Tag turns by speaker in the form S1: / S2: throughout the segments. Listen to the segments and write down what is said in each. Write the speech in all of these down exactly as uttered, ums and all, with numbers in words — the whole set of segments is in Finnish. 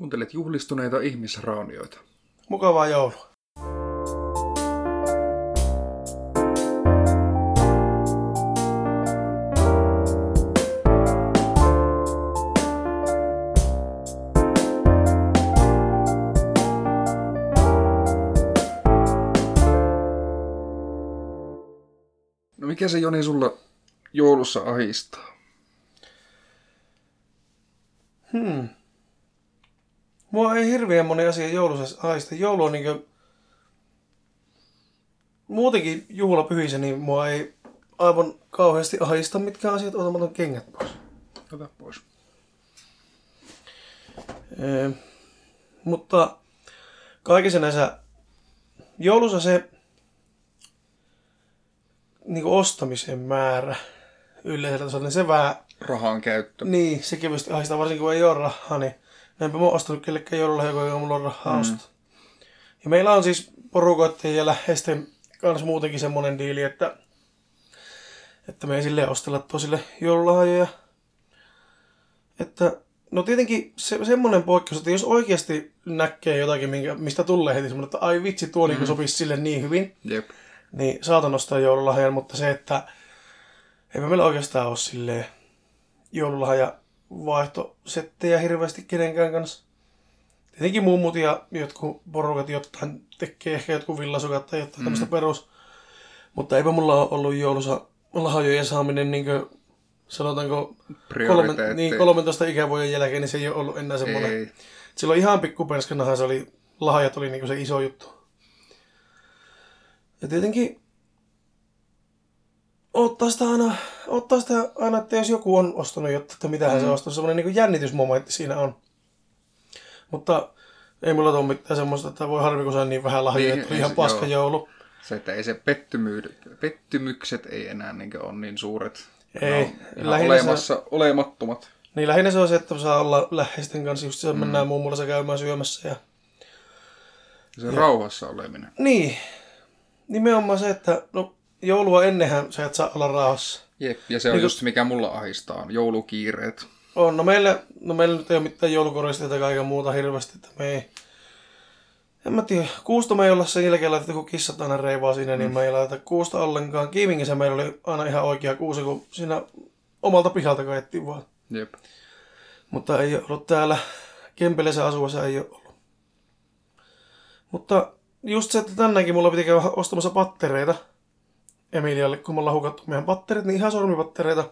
S1: Kuuntelet juhlistuneita ihmisraunioita.
S2: Mukavaa joulua.
S1: No mikä se, Joni, sulla joulussa ahistaa?
S2: Hmm. Mua ei hirveän moni asia joulussa ahista. Joulu on niinkö... Muutenkin juhlapyhissä, niin mua ei aivan kauheasti ahista mitkään asiat. Ota, mä otan kengät pois.
S1: Ota pois.
S2: Ee, mutta kaikissa näissä joulussa se niinku ostamisen määrä yleisellä tasolla, niin se vähän...
S1: Rahan käyttö.
S2: Niin, se kevyesti ahistaa, varsinkin kun ei ole rahaa, niin enpä mä oon ostanut kellekään joululahjoja, kun mulla on rahaa mm. ostaa. Ja meillä on siis porukoitteen ja läheisten kanssa muutenkin semmonen diili, että, että me ei silleen ostella toisille joululahjoja. Että, no tietenkin se, semmonen poikkeus, että jos oikeasti näkee jotakin, minkä, mistä tulee heti semmonen, että ai vitsi, tuo mm. niin sopisi sille niin hyvin,
S1: Jep.
S2: niin saatan ostaa joululahjan, mutta se, että eipä meillä oikeastaan ole silleen joululahja vaihtosettejä hirveästi kenenkään kanssa. Tietenkin mummut ja jotkut porukat jotain tekee, ehkä jotkut villasukat tai jotain mm. tämmöistä perus. Mutta eipä mulla ole ollut joulussa lahjojen saaminen niin kuin, sanotaanko kolme, niin kolmentoista ikävuoden jälkeen, niin se ei ole ollut enää semmoinen. Ei. Silloin ihan pikkuperskanahan se oli, lahjat oli niin kuin se iso juttu. Ja tietenkin ottaa sitä aina, ottaa sitä aina, että jos joku on ostanut jotta, että mitähän mm. se ostaa, semmoinen niin kuin jännitysmomentti siinä on. Mutta ei mulla ole mitään semmoista, että voi harvi, kun saa niin vähän lahjoja, niin, että ihan paska joo. joulu.
S1: Se, että ei se pettymyy- pettymykset ei enää niin ole niin suuret.
S2: Ei.
S1: Olemassa, se, olemattomat.
S2: Niin lähinnä se on se, että saa olla läheisten kanssa, just se mm. mennään mummulansa käymään syömässä. Ja,
S1: se ja, rauhassa oleminen.
S2: Niin. Nimenomaan se, että no, joulua ennenhän sä et saa olla rauhassa.
S1: Jep, ja se on niin, just mikä mulla ahistaa, joulukiireet.
S2: On, no meillä, no meillä nyt ei ole mitään joulukoristeita ja kaiken muuta hirveästi, että me ei... En mä tiedä, kuusta me ei olla sen jälkeen laitettu, kun kissat aina reivaa siinä, mm. niin me ei laiteta kuusta ollenkaan. Kiimingissä meillä oli aina ihan oikea kuusi, kun siinä omalta pihalta kaettiin vaan.
S1: Jep.
S2: Mutta ei ole ollut täällä Kempeleisen asuessa, ei ole ollut. Mutta just se, että tänäänkin mulla piti käydä ostamassa pattereita Emilialle, kun me ollaan hukattu meidän patterit, niin ihan sormipattereita.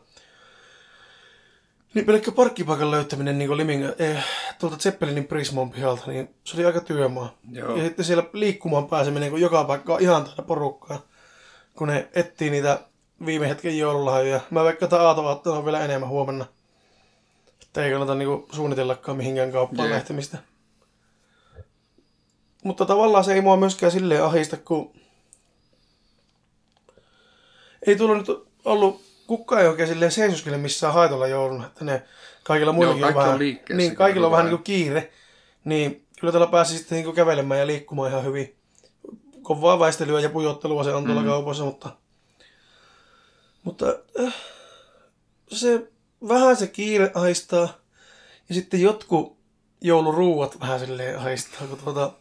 S2: Niin pelkkä parkkipaikan löytäminen niin Liminga, eh, tuolta Zeppelinin Prismon pihalta, niin se oli aika työmaa. Joo. Ja sitten siellä liikkumaan pääseminen, kun joka paikka on ihan täynnä porukkaa, kun ne etsii niitä viime hetken joululahjoja. Mä veikkaan, että Aato on vielä enemmän huomenna. Että ei kannata niinku suunnitellakaan mihinkään kauppaan yeah. lähtemistä. Mutta tavallaan se ei mua myöskään silleen ahista, kun ei tullut nyt ollut kukaan ei oikein silleen seisoskele missään haitolla jouluna, että ne kaikilla muillakin on vähän, niin kaikilla on vähän niin kuin kiire, niin kyllä täällä pääsi sitten niin kuin kävelemään ja liikkumaan ihan hyvin. Kovaa väistelyä ja pujottelua se on tuolla mm. kaupoissa, mutta, mutta äh, se vähän se kiire ahistaa ja sitten jotkut jouluruuat vähän silleen ahistaa, kun tuota...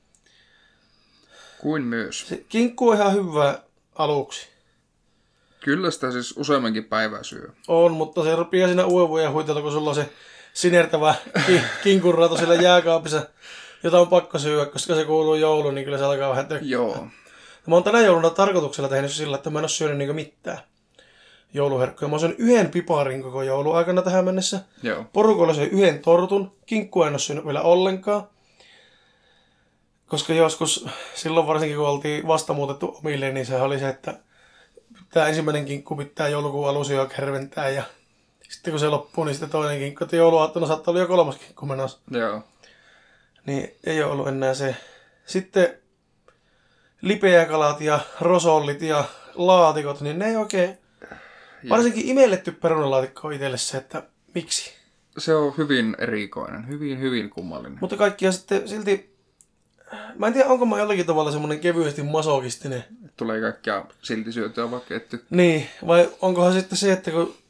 S1: Kuin myös. Se
S2: kinkku on ihan hyvä aluksi.
S1: Kyllä sitä siis useammankin päivää syö.
S2: On, mutta se rupeaa siinä uuden vuoden huitella, kun sulla on se sinertävä ki- kinkunrato siellä jääkaapissa, jota on pakko syödä, koska se kuuluu jouluun, niin kyllä se alkaa vähän tökkää.
S1: Joo.
S2: Mä oon tänä jouluna tarkoituksella tehnyt sillä, että mä en ole syönyt niinku mitään jouluherkkuja. Mä oon syönyt yhden piparin koko joulun aikana tähän mennessä.
S1: Joo.
S2: Porukoilla söi yhden tortun. Kinkkua en ole syönyt vielä ollenkaan. Koska joskus, silloin varsinkin kun oltiin vasta muutettu omille, niin se oli se, että tämä ensimmäinen kinkku pitää joulukuun alussa jo kärventää ja sitten kun se loppuu, niin sitten toinen kinkku. Että jouluaattona saattaa olla jo kolmas kinkku menossa.
S1: Joo.
S2: Niin ei ole ollut enää se. Sitten lipeäkalat ja rosollit ja laatikot, niin ne ei oikein... Varsinkin imelletty perunalaatikko on itselle se, että miksi?
S1: Se on hyvin erikoinen, hyvin, hyvin kummallinen.
S2: Mutta kaikkia sitten silti... Mä en tiedä, onko mä jollakin tavalla semmoinen kevyesti masokistinen.
S1: Tulee kaikkia silti syötyä vaikka etty.
S2: Niin, vai onkohan sitten se, että kun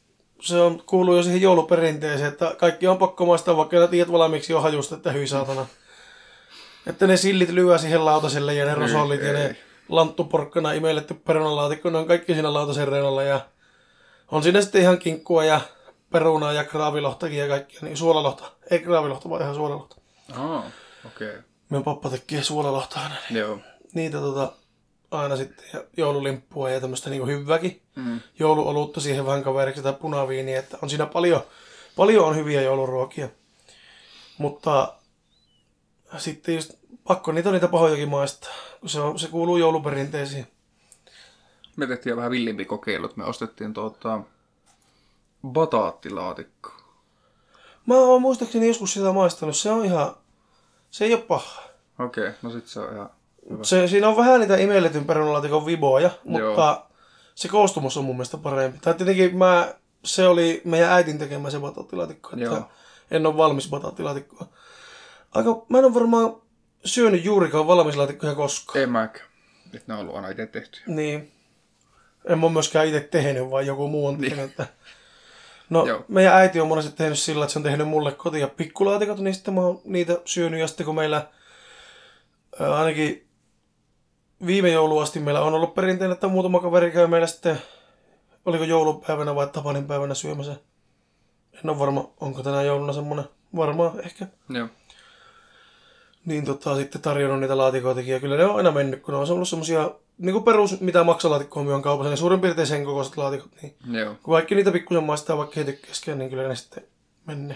S2: se on, kuuluu jo siihen jouluperinteeseen, että kaikki on pakko maistaa, vaikka ne tiedät valmiiksi jo hajusta, että hyi saatana. Että ne sillit lyö siihen lautaselle ja ne rosollit ja ne lanttuporkkana imelletty perunalaatikko, ne on kaikki siinä lautasen reunalla ja on siinä sitten ihan kinkkua ja perunaa ja kraavilohtakin ja kaikkia, niin suolalohta. Ei kraavilohta, vaan ihan suolalohta.
S1: Oh, okei. Okay.
S2: Meidän pappa tekee suolalohta aina. Niin
S1: Joo.
S2: niitä tota, aina sitten ja joululimppua ja tämmöistä niinku hyvääkin.
S1: Mm.
S2: Jouluolutta siihen vähän kaveriksi tai punaviiniä, että on siinä paljon, paljon on hyviä jouluruokia. Mutta sitten just pakko niitä on niitä pahojakin maistaa, kun se, on, se kuuluu jouluperinteisiin.
S1: Me tehtiin vähän villimpi kokeilut. Me ostettiin tuota bataattilaatikko.
S2: Mä oon muistaakseni joskus sitä maistanut. Se on ihan, se ei ole paha.
S1: Okei, okay, no sit se on ihan hyvä.
S2: Se, siinä on vähän niitä imelletyn perunalaatikon viboja, mutta
S1: Joo.
S2: se koostumus on mun mielestä parempi. Tai tietenkin mä, se oli meidän äitin tekemä se bataattilaatikko, että
S1: Joo.
S2: en ole valmis bataattilaatikkoa. Aika, mä en ole varmaan syönyt juurikaan valmislaatikkoja koskaan.
S1: Ei mäkään. Nyt ne on ollut aina itse tehty.
S2: Niin. En mä myöskään itse tehnyt, vaan joku muu on tehnyt. Niin. No,
S1: Joo.
S2: meidän äiti on monesti tehnyt sillä, että se on tehnyt mulle koti- ja pikkulaatikot, niin sitten mä oon niitä syönyt. Ja sitten kun meillä ää, ainakin viime joulua asti meillä on ollut perinteinen, että muutama kaveri käy meillä sitten, oliko joulupäivänä vai Tapanin päivänä syömässä. En ole varma, onko tänä jouluna semmoinen, varmaan ehkä.
S1: Joo.
S2: Niin tota, sitten tarjonnut niitä laatikoitakin ja kyllä ne on aina mennyt, kun ne on ollut semmosia niin kuin perus, mitä maksalaatikkoa on kaupassa, niin suurin piirtein sen kokoiset laatikot. Niin
S1: Joo.
S2: kun kaikki niitä pikkusen maistaa, vaikka he tykkäskään, niin kyllä ne sitten menee.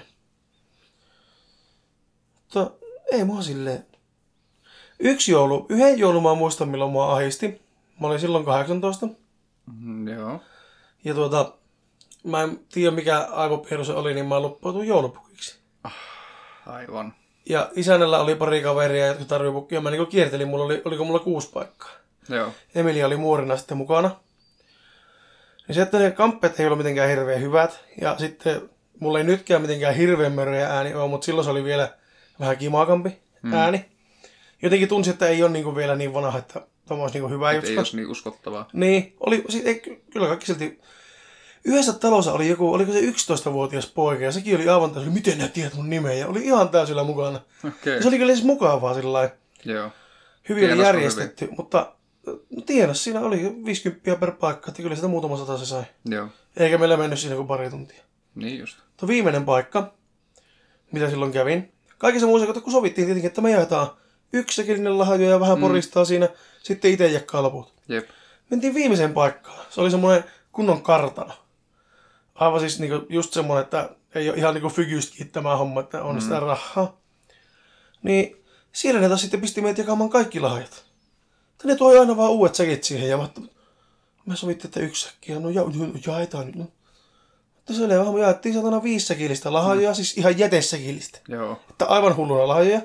S2: Mutta ei mua silleen. Yksi joulu, yhden joulun mä muistan, milloin mua ahisti. Mä olin silloin kahdeksantoista.
S1: Mm, joo.
S2: Ja tuota, mä en tiedä mikä aivopiiru se oli, niin mä luppautuin joulupukiksi.
S1: Aivan.
S2: Ja isännällä oli pari kaveria, jotka tarvitsi pukkia. Mä niin kiertelin, mulla oli, oliko mulla kuusi paikkaa.
S1: Joo.
S2: Emilia oli muorina sitten mukana. Niin se, että ne kamppeet ei ollut mitenkään hirveän hyvät. Ja sitten mulla ei nytkään mitenkään hirveän möröjä ääni ole, mutta silloin se oli vielä vähän kimaakampi
S1: Hmm.
S2: ääni. Jotenkin tunsi, että ei ole niinku vielä niin vanha, että tämä olisi niinku hyvä
S1: Et
S2: juttu.
S1: ei olisi niin uskottavaa.
S2: Niin, oli, sit, ei, ky- kyllä kaikki silti. Yhdessä talossa oli joku, oliko se yksitoistavuotias poika, ja sekin oli aivan täysillä, miten nää tiedät mun nimeä, ja oli ihan täysillä mukana.
S1: Okei. Okay.
S2: Ja se oli kyllä siis mukavaa sillä lailla.
S1: Joo.
S2: Hyvin oli
S1: Tienasko
S2: järjestetty, hyvin? Mutta no, tienas, siinä oli viisikymmentä per paikka, että kyllä sitä muutama sata se sai.
S1: Joo.
S2: Eikä meillä mennyt siinä kuin pari tuntia.
S1: Niin just.
S2: Tuo viimeinen paikka, mitä silloin kävin. Kaikissa muissa, kun sovittiin tietenkin, että me jaetaan yksisäkillinen lahjo ja vähän mm. poristaa siinä, sitten itse jakkaa loput.
S1: Jep.
S2: Mentiin viimeiseen paikkaan. Se oli semmoinen kunnon kartano. Aivan siis niinku just semmoinen, että ei ole ihan niinku fygystikin tämä homma, että on mm. sitä rahaa. Niin siellä ne taas sitten pisti meitä jakamaan kaikki lahjat. Ja ne toi aina vaan uudet säkit siihen ja mä, mä sovittiin, että yksi säkki ja no ja, jaetaan nyt. No. Mutta selvä, me jaettiin satana viisi säkillistä lahjoja, mm. siis ihan jätesäkillistä.
S1: Joo.
S2: Että aivan hulluna lahjoja.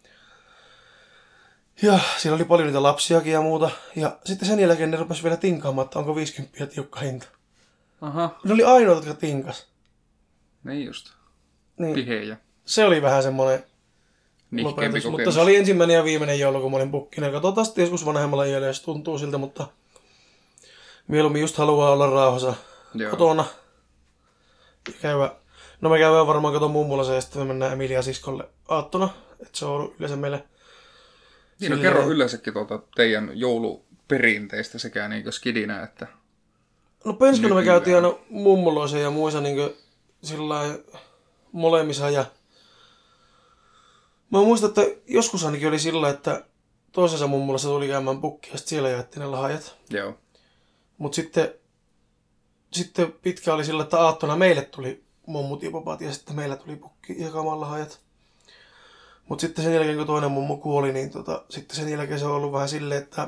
S2: Ja siellä oli paljon niitä lapsiakin ja muuta. Ja sitten sen jälkeen ne rupesi vielä tinkaamaan, että onko viisikymmentä tiukka hinta.
S1: Aha.
S2: Ne oli ainoat, jotka tinkas.
S1: Niin just.
S2: Niin.
S1: Pihejä.
S2: Se oli vähän semmoinen
S1: Nihkeämpi
S2: lopetus.
S1: kokemus.
S2: Mutta se oli ensimmäinen ja viimeinen joulu, kun mä olin pukkina. Katsotaan sitten joskus vanhemmalla iällä, jos tuntuu siltä, mutta mieluummin just haluaa olla rauhassa
S1: Joo.
S2: kotona. Ja käydä. No me käydään varmaan kato mummulassa ja sitten me mennään Emilia siskolle aattona. Että se on ollut yleensä meille.
S1: Niin, no
S2: silleen...
S1: kerro yleensäkin tuota teidän jouluperinteistä sekä niin skidinä että...
S2: No penskona me
S1: nykyään.
S2: käytiin aina mummuloissa ja muissa niin sillä molemmissa. Ja... Mä muistan, että joskus ainakin oli sillä, että toisessa mummulassa tuli käymään pukki ja sitten siellä jaettiin ne lahjat.
S1: Joo.
S2: Mutta sitten, sitten pitkä oli sillä, että aattona meille tuli mummut ja papat ja sitten meillä tuli pukki jakamaan lahjat. Mutta sitten sen jälkeen, kun toinen mummu kuoli, niin tota, sitten sen jälkeen se on ollut vähän silleen, että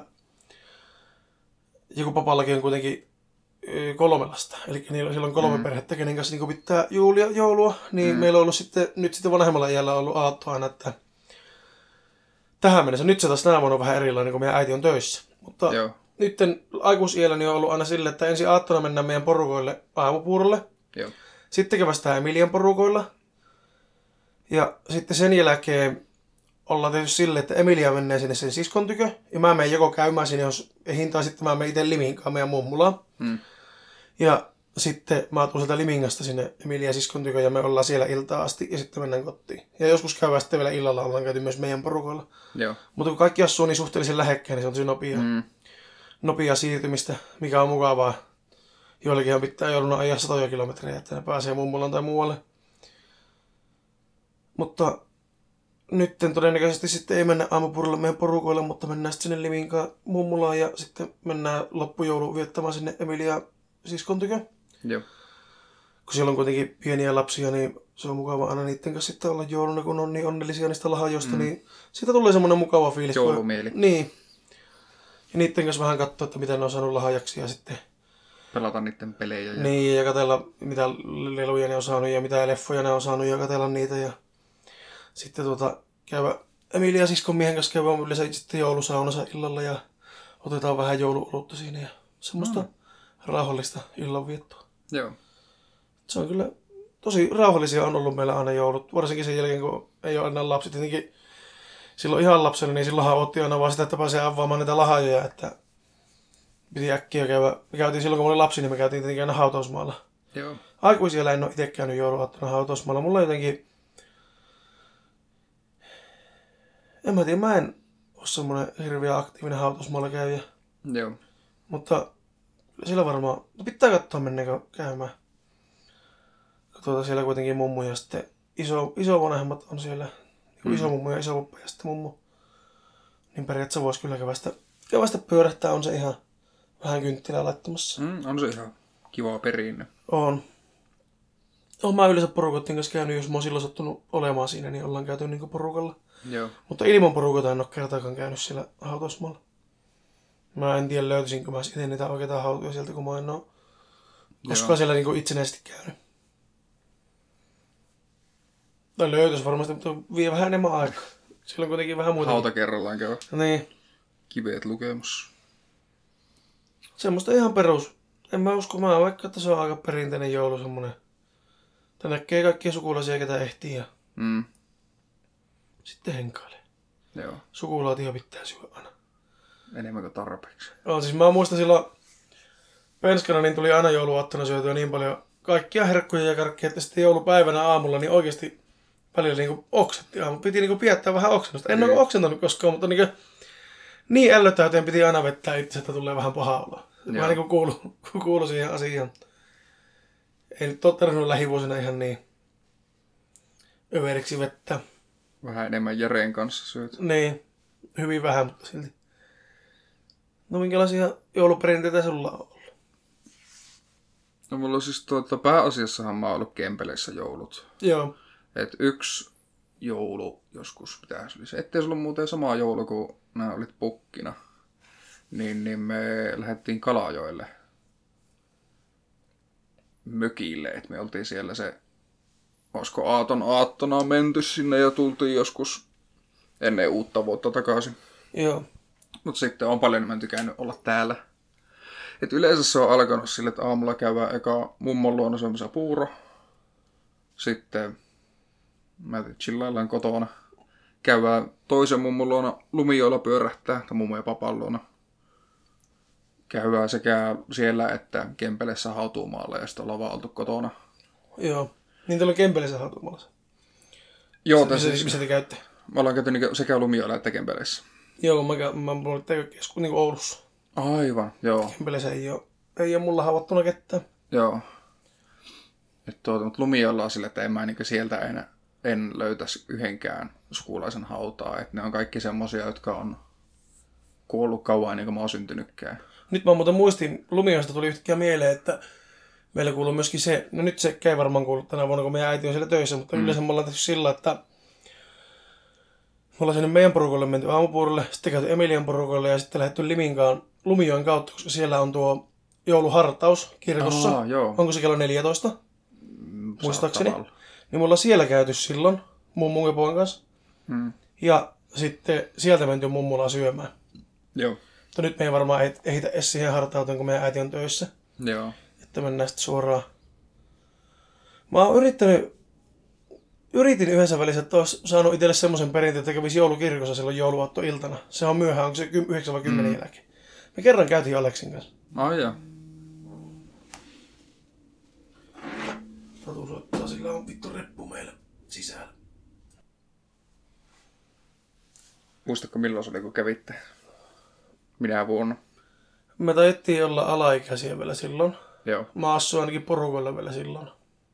S2: joku papallakin on kuitenkin ö, kolme lasta. Eli niillä on kolme mm. perhettä, kenen kanssa niin pitää juulia, joulua. Niin mm. meillä on ollut sitten, nyt sitten vanhemmalla iällä on ollut aatto aina, että tähän mennessä. Nyt se taas tänä vuonna on vähän erilainen, kun meidän äiti on töissä. Mutta
S1: Joo.
S2: nyt aikuisiälläni on ollut aina silleen, että ensin aattona mennään meidän porukoille aamupuurolle.
S1: Joo.
S2: Sitten kävästään Emilian porukoilla. Ja sitten sen jälkeen ollaan tehty silleen, että Emilia menee sinne sen siskon tykö. Ja mä menen joko käymään sinne, jos hintaa sitten mä menen itse Liminkaan meidän mummulaan.
S1: Hmm.
S2: Ja sitten mä tuun sieltä Limingasta sinne Emilia siskon tykö ja me ollaan siellä iltaa asti ja sitten mennään kotiin. Ja joskus käydään sitten vielä illalla, ollaan käyty myös meidän porukoilla.
S1: Joo.
S2: Mutta kun kaikki asuu niin suhteellisen lähekkäin, niin se on tosi nopea, mm. nopea siirtymistä, mikä on mukavaa. Joillekin pitää jouduna ajaa satoja kilometrejä, että ne pääsee mummulaan tai muualle. Mutta nyt todennäköisesti sitten ei mennä aamupurulle meidän porukoille, mutta mennään sitten sinne Liminkaan mummulaan ja sitten mennään loppujoulu viettämään sinne Emilia siskon tykö.
S1: Joo.
S2: Kun siellä on kuitenkin pieniä lapsia, niin se on mukava aina niiden kanssa sitten olla jouluna, kun on niin onnellisia niistä lahjoista, mm. niin siitä tulee semmoinen mukava fiilis.
S1: Joulumieli.
S2: Niin. Ja niiden kanssa vähän katsoa, että mitä ne on saanut lahjaksi ja sitten
S1: pelata niiden pelejä. Ja...
S2: Niin, ja katsella mitä leluja ne on saanut ja mitä leffoja ne on saanut ja katsella niitä. Ja sitten tuota, käydä Emilia siskon miehen kanssa käydä yleensä sitten joulusaunassa illalla ja otetaan vähän jouluolutta siinä ja semmoista mm. rauhallista illanviettoa.
S1: Joo.
S2: Se on kyllä tosi rauhallisia on ollut meillä aina joulut, varsinkin sen jälkeen kun ei ole enää lapset. Tietenkin silloin ihan lapsena, niin silloinhan otti aina vaan sitä, että pääsee avaamaan niitä lahjoja, että piti äkkiä käydä. Me käytiin silloin, kun mulla oli lapsi, niin me käytiin tietenkin aina hautausmaalla.
S1: Joo.
S2: Aikuisilla en ole itse käynyt jouluaattona hautausmaalla. Mulla on jotenkin... En mä tiedä, mä en ole semmoinen hirveän aktiivinen hautausmaalla käyjä.
S1: Joo. Mutta
S2: sillä varmaan... Pitää katsoa mennäänkö käymään. Tuota, siellä kuitenkin mummu ja sitten iso, iso vanhemmat on siellä. Mm. Iso mummu ja iso poppa ja sitten mummu. Niin periaatteessa voisi kyllä kävästä, kävästä pyörähtää, on se ihan vähän kynttilää laittamassa.
S1: Mm, on se ihan kiva perinne.
S2: On. Olen mä yleensä porukoiden kanssa käynyt, jos mä oon silloin sattunut olemaan siinä, niin ollaan käyty niin porukalla.
S1: Joo.
S2: Mutta ilman porukota en ole kertaakaan käynyt siellä hautausmaalla. Mä en tiedä löytyisinkö mä itse niitä oikeita hautoja sieltä, kun mä en ole koskaan siellä niin itsenäisesti käynyt. Tai löytyisi varmasti, mutta vie vähän enemmän aikaa. Siellä on kuitenkin vähän muuta.
S1: Hauta kerrallaan käy.
S2: Niin.
S1: Kiveet lukemassa.
S2: Semmoista ihan perus. En mä usko, mä vaikka, että se on aika perinteinen joulu semmonen. Että näkee kaikkia sukulaisia, ketä ehtii ja
S1: mm.
S2: sitten henkailee.
S1: Joo.
S2: Sukulaatia pitää syödä aina.
S1: Enemmän kuin tarpeeksi.
S2: No, siis mä muistan silloin penskana, niin tuli aina jouluaattona syötyä niin paljon kaikkia herkkuja ja karkkia, että sitten joulupäivänä aamulla niin oikeasti välillä niin oksetti aamu. Piti niin piettää vähän oksennusta. En mm. ole oksentanut koskaan, mutta niin, niin ällöttäyteen piti aina vettää itse, että tulee vähän paha olo. Mä niin kuulu, kuulu siihen asiaan. Ei nyt ole tarvinnut lähivuosina ihan niin överiksi vettä.
S1: Vähän enemmän Jereen kanssa syöt.
S2: Niin, hyvin vähän, mutta silti. No minkälaisia jouluperinteitä sulla on ollut?
S1: No mulla on siis tuota, pääasiassahan mä oon ollut Kempeleissä joulut.
S2: Joo.
S1: Et yksi joulu joskus pitäisi oli se, ettei sulla muuten sama joulu kuin nämä olit pukkina. Niin, niin me lähdettiin Kalajoelle mökille, että me oltiin siellä se, olisiko aaton aattona menty sinne ja tultiin joskus ennen uutta vuotta takaisin.
S2: Joo.
S1: Mutta sitten on paljon enemmän tykännyt olla täällä. Et yleensä se on alkanut sille, että aamulla käydään eka mummon luona syömässä puuro. Sitten mä chillaillaan kotona. Käydään toisen mummon luona Lumijoilla pyörähtää, tai mummo ja papan luona. Käydään sekä siellä että Kempeleessä hautuumaalla ja sitten ollaan vaan oltu kotona.
S2: Joo. Niin teillä on Kempeleessä hautuumaalla?
S1: Joo.
S2: Missä,
S1: siis,
S2: missä te käytte?
S1: Me ollaan käyty niin sekä Lumijoilla että Kempeleessä.
S2: Joo, mä, mä, mä olen kesku niin Oulussa.
S1: Aivan, joo.
S2: Kempeleessä ei ole, ei ole mulla havattuna ketään.
S1: Joo. Tuota, mutta Lumijoilla on sillä, että en mä niin sieltä enää en löytäisi yhdenkään sukulaisen hautaa. Että ne on kaikki semmosia, jotka on kuollut kauan ennen kuin mä oon syntynytkään.
S2: Nyt mä muuten muistin, Lumioista tuli yhtäkkiä mieleen, että meillä kuuluu myöskin se, no nyt se ei varmaan kuulu tänä vuonna, kun meidän äiti on siellä töissä, mutta mm. yleensä me ollaan tehty sillä, että me ollaan sinne meidän porukolle menty aamupuolelle, sitten käyty Emilian porukolle ja sitten lähdetty Liminkaan Lumijoen kautta, koska siellä on tuo jouluhartaus kirkossa.
S1: Aa, joo.
S2: Onko se kello neljätoista?
S1: Mm,
S2: muistaakseni. Niin me ollaan siellä käyty silloin mummun ja pojan kanssa.
S1: Mm.
S2: Ja sitten sieltä menty mummulaan syömään.
S1: Joo.
S2: Mutta nyt me ei varmaan ehitä edes siihen hartauteen, kun meidän äiti on töissä.
S1: Joo.
S2: Että mennään sitten suoraan. Mä oon yrittänyt, yritin yhdessä välissä, että olisi saanut itselle semmoisen perinteen, että kävisi joulukirkossa silloin jouluaattoiltana. Se on myöhään, onko se yhdeksän vai kymmenen mm. jälkeen. Me kerran käytiin Aleksin kanssa.
S1: Ai joo.
S2: Tatu soittaa, sillä on vittu reppu meillä sisällä.
S1: Muistatko milloin se oli, kun kävitte? Minä vuonna?
S2: Me taidettiin olla alaikäisiä vielä silloin.
S1: Joo.
S2: Mä asuin ainakin porukalla vielä silloin.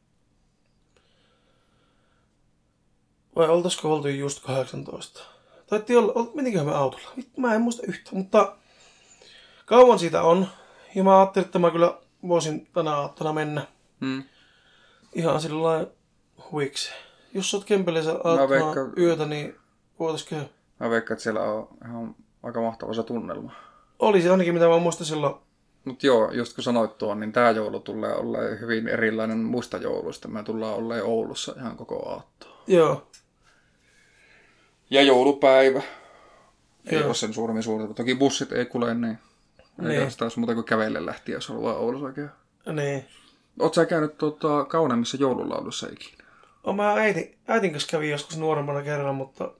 S2: Vai oltaisiko oltu just kahdeksantoista? Taidettiin olla, meniköhän me autolla? Vittu, mä en muista yhtä, mutta kauan siitä on. Ja mä ajattelin, että mä kyllä voisin tänä aattona mennä.
S1: Hmm.
S2: Ihan sillä lailla huiksi. Jos sä oot Kempeleessä aattona
S1: veikkaan...
S2: yötä, niin voitaisko?
S1: Mä veikkaan, että siellä on ihan aika mahtava se tunnelma.
S2: Oli se ainakin, mitä mä muistan silloin.
S1: Mut joo, just kun sanoit tuon, niin tää joulu tulee olemaan hyvin erilainen muista jouluista. Me tullaan olemaan Oulussa ihan koko aattoa.
S2: Joo.
S1: Ja joulupäivä. Ei
S2: Joo.
S1: ole sen suuremmin suurta. Toki bussit ei kulje, niin
S2: Niin.
S1: eikä sitä olisi muuta kuin kävelle lähtiä, jos on vaan Oulussa oikein.
S2: Niin.
S1: Oot sä käynyt tuota, kauneimmissa joululaulussa ikinä?
S2: O, mä äitin, äitin kanssa kävin joskus nuorempana kerran, mutta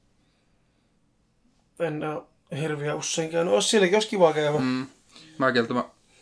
S2: en ole hirveän usein käynyt. Ois sielläkin, olisi kiva käydä.
S1: Mm. Mäkin, että mä...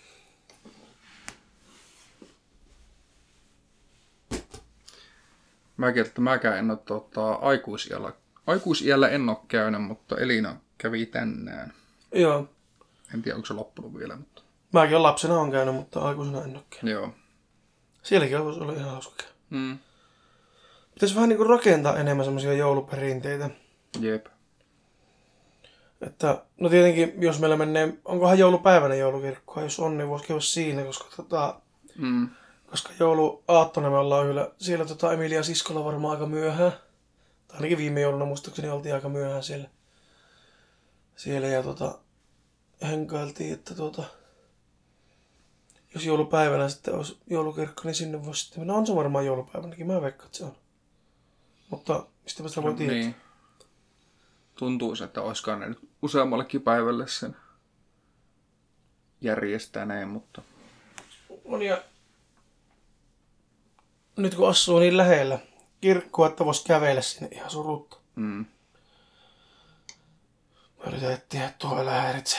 S1: Mäkin, että mäkään en ole tuota, aikuisiällä. Aikuisiällä en ole käynyt, mutta Elina kävi tänään.
S2: Joo.
S1: En tiedä, onko se loppunut vielä, mutta...
S2: Mäkin olen lapsena on käynyt, mutta aikuisena en ole käynyt.
S1: Joo.
S2: Sielläkin olisi ollut ihan hauska käydä.
S1: Mm.
S2: Pitäisi vähän niinku rakentaa enemmän semmoisia jouluperinteitä.
S1: Jep.
S2: Että, no tietenkin, jos meillä menee, onkohan joulupäivänä joulukirkkoa, jos on, niin voisi käydä siinä, koska, tota,
S1: Mm.
S2: koska jouluaattona me ollaan yllä, siellä tota Emilia siskolla varmaan aika myöhään. Tai ainakin viime jouluna muistaakseni oltiin aika myöhään siellä. Siellä ja tota, henkailtiin, että tota, jos joulupäivänä sitten olisi joulukirkko, niin sinne voisi sitten mennä. On se varmaan joulupäivänäkin, mä veikkaan, että se on. Mutta mistä sitä voi
S1: No,
S2: tietää?
S1: niin. Tuntuisi, että oliskaan ne nyt useammallekin päivälle sen järjestäneen, mutta...
S2: On ja nyt kun asuu niin lähellä kirkkoa, että voisi kävellä sinne ihan surutta.
S1: Mm.
S2: Mä yritän etsiä, että tuo älä häiritse.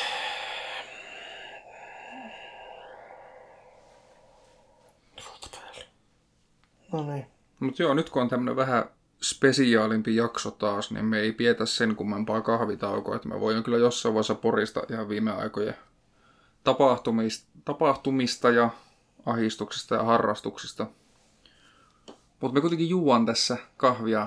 S2: No niin.
S1: Mutta joo, nyt kun on tämmönen vähän spesiaalimpi jakso taas, niin me ei pietä sen kummempaa kahvitaukoa, että me voimme kyllä jossain vaiheessa porista ihan viime aikojen tapahtumista, tapahtumista ja ahdistuksista ja harrastuksista. Mutta me kuitenkin juon tässä kahvia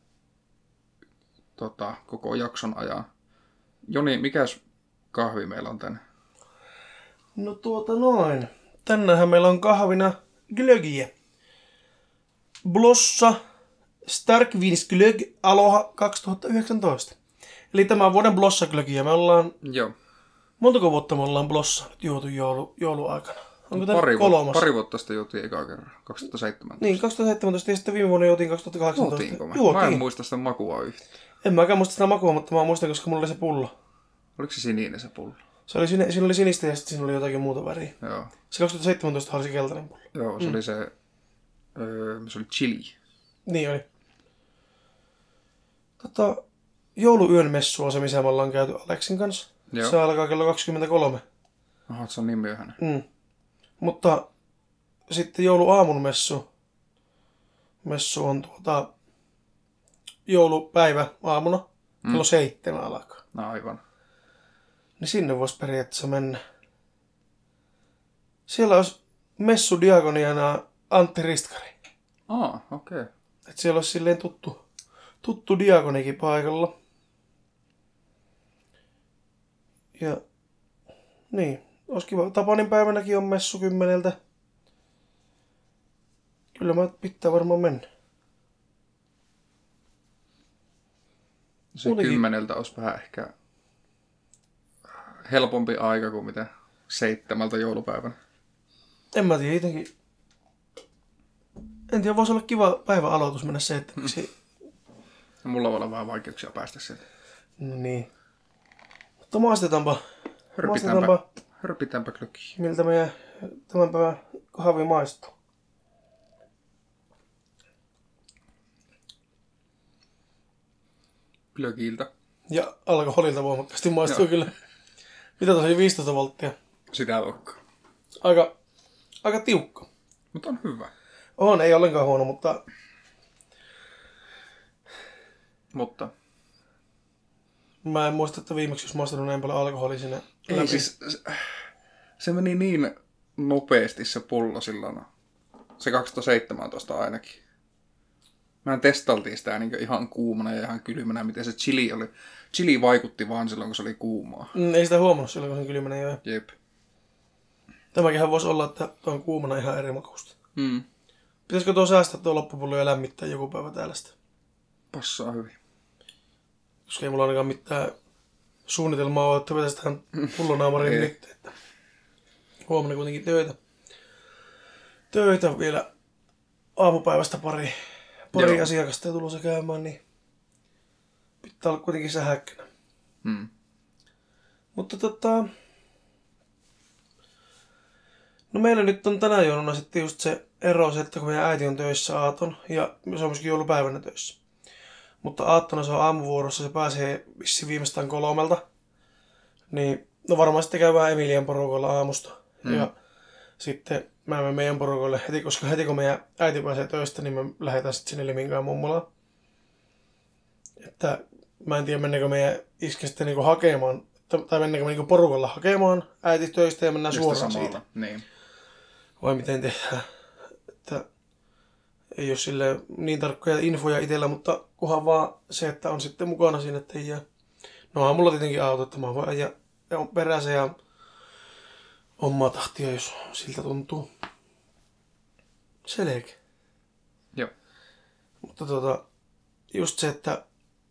S1: tota, koko jakson ajan. Joni, mikäs kahvi meillä on tänne?
S2: No tuota noin. Tänäänhän meillä on kahvina glögiä. Blossa Starkvinsglögg Aloha kaksituhattayhdeksäntoista. Eli tämän vuoden Blossa glögiä. Me ollaan,
S1: Joo.
S2: montako vuotta me ollaan Blossa nyt juotu joulu, jouluaikana? Onko tämä
S1: Pari,
S2: kolmas?
S1: vu- pari vuotta sitten juotiin ekaa kerran, kaksituhattaseitsemäntoista.
S2: Niin, kaksituhattaseitsemäntoista ja sitten viime vuonna juotiin kaksituhattakahdeksantoista.
S1: Juotiinko me?
S2: Juotiin.
S1: Mä en muista sitä makua yhtään.
S2: En mäkään muista sitä makua, mutta mä muistan, koska mulla oli se pullo.
S1: Oliko se sininen se pullo?
S2: Se oli, siinä, siinä oli sinistä ja sitten siinä oli jotakin muuta väriä.
S1: Joo.
S2: Se kaksituhattaseitsemäntoista oli se keltainen pullo.
S1: Joo, se mm. oli se... Öö, se oli chili.
S2: Niin oli. Tota, jouluyön messu on se, missä me ollaan käyty Aleksin kanssa.
S1: Joo.
S2: Se alkaa kello kaksikymmentäkolme.
S1: Aha, se on niin myöhäinen.
S2: Mm. Mutta sitten jouluaamun messu. Messu on tuota joulupäivä aamuna. Mm. Kello seitsemän alkaa.
S1: No aivan.
S2: Niin sinne voisi periaatteessa mennä. Siellä olisi messudiakoniana Antti Ristkari.
S1: Aa, okei. Okay.
S2: Että siellä olisi silleen tuttu, tuttu diakonikin paikalla. Ja niin, olisi kiva. Tapanin päivänäkin on messu kymmeneltä. Kyllä mä pitää varmaan mennä.
S1: Se
S2: Muutenkin.
S1: kymmeneltä olisi vähän ehkä helpompi aika kuin mitä seitsemältä joulupäivänä.
S2: En mä tiedä, jotenkin. En tiedä, voisi olla kiva päivän aloitus mennä seitsemäksi.
S1: Ja mulla voi olla vähän vaikeuksia päästä sieltä.
S2: No niin. Mutta maistetaanpa.
S1: Hörpitäänpä,
S2: Maistetaanpa,
S1: hörpitäänpä klökiä.
S2: miltä meidän tämän päivän kahvi maistuu.
S1: Klökiltä.
S2: Ja alkoholilta voimakkaasti maistuu
S1: Joo.
S2: kyllä. Mitä tosiaan viisitoista volttia?
S1: Sitä luokkaa.
S2: Aika, aika tiukka.
S1: Mutta on hyvä.
S2: On, ei ollenkaan huono, mutta...
S1: Mutta...
S2: Mä en muista, että viimeksi olisi maistanut näin paljon alkoholia sinne
S1: Ei
S2: läpi.
S1: siis... Se meni niin nopeasti se pullo silloin. Se kaksituhattaseitsemäntoista ainakin. Mä testaltiin sitä niin ihan kuumana ja ihan kylmänä, miten se chili oli. Chili vaikutti vaan silloin, kun se oli kuumaa.
S2: Mm, ei sitä huomannut silloin, kun se kylmänä joi.
S1: Jep.
S2: Tämäkinhän voisi olla, että tuo on kuumana ihan eri makusta.
S1: Mm.
S2: Pitäisikö tuo säästää tuo loppupullo ja lämmittää joku päivä täällä sitä?
S1: Passaa hyvin.
S2: Koska ei mulla ainakaan mitään suunnitelmaa ole, että pitäisi tähän pullonaamariin nyt. Että huomenna kuitenkin töitä. Töitä vielä aamupäivästä pari, pari asiakasta ja tulossa käymään, niin pitää olla kuitenkin sähäkkänä.
S1: Mm.
S2: Mutta tota... No meillä nyt on tänä jouluna sitten just se ero se, että kun meidän äiti on töissä aaton ja se on myöskin joulupäivänä töissä. Mutta aattona se on aamuvuorossa, se pääsee vissiin viimeistään kolmelta. Niin, no varmaan sitten käydään Emilian porukoilla aamusta. Mm. Ja sitten mä menen meidän porukoille heti, koska heti kun meidän äiti pääsee töistä, niin me lähdetään sitten sinne Liminkaan mummolaan. Että mä en tiedä mennäänkö meidän iskä sitten niinku hakemaan, tai mennäänkö me niinku porukalla hakemaan äiti töistä ja mennään
S1: Just
S2: suoraan
S1: samalla.
S2: siitä.
S1: Niin.
S2: Vai miten tehdään. Että ei ole sille niin tarkkoja infoja itsellä, mutta kunhan vaan se, että on sitten mukana siinä, että ei jää. No aamulla tietenkin auto, että mä voin ajaa perässä ja omaa tahtia, jos siltä tuntuu. Selkeä.
S1: Joo.
S2: Mutta tota, just se, että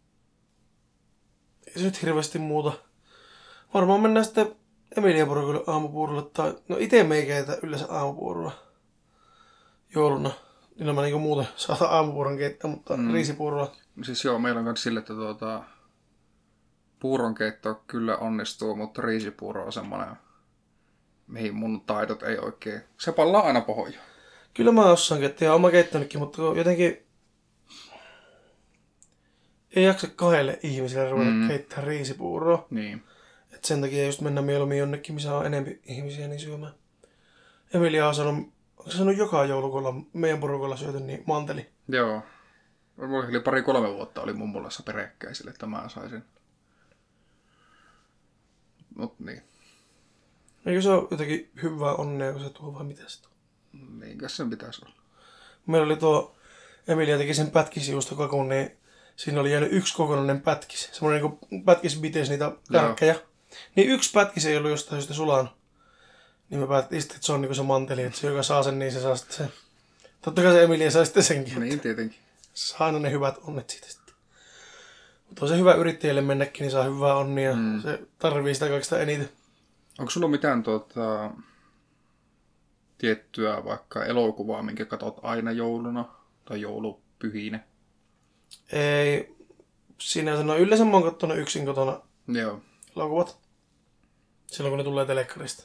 S2: ei se nyt hirveästi muuta. Varmaan mennään sitten Emilian porukalle aamupuurolle, tai no ite me ei keitä yleensä aamupuuroa jouluna. Niin mä niinku muuten saatan aamupuuron keittää, mutta mm. riisipuuroa.
S1: Siis joo, meillä on myös sille, että tuota, puuronkeitto kyllä onnistuu, mutta riisipuuro on semmoinen, mihin mun taidot ei oikein. Se pallaa aina pohjaan.
S2: Kyllä mä osaan keittää ja oon mä keittänytkin, mutta jotenkin ei jaksa kahdelle ihmiselle ruveta mm. keittää riisipuuroa.
S1: Niin.
S2: Et sen takia just mennä mieluummin jonnekin, missä on enemmän ihmisiä, niin syömään. Emilia on sanonut, onko se sanonut joka joulu, kun ollaan meidän porukalla syöty, niin manteli.
S1: Joo. Mulla oli pari-kolme vuotta oli mummolassa peräkkäisille, että mä saisin. Mut niin.
S2: Eikö se ole jotenkin hyvää onnea, kun se tuo vai mitä se tuo?
S1: Niinkäs sen pitäisi olla.
S2: Meillä oli tuo, Emilia teki sen pätkisjuustokakun, niin siinä oli jäänyt yksi kokonainen pätkis. Semmoinen niin kuin pätkisbites niitä kärkkejä. Niin yksi pätkis ei ollut jostain syystä sulanut. Niin me päätettiin sitten, että se on niin kuin se manteli, että se joka saa sen, niin se saa sitten sen. Totta kai se Emilia saa sitten senkin.
S1: Niin tietenkin.
S2: Saa aina ne hyvät onnet siitä sitten. Mutta on se hyvä yrittäjille mennäkin, niin saa hyvää onnia. Mm. Se tarvii sitä kaikista eniten.
S1: Onko sulla mitään tuota, tiettyä vaikka elokuvaa, minkä katsot aina jouluna tai joulupyhinä?
S2: Ei. Sinänsä, no yleensä mä oon kattonut yksin kotona
S1: Joo.
S2: elokuvat. Silloin kun ne tulee telekkarista.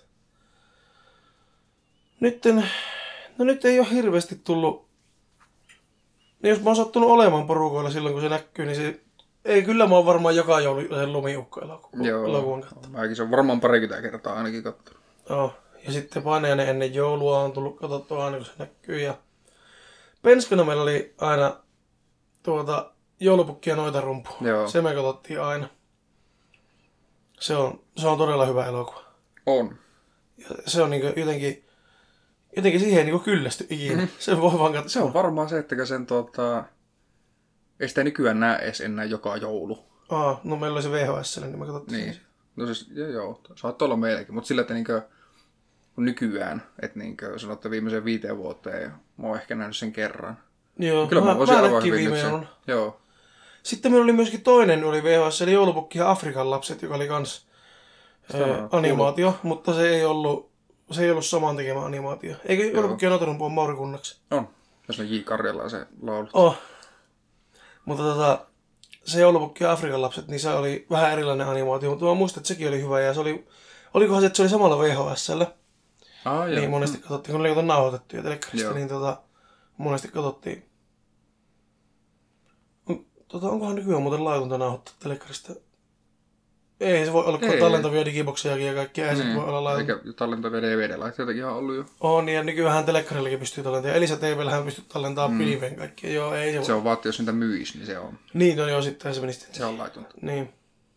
S2: Nytten, no nyt ei ole hirveästi tullut. Niin jos mä oon sattunut olemaan porukoilla silloin kun se näkyy, niin se ei kyllä mä oon varmaan joka joulu sen lumiukko-elokuvan kattonut.
S1: Mäkin se on varmaan parikymmentä kertaa ainakin kattonut.
S2: Joo. Ja sitten Painajainen ennen joulua on tullut katsottua aina kun se näkyy. Ja Penskana meillä oli aina tuota joulupukki ja noita rumpu.
S1: Joo.
S2: Se me katsottiin aina. Se on, se on todella hyvä elokuva.
S1: On.
S2: Ja se on niinku jotenkin, jotenkin siihen ei niinku kyllästy ikinä. Mm-hmm. Se voi vaan katsoa.
S1: Se on varmaan se, että sen tuota, ei sitä nykyään näe edes enää joka joulu.
S2: Aa, no meillä oli se V H S, niin me katsottiin
S1: niin.
S2: sen.
S1: No siis, joo, joo. Saattaa olla meilläkin, mutta sillä, että niinkö, nykyään, että niinkö sanotte viimeisen viiteen vuoteen, mä oon ehkä nähnyt sen kerran.
S2: Joo,
S1: kyllä mä,
S2: mä,
S1: voisin
S2: mä
S1: aivan
S2: näkin
S1: hyvin
S2: viime
S1: nyt sen.
S2: jouluna.
S1: Joo.
S2: Sitten meillä oli myöskin toinen, oli V H S, eli Joulupukki ja Afrikan lapset, joka oli kans ää, animaatio, tullut. Mutta se ei ollut, se ei ollut saman tekemä animaatio. Eikö Joulupukki ja Notarumpu on Mauri Kunnaksi?
S1: On. Tässä on J. Karjala se laulu.
S2: Oh. Mutta tota, se Joulupukki ja Afrikan lapset, niin se oli vähän erilainen animaatio, mutta mä muistan, että sekin oli hyvä. Ja se oli, olikohan se, että se oli samalla V H S:llä.
S1: Ah,
S2: niin
S1: joo.
S2: monesti katsottiin, kun ne oli nauhoitettuja telekkarista, niin tota, monesti katsottiin. Tota, onkohan nykyään muuten laitonta nauhoittaa telekkarista Ei se voi olla, kun
S1: Ei.
S2: tallentavia digiboksejakin ja kaikkea. Ei se voi olla lailla.
S1: Eikä tallentavia D V D-laitteitakin ihan ollut jo.
S2: On, ja nykyään telkkarillakin pystyy tallentamaan. Elisa T V:llähän pystyy tallentamaan mm. pilveen kaikkea. Joo, ei se,
S1: se on vaan, että jos niitä myisi, niin se on.
S2: Niin, no joo, sitten se menisi.
S1: Se on laitonta.
S2: Niin.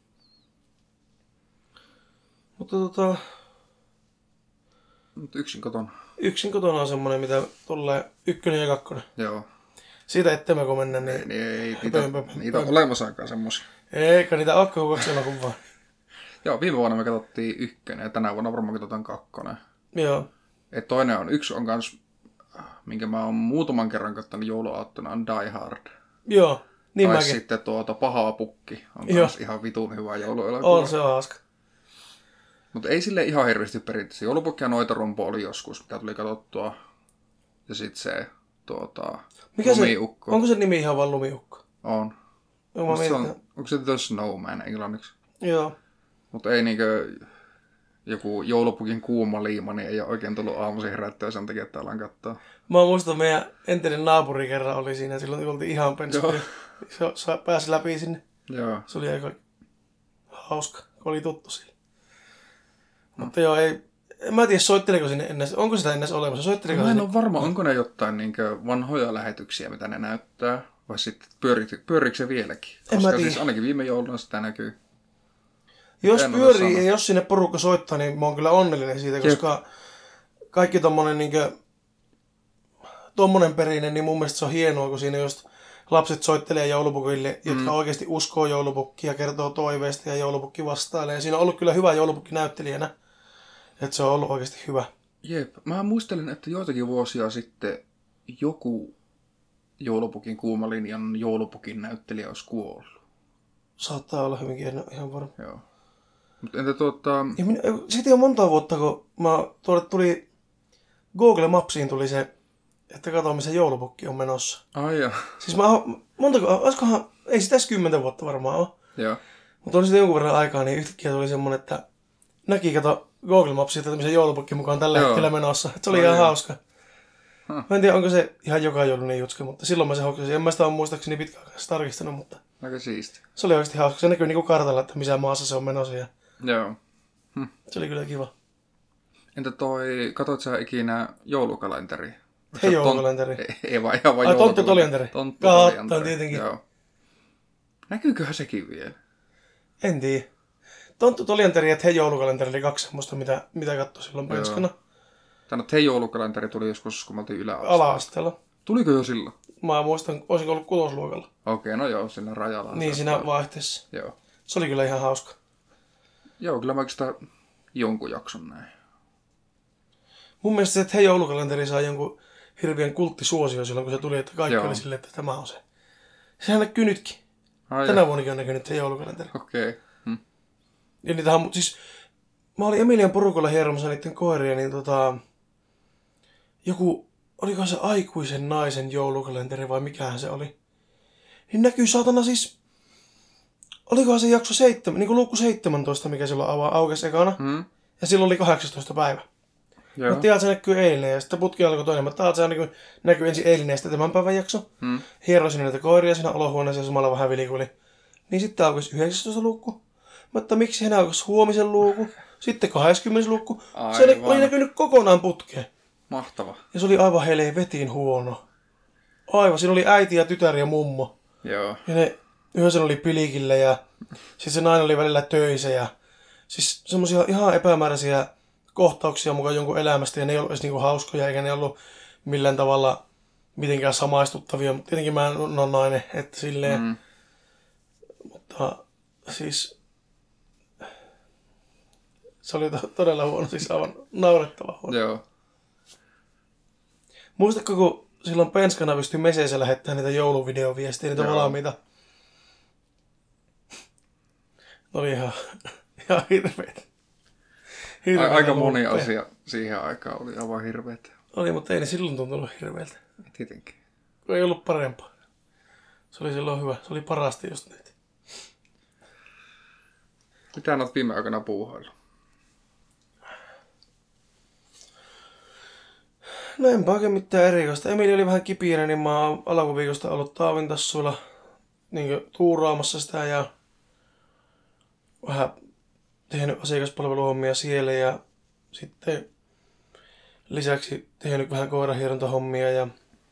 S2: Mutta tota...
S1: Mutta yksin kotona.
S2: Yksin kotona on semmonen, mitä tulee ykkönen ja kakkonen.
S1: Joo.
S2: Siitä ettemme kun mennä, niin...
S1: Ei, niin ei niitä,
S2: pömpö, pömpö.
S1: niitä on olemassakaan semmosia.
S2: Eikä niitä ole kuin kaksi elokuvaa.
S1: Joo, viime vuonna me katsottiin ykkönen ja tänä vuonna varmaan katsotaan kakkonen.
S2: Joo.
S1: Et toinen on, yksi on kans, minkä mä oon muutaman kerran katsonut jouluaattona, on Die Hard.
S2: Joo, niin
S1: tai
S2: mäkin.
S1: sitten tuota Pahaa pukki on
S2: Joo.
S1: kans ihan vitun hyvä jouluelokuva.
S2: On, se on hauska.
S1: Mutta ei sille ihan hirveästi perinteisesti. Joulupukki ja Noitarumpu oli joskus, mitä tuli katsottua. Ja sit se tuota,
S2: Mikä se,
S1: Lumiukko.
S2: onko se nimi ihan vaan Lumiukko?
S1: On.
S2: Joo, mä
S1: se on,
S2: mietin.
S1: onko se The Snowman englanniksi?
S2: Joo.
S1: Mutta ei niinkö joku joulupukin kuuma liima, niin ei ole oikein tullut aamuisin herättyä sen takia, että alan katsoa.
S2: Mä muistan, meidän entinen naapuri kerran oli siinä, silloin oltiin ihan penskaa. Se, se pääsi läpi sinne.
S1: Joo.
S2: Se oli aika hauska, kun oli tuttu sille. No. Mutta joo, ei, en mä tiedä, soitteliko sinne ennen, onko sitä ennen olemassa, soitteliko
S1: Mä en
S2: sinne?
S1: ole varma, onko ne jotain niinkö vanhoja lähetyksiä, mitä ne näyttää, vai sitten pyöriikö, pyöriikö se vieläkin?
S2: En
S1: Koska
S2: mä tiedä.
S1: siis ainakin viime jouluna sitä näkyy.
S2: Jos
S1: En
S2: pyörii ja jos sinne porukka soittaa, niin mä oon kyllä onnellinen siitä, koska kaikki tommonen niinkö, tommonen perinne, niin mun mielestä se on hienoa, kun siinä just lapset soittelee joulupukille, mm. jotka oikeasti uskoo joulupukkia, kertoo toiveista ja joulupukki vastailee. Siinä on ollut kyllä hyvä joulupukki näyttelijänä, että se on ollut oikeasti hyvä.
S1: Jep. Mä muistelin, että joitakin vuosia sitten joku joulupukin kuumalinjan joulupukin näyttelijä olisi kuollut.
S2: Saattaa olla hyvinkin, en ole ihan varma.
S1: Joo. Mutta entä tuota...
S2: Ja minä, sitten on monta vuotta, kun mä, tuolle tuli Google Mapsiin tuli se, että katso, missä joulupukki on menossa.
S1: Ai joo.
S2: Siis mä montako, olisikohan, ei sitä edes kymmentä vuotta varmaan ole.
S1: Joo.
S2: Mutta oli sitten jonkun verran aikaa, niin yhtäkkiä tuli semmonen, että näki, kato Google Mapsista, että missä joulupukki mukaan tällä
S1: Joo.
S2: hetkellä menossa. Et se oli
S1: Ai
S2: ihan
S1: joo.
S2: hauska. Huh. Mä en tiedä, onko se ihan joka joulunen jutska, mutta silloin mä se hoksasin. En mä sitä ole muistaakseni pitkään kanssa tarkistanut, mutta
S1: Aika siisti.
S2: se oli oikeasti hauska. Se näkyy niinku kartalla, että missä maassa se on menossa ja
S1: Joo. Hm.
S2: se oli kyllä kiva.
S1: Entä toi, katsot sä ikinä joulukalenteri?
S2: Hei joulukalenteri.
S1: Ei, ei vaan ihan vaan
S2: Ai, Tonttu
S1: joulukalenteri.
S2: Toljanteri.
S1: Tonttu
S2: Katsoin
S1: Toljanteri.
S2: tietenkin.
S1: Joo. Näkyyköhän sekin vielä?
S2: En tiedä. Tonttu Toljanteri ja Hei joulukalenteri oli kaksi semmoista, mitä, mitä katsoi silloin penskana.
S1: Tänne Hei joulukalenteri tuli joskus, kun me oltiin yläasteella.
S2: Ala-asteella.
S1: Tuliko jo silloin?
S2: Mä muistan, olisinko ollut kutosluokalla.
S1: Okei, no joo, siinä rajalla.
S2: Niin, siinä vaihteessa.
S1: Joo.
S2: Se oli kyllä ihan hauska.
S1: Joo, kyllä mä sitä jonkun jakson näin.
S2: Mun mielestä se, että Hei joulukalenteri saa jonkun hirveän kulttisuosio silloin, kun se tuli, että kaikki
S1: Joo.
S2: oli silleen, että tämä on se. Sehän näkyy nytkin.
S1: Ai
S2: Tänä vuonnakin on näkynyt Hei joulukalenteri.
S1: Okei. Okay. Hm.
S2: Ja niitähän, siis mä olin Emilian porukalla hieromassa niiden koiria, niin tota, joku, oliko se aikuisen naisen joulukalenteri vai mikähän se oli? Niin näkyy saatana siis, olikohan se jakso seitsemän, niin kuin luukku seitsemäntoista, mikä silloin avaa aukesi ekana.
S1: Hm.
S2: Ja silloin oli kahdeksastoista päivä.
S1: Joo.
S2: Mä tiedän, että se näkyy eilen ja sitten putki alkoi toinen. Mä tiedän, että se näkyy, näkyy ensin eilen ja sitten tämän päivän jakso.
S1: Hm.
S2: Hierosin näitä koiria siinä olohuoneessa ja samalla vähän vilikuili. Niin sitten aukesi yhdeksästoista luukku. Mä että miksi hän aukesi huomisen luukku. Sitten kahdeskymmenes luukku. Se
S1: Aivan.
S2: oli näkynyt kokonaan putkeen.
S1: Mahtava.
S2: Ja se oli aivan helvetin huono. Aivan, siinä oli äiti ja tytär ja mummo.
S1: Joo.
S2: Ja ne yhdessä oli pilikillä ja sitten se nainen oli välillä töissä ja siis semmosia ihan epämääräisiä kohtauksia mukaan jonkun elämästä ja ne ei ollut edes niinku hauskoja eikä ne ollut millään tavalla mitenkään samaistuttavia, mutta tietenkin mä en ole nainen, että silleen,
S1: Mm.
S2: mutta siis se oli to- todella huono, siis aivan naurettava huono.
S1: Joo.
S2: Muistatko, kun silloin penskana pystyi meseessä lähettämään niitä jouluvideoviestejä, niitä
S1: Joo.
S2: valmiita? Ne oli ihan, ihan hirveet.
S1: A- aika moni asia siihen aikaan oli aivan hirveetä.
S2: Oli, mutta ei ne silloin tuntunut hirveältä.
S1: Tietenkin.
S2: Ei ollut parempaa. Se oli silloin hyvä. Se oli parasta just nyt.
S1: Mitä olet viime aikoina puuhaillut?
S2: No enpä oikein mitään erikoista. Emili oli vähän kipiänä, niin mä oon alkuviikosta ollut Taavintassuilla niin tuuraamassa sitä ja vähän tehnyt asiakaspalveluhommia siellä ja sitten lisäksi tehnyt vähän koirahierontahommia ja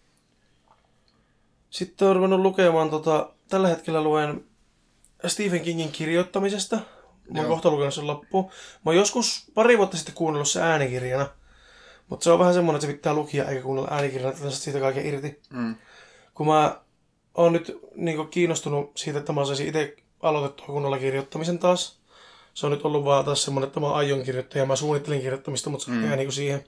S2: sitten olen ruvennut lukemaan, tota, tällä hetkellä luen Stephen Kingin kirjoittamisesta. Mä oon kohta lukenut sen loppuun. Mä oon joskus pari vuotta sitten kuunnellut sen äänikirjana. Mutta se on vähän semmoinen, että se pitää lukia eikä kuunnella äänikirjana, että siitä kaiken irti. Mm. Kun mä oon nyt niin kiinnostunut siitä, että mä saisin itse aloitettua kunnolla kirjoittamisen taas. Se on nyt ollut vaan taas semmoinen, että mä aion kirjoittaa ja mä suunnittelin kirjoittamista, mutta se on mm. ihan niin kuin siihen.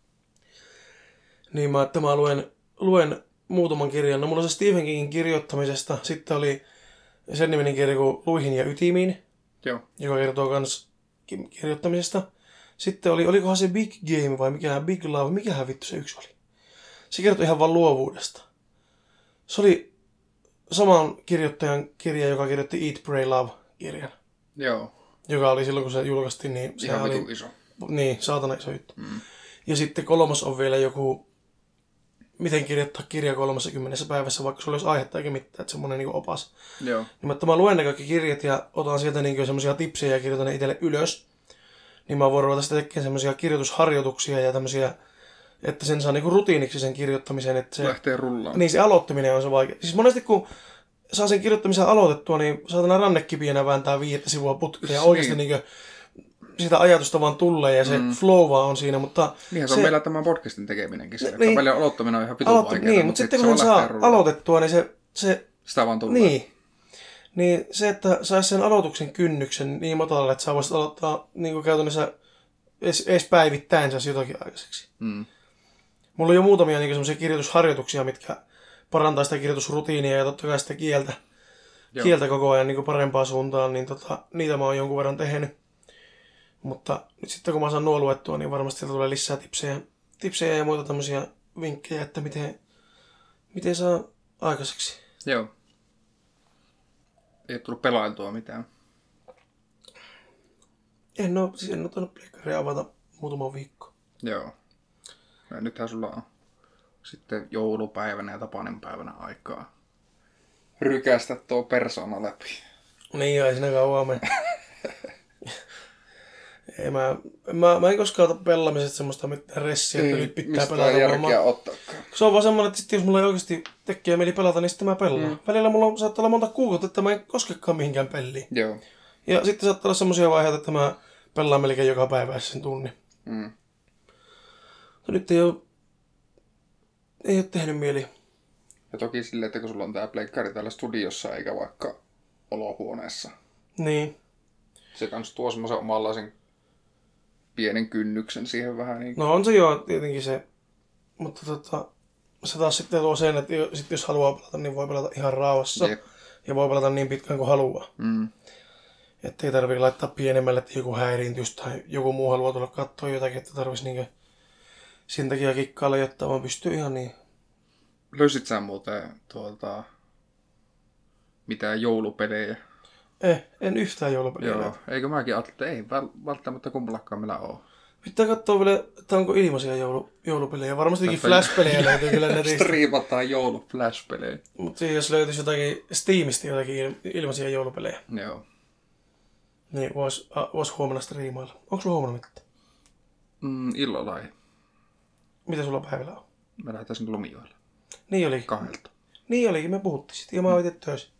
S2: Niin mä, että mä luen, luen muutaman kirjan. No mulla on se Stephen Kingin kirjoittamisesta. Sitten oli sen niminen kirja kuin Luihin ja ytimiin, Joo. joka kertoo kans kirjoittamisesta. Sitten oli, olikohan se Big Game vai mikähän Big Love, mikähän vittu se yksi oli. Se kertoi ihan vaan luovuudesta. Se oli saman kirjoittajan kirja, joka kirjoitti Eat, Pray, Love-kirjan.
S1: Joo.
S2: Joka oli silloin, kun se julkaistiin, niin se
S1: ihan
S2: oli
S1: iso.
S2: Niin, saatana iso juttu.
S1: Mm.
S2: Ja sitten kolmas on vielä joku, miten kirjoittaa kirja kolmekymmentä päivässä, vaikka sulla olisi aihetta eikä mitään, että semmoinen niin opas.
S1: Joo.
S2: Niin mä, mä luen ne kaikki kirjat ja otan sieltä niin semmoisia tipsejä ja kirjoitan ne itselle ylös. Niin mä voin ruveta sitten tekemään semmoisia kirjoitusharjoituksia ja tämmöisiä, että sen saa niinku rutiiniksi sen kirjoittamisen. Että se
S1: lähtee rullaan.
S2: Niin se aloittaminen on se vaikea. Siis monesti kun saa sen kirjoittamisen aloitettua, niin saatana rannekipienä vääntää viittä sivua putkea ja oikeasti niin. Niin sitä ajatusta vaan tulee ja se mm. flow vaan on siinä, mutta
S1: niinhän se on meillä tämän podcastin tekeminenkin se, niin, että aloittaminen on ihan vitun
S2: aloittu,
S1: vaikeaa.
S2: Niin, mutta sitten kun sen saa rullaan. Aloitettua, niin se, se
S1: sitä vaan tulee.
S2: Niin. Niin se, että saisi sen aloituksen kynnyksen niin matalalle, että sä voisit aloittaa niin kuin käytännössä edes, edes päivittäin saisi jotakin aikaiseksi.
S1: Mm.
S2: Mulla on jo muutamia niin semmoisia kirjoitusharjoituksia, mitkä parantaa sitä kirjoitusrutiinia ja totta kai sitä kieltä, kieltä koko ajan niin kuin parempaan suuntaan, niin tota, niitä mä oon jonkun verran tehnyt. Mutta nyt sitten kun mä saan nuo luettua, niin varmasti sieltä tulee lisää tipsejä, tipsejä ja muita tämmöisiä vinkkejä, että miten, miten saa aikaiseksi.
S1: Joo. Ei tullut pelailtua mitään.
S2: En oo, siis en oo tainnut pleikkaria avata muutama viikko.
S1: Joo. Ja nythän sulla on sitten joulupäivänä ja tapaninpäivänä aikaa rykästä tuo persona läpi.
S2: Niin joo, ei siinä kauan mene. Ei, mä, mä, mä en koskaan ota pelaamisesta semmoista mitään ressiä, että nyt pitää pelata.
S1: Mistä järkeä ottaakaan.
S2: Se on vaan semmoinen, että sit, jos mulla ei oikeasti tekee mieli pelata, niin sitten mä pelaan. Mm. Välillä mulla saattaa olla monta kuukautta, että mä en koskekaan mihinkään peliin.
S1: Joo.
S2: Ja sitten saattaa olla semmoisia vaiheita, että mä pelaan melkein joka päivä sen tunnin.
S1: Mm.
S2: No nyt ei ole, ei ole tehnyt mieli.
S1: Ja toki silleen, että kun sulla on tää pleikkari täällä studiossa eikä vaikka olohuoneessa.
S2: Niin.
S1: Se kans tuo semmoisen omanlaisen pienen kynnyksen siihen vähän niin.
S2: No on se joo, tietenkin se. Mutta tota, se taas sitten tuo sen, että sit jos haluaa pelata, niin voi pelata ihan rauhassa. Jep. Ja voi pelata niin pitkään kuin haluaa.
S1: Mm.
S2: Että ei tarvitse laittaa pienemmälle, että joku häiriintyisi tai joku muu haluaa tulla katsoa jotakin, että tarvitsisi niinkö sen takia kikkailla, jotta vaan pystyy ihan niin.
S1: Löysit sä muuten tuolta mitään joulupelejä?
S2: Eh, en yhtään joulupelejä.
S1: Joo, eikö mäkin ajattelin, että ei välttämättä kummallakaan meillä ole.
S2: Pitää katsoa vielä, että onko ilmaisia joulu, joulupelejä. Varmastikin Flash-pelejä löytyy kyllä netistä.
S1: Striimataan joulu-Flash-pelejä.
S2: Mutta jos löytyisi jotakin Steamista jotakin ilmaisia joulupelejä.
S1: Joo.
S2: Niin vois, vois huomenna striimailla. Onko sulla huomenna mitään?
S1: Mm, illalla ei.
S2: Mitä sulla päivällä on?
S1: Mä lähdetään sinne Lumijoelle.
S2: Niin olikin.
S1: Kahdelta.
S2: Niin olikin, me puhuttiin sitten. Ja mä oon itse töissä.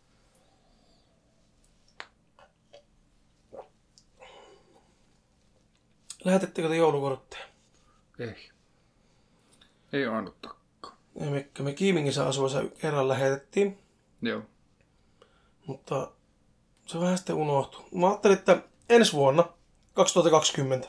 S2: Lähetettekö te joulukortteja?
S1: Ei. Ei ainuttakaan.
S2: Ja me, me Kiimingissä asuessa kerran lähetettiin.
S1: Joo.
S2: Mutta se vähän sitten unohtui. Mä ajattelin, että ensi vuonna, kaksituhattakaksikymmentä,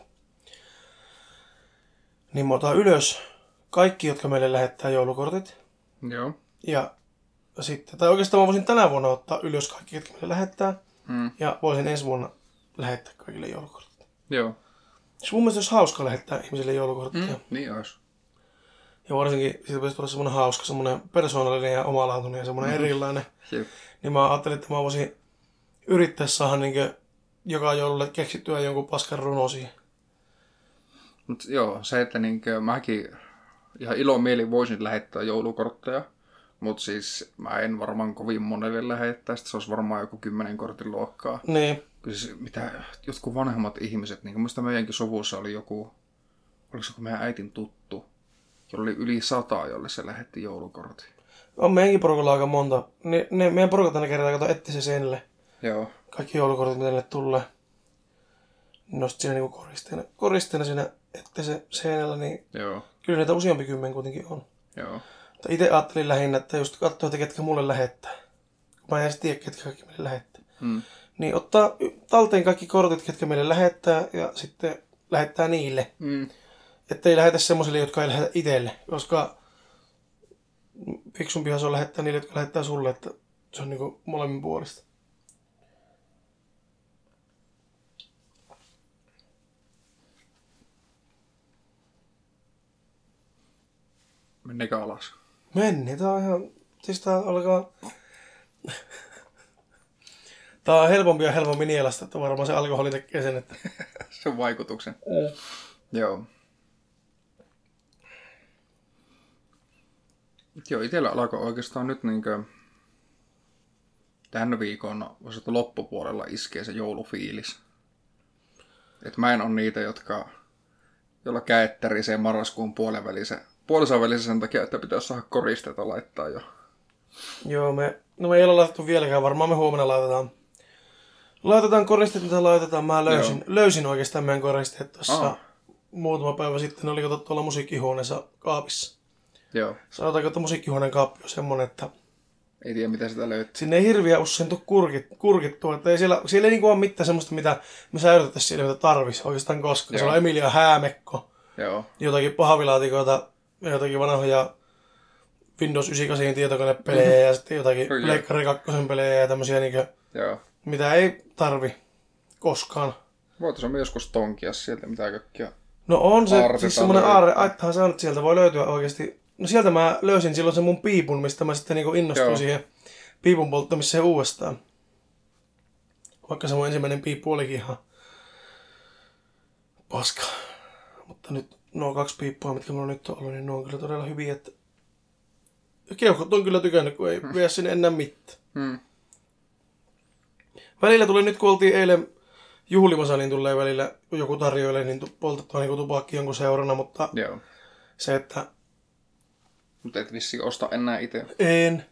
S2: niin mä otan ylös kaikki, jotka meille lähettää joulukortit.
S1: Joo.
S2: Ja sitten, tai oikeastaan mä voisin tänä vuonna ottaa ylös kaikki, jotka meille lähettää.
S1: Mm.
S2: Ja voisin ensi vuonna lähettää kaikille joulukortit.
S1: Joo.
S2: Se mun mielestä olisi hauska lähettää ihmisille joulukortteja.
S1: Mm, niin olisi.
S2: Ja varsinkin siitä pitäisi tulla semmoinen hauska, semmoinen persoonallinen ja omalaatuinen ja semmoinen mm. erilainen.
S1: Jep.
S2: Niin mä ajattelin, että mä voisin yrittää saada niin joka joululle keksittyä jonkun paskan runo siihen.
S1: Mut joo, se, että niinkö mäkin ihan ilomielin voisin lähettää joulukortteja. Mut siis mä en varmaan kovin monelle lähettää, se olisi varmaan joku kymmenen kortin luokkaa.
S2: Niin.
S1: Kyllä siis, mitä jotkut vanhemmat ihmiset, niin kuin muista meidänkin suvussa oli joku, oliko se joku meidän äitin tuttu, jolla oli yli sata, jolle se lähetti joulukortin.
S2: On meidänkin porukalla aika monta. Ne, ne, meidän porukat aina kertaa kato etti se senille.
S1: Joo.
S2: Kaikki joulukortit, mitä niille tulee. Nosti siinä niinku koristeena, koristeena siinä etti se seinällä, niin
S1: Joo.
S2: kyllä niitä useampi kymmen kuitenkin on.
S1: Joo.
S2: Mutta itse ajattelin lähinnä, että just katsoa, että ketkä mulle lähettää. Mä en edes tiedä, ketkä kaikki meille lähettää.
S1: Hmm.
S2: Niin ottaa talteen kaikki kortit, ketkä meille lähettää, ja sitten lähettää niille.
S1: Hmm.
S2: Että ei lähetä semmoisille, jotka ei lähetä itselle. Koska fiksumpihan se on lähettää niille, jotka lähettää sulle, että se on niinku molemmin puolista.
S1: Menneekö alas?
S2: Meni, tää on ihan... Siis tää alkaa... Tää on helpompi ja helpompi nielasta, että varmaan se alkoholi tekee sen, että...
S1: Se on vaikutuksen.
S2: Mm.
S1: Joo. Joo, itsellä alkoi oikeastaan nyt niinkö... Tämän viikon voisi että loppupuolella iskee se joulufiilis. Et mä en ole niitä, jotka... Jolla käetterisee marraskuun puolen välissä. Puolisen välissä sen takia, että pitäisi saada koristeita laittaa jo.
S2: Joo, me... No me ei ole laitettu vieläkään, varmaan me huomenna laitetaan. Laitetaan koristeet, mitä laitetaan. Mä löysin, löysin oikeastaan meidän koristeet tuossa
S1: Ah.
S2: muutama päivä sitten. Ne oli kato tuolla musiikkihuoneessa kaapissa.
S1: Joo.
S2: Sanotaanko, että musiikkihuoneen kaappi on semmonen, että
S1: Ei tiedä, mitä sitä löytyy.
S2: sinne ei hirviä usein tule kurkit, kurkittua. Että ei siellä, siellä ei niinku ole mitään semmoista, mitä me säilytettäisiin siellä, mitä tarvisi oikeastaan koskaan.
S1: Joo.
S2: Se on Emilia häämekko,
S1: Joo.
S2: jotakin pahvilaatikoita, jotakin vanhoja Windows yhdeksänkymmentäkahdeksan tietokonepelejä ja sitten jotakin
S1: Kyllä.
S2: Pleikkari kaksi pelejä ja tämmöisiä, niinku,
S1: Joo.
S2: mitä ei tarvi koskaan.
S1: Voitaisiin me joskus tonkia sieltä mitä kaikkia.
S2: No on se,
S1: Aarteita
S2: siis semmoinen
S1: löytyy.
S2: aarre, aittahan saanut sieltä, voi löytyä oikeasti. No sieltä mä löysin silloin sen mun piipun, mistä mä sitten niinku innostuin
S1: Joo.
S2: siihen piipun polttamiseen uudestaan. Vaikka se mun ensimmäinen piippu olikin ihan paska. Mutta nyt nuo kaksi piippua, mitkä mulla nyt on ollut, niin ne on kyllä todella hyviä, että keuhkot on kyllä tykännyt, kun ei vie sinne enää mitään.
S1: Hmm.
S2: Välillä tuli nyt, kun oltiin eilen juhlimassa, niin tulee välillä, kun joku tarjoilee, niin tu- poltettua niin tupakki jonkun seurana, mutta
S1: Joo.
S2: se, että
S1: Mutta et vissiin osta enää itse.
S2: en.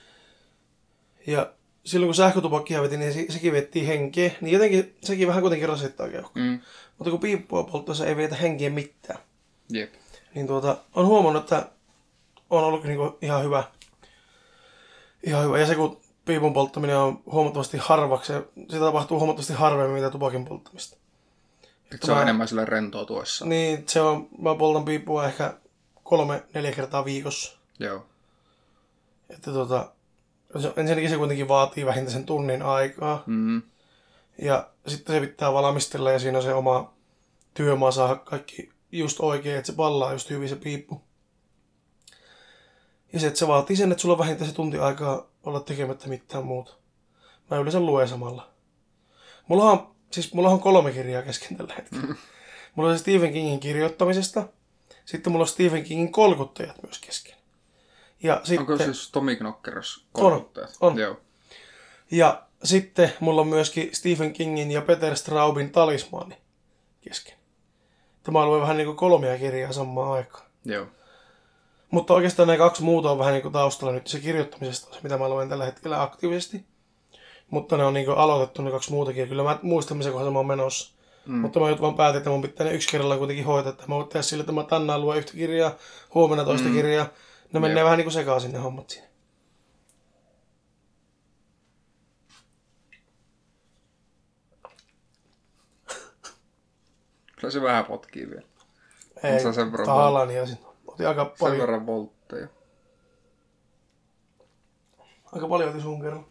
S2: Ja silloin kun sähkötupakkia veti, niin se, sekin vettiin henkeä, niin jotenkin sekin vähän kuitenkin rasittaa keuhkoa.
S1: Mm.
S2: Mutta kun piippua polttaessa ei vietä henkeä mitään,
S1: Jep.
S2: niin tuota, on huomannut, että on ollut niinku ihan hyvä. Ihan hyvä. Ja se, kun piipun polttaminen on huomattavasti harvaksi, se tapahtuu huomattavasti harvemmin mitä tupakin polttamista.
S1: Et se on
S2: mä-
S1: enemmän sillä rentoutuessa.
S2: Niin, se on, mä poltan piippua ehkä kolme, neljä kertaa viikossa.
S1: Joo.
S2: Että tota, se- ensinnäkin se kuitenkin vaatii vähintään sen tunnin aikaa.
S1: Mm.
S2: Ja sitten se pitää valmistella ja siinä on se oma työmaa saada kaikki just oikein, että se pallaa just hyvin se piippu. Ja se, että se vaatii sen, että sulla on vähintään se tunti aikaa olla tekemättä mitään muuta. Mä yleensä luen samalla. Mulla on, siis mulla on kolme kirjaa kesken tällä hetkellä.
S1: Mm.
S2: Mulla on se Stephen Kingin kirjoittamisesta. Sitten mulla on Stephen Kingin kolkuttajat myös kesken. Ja sitten,
S1: Onko siis Tommy Knockeros
S2: On,
S1: kolkuttajat?
S2: on.
S1: Joo.
S2: ja sitten mulla on myöskin Stephen Kingin ja Peter Straubin talismaani kesken. Tämä luen vähän niin kuin kolmea kirjaa samaan aikaan.
S1: Joo.
S2: Mutta oikeastaan nämä kaksi muuta on vähän niin kuin taustalla nyt. Se kirjoittamisesta on se, mitä mä luen tällä hetkellä aktiivisesti. Mutta ne on niin kuin aloitettu ne kaksi muutakin. Kyllä mä muistan, missä kohdassa mä oon menossa.
S1: Mm.
S2: Mutta mä nyt vaan päätin, että mun pitää ne yksi kerrallaan kuitenkin hoitaa. Että mä voin tehdä sillä, että mä tänään luen yhtä kirjaa, huomenna toista
S1: Mm.
S2: kirjaa. Ne menee
S1: Jep.
S2: vähän niin kuin sekaisin ne hommat siinä.
S1: Kyllä se vähän potkii vielä.
S2: Ei,
S1: sä sen verran
S2: tahallaan ja sitten otin aika
S1: Sen
S2: paljon.
S1: verran voltteja.
S2: Aika paljon otin sun kerran.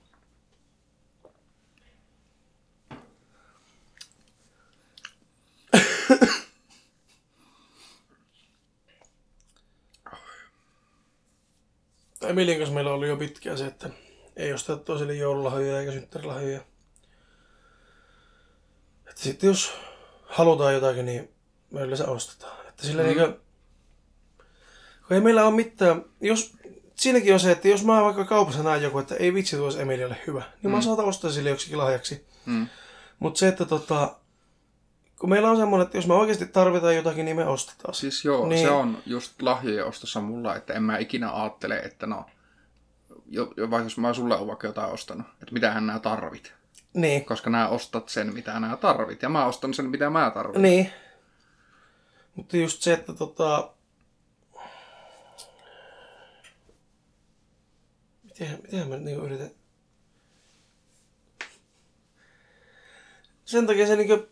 S2: Emilien kanssa meillä on ollut jo pitkään se, että ei osteta toisille joululahjoja eikä synttärilahjoja. Että sitten jos halutaan jotakin, niin me yleensä ostetaan. Että sillä
S1: Mm.
S2: mm. niinkö, kun ei meillä ole mitään, jos siinäkin on se, että jos mä vaikka kaupassa näen joku, että ei vitsi tuossa Emilialle hyvä, niin mm. mä saatan ostaa sille joksikin lahjaksi. Mm. Mutta se, että tota, kun meillä on semmoinen, että jos me oikeasti tarvitaan jotakin, niin me ostetaan.
S1: Siis joo,
S2: niin...
S1: se on just lahjojen ostossa mulla, että en mä ikinä ajattele, että no, jo, jo vaikka jos mä sulle olen vaikka jotain ostanut, että mitähän nää tarvit.
S2: Niin.
S1: Koska nää ostat sen, mitä nää tarvit, ja mä ostan sen, mitä mä tarvitsen.
S2: Niin. Mutta just se, että tota... Mitenhän, mitenhän mä nyt niinku yritän... Sen takia se niinku...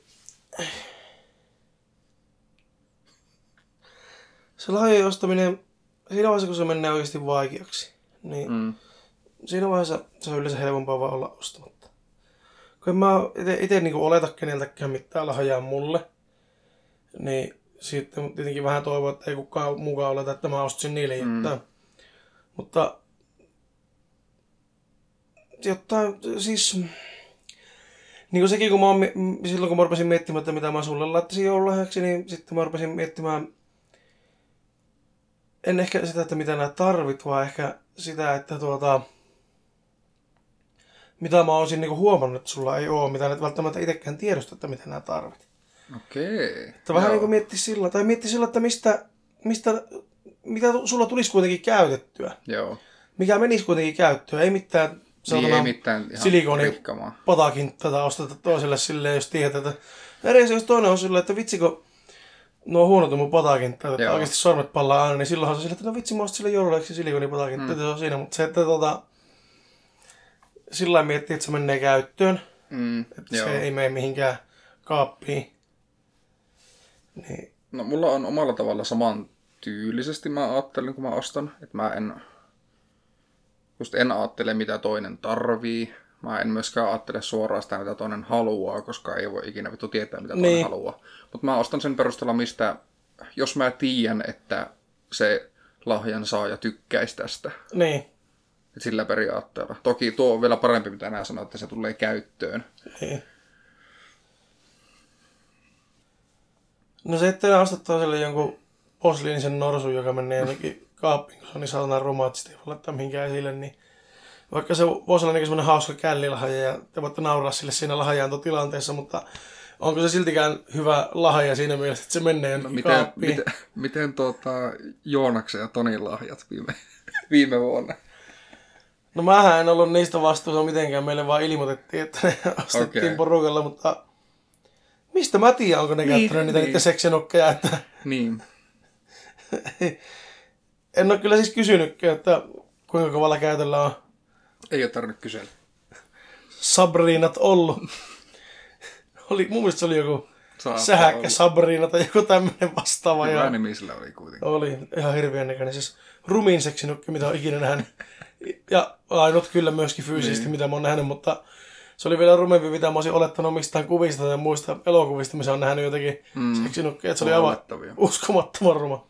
S2: Se lahjojen ostaminen, siinä vaiheessa kun se menee oikeasti vaikeaksi, niin mm. siinä vaiheessa se on yleensä helpompaa vaan olla ostamatta. Kun en mä itse niinku oleta keneltäkään mitään lahjaa mulle, niin sitten tietenkin vähän toivon, että ei kukaan mukaan oleta, että mä ostin niille mm. jotain. Mutta jotain, siis... Niin kuin sekin, kun mä oon, silloin kun mä rupesin miettimään, että mitä mä sulle laittaisin joululahjaksi, niin sitten mä rupesin miettimään, en ehkä sitä, että mitä nää tarvit, vaan ehkä sitä, että tuota, mitä mä olisin niinku huomannut, että sulla ei oo, mitä et välttämättä itsekään tiedosta, että mitä nää tarvit.
S1: Okei.
S2: Että vähän niin kuin mietti sillä, tai mietti sillä, että mistä, mistä, mitä sulla tulisi kuitenkin käytettyä.
S1: Joo.
S2: Mikä menisi kuitenkin käyttöön, ei mitään...
S1: Niin ei mitään ihan
S2: silikoni patakin tätä osteta toiselle silleen, jos tiedät, että... Edes jos toinen on silleen, että vitsi kun nuo huonot on mun patakinttaa, että oikeasti sormet pallaa aina, niin silloinhan se silleen, että no vitsi mä ostin sille joululehdeksi silikoni patakinttaa, mm. se on siinä. Mutta se, että tota... Sillä lailla miettii, että se menee käyttöön, mm, että joo. Se ei mene mihinkään kaappiin. Niin.
S1: No mulla on omalla tavalla saman tyylisesti mä ajattelen, kun mä ostan, että mä en... Just en ajattele, mitä toinen tarvii. Mä en myöskään ajattele suoraan sitä, mitä toinen haluaa, koska ei voi ikinä vittu tietää, mitä toinen niin. haluaa. Mutta mä ostan sen perusteella, mistä, jos mä tiedän, että se lahjan saaja tykkäisi tästä.
S2: Niin.
S1: Et sillä periaatteella. Toki tuo on vielä parempi, mitä nää sanoo, että se tulee käyttöön.
S2: Niin. No se, että nää ostat toiselle jonkun posliinisen norsun, joka menee jonnekin kaappiin, kun se on niin saatana romaattista, ei voi laittaa mihinkään esille, niin vaikka se voisi olla niin semmoinen hauska källilahja ja te voitte nauraa sille siinä lahjaantotilanteessa, mutta onko se siltikään hyvä lahja siinä mielessä, että se menee
S1: no, miten,
S2: kaappiin?
S1: Miten, miten tuota Joonaksen ja Tonin lahjat viime, viime vuonna?
S2: No mähän en ollut niistä vastuussa mitenkään, meille vaan ilmoitettiin, että ne ostettiin okay. porukalla, mutta mistä mä tiedän, onko ne niin, käyttänyt niitä, niin. niitä seksinokkeja, että...
S1: Niin.
S2: En ole kyllä siis kysynytkään, että kuinka kovalla käytöllä on.
S1: Ei ole tarvinnut kysellä.
S2: Sabriinat ollut. Oli, mun mielestä se oli joku Saattaa sähäkkä olla. Sabriina tai joku tämmöinen vastaava.
S1: Hyvä ja... nimi sillä oli kuitenkin.
S2: Oli ihan hirveän näköinen. Siis rumin seksinukki, mitä on ikinä nähnyt. Ja ainut kyllä myöskin fyysisesti, niin. mitä mä oon nähnyt, mutta se oli vielä rumempi, mitä mä olisin olettanut mistään kuvista tai muista elokuvista, missä on nähnyt jotakin mm. seksinukkia. Se oli aivan uskomattoman ruma.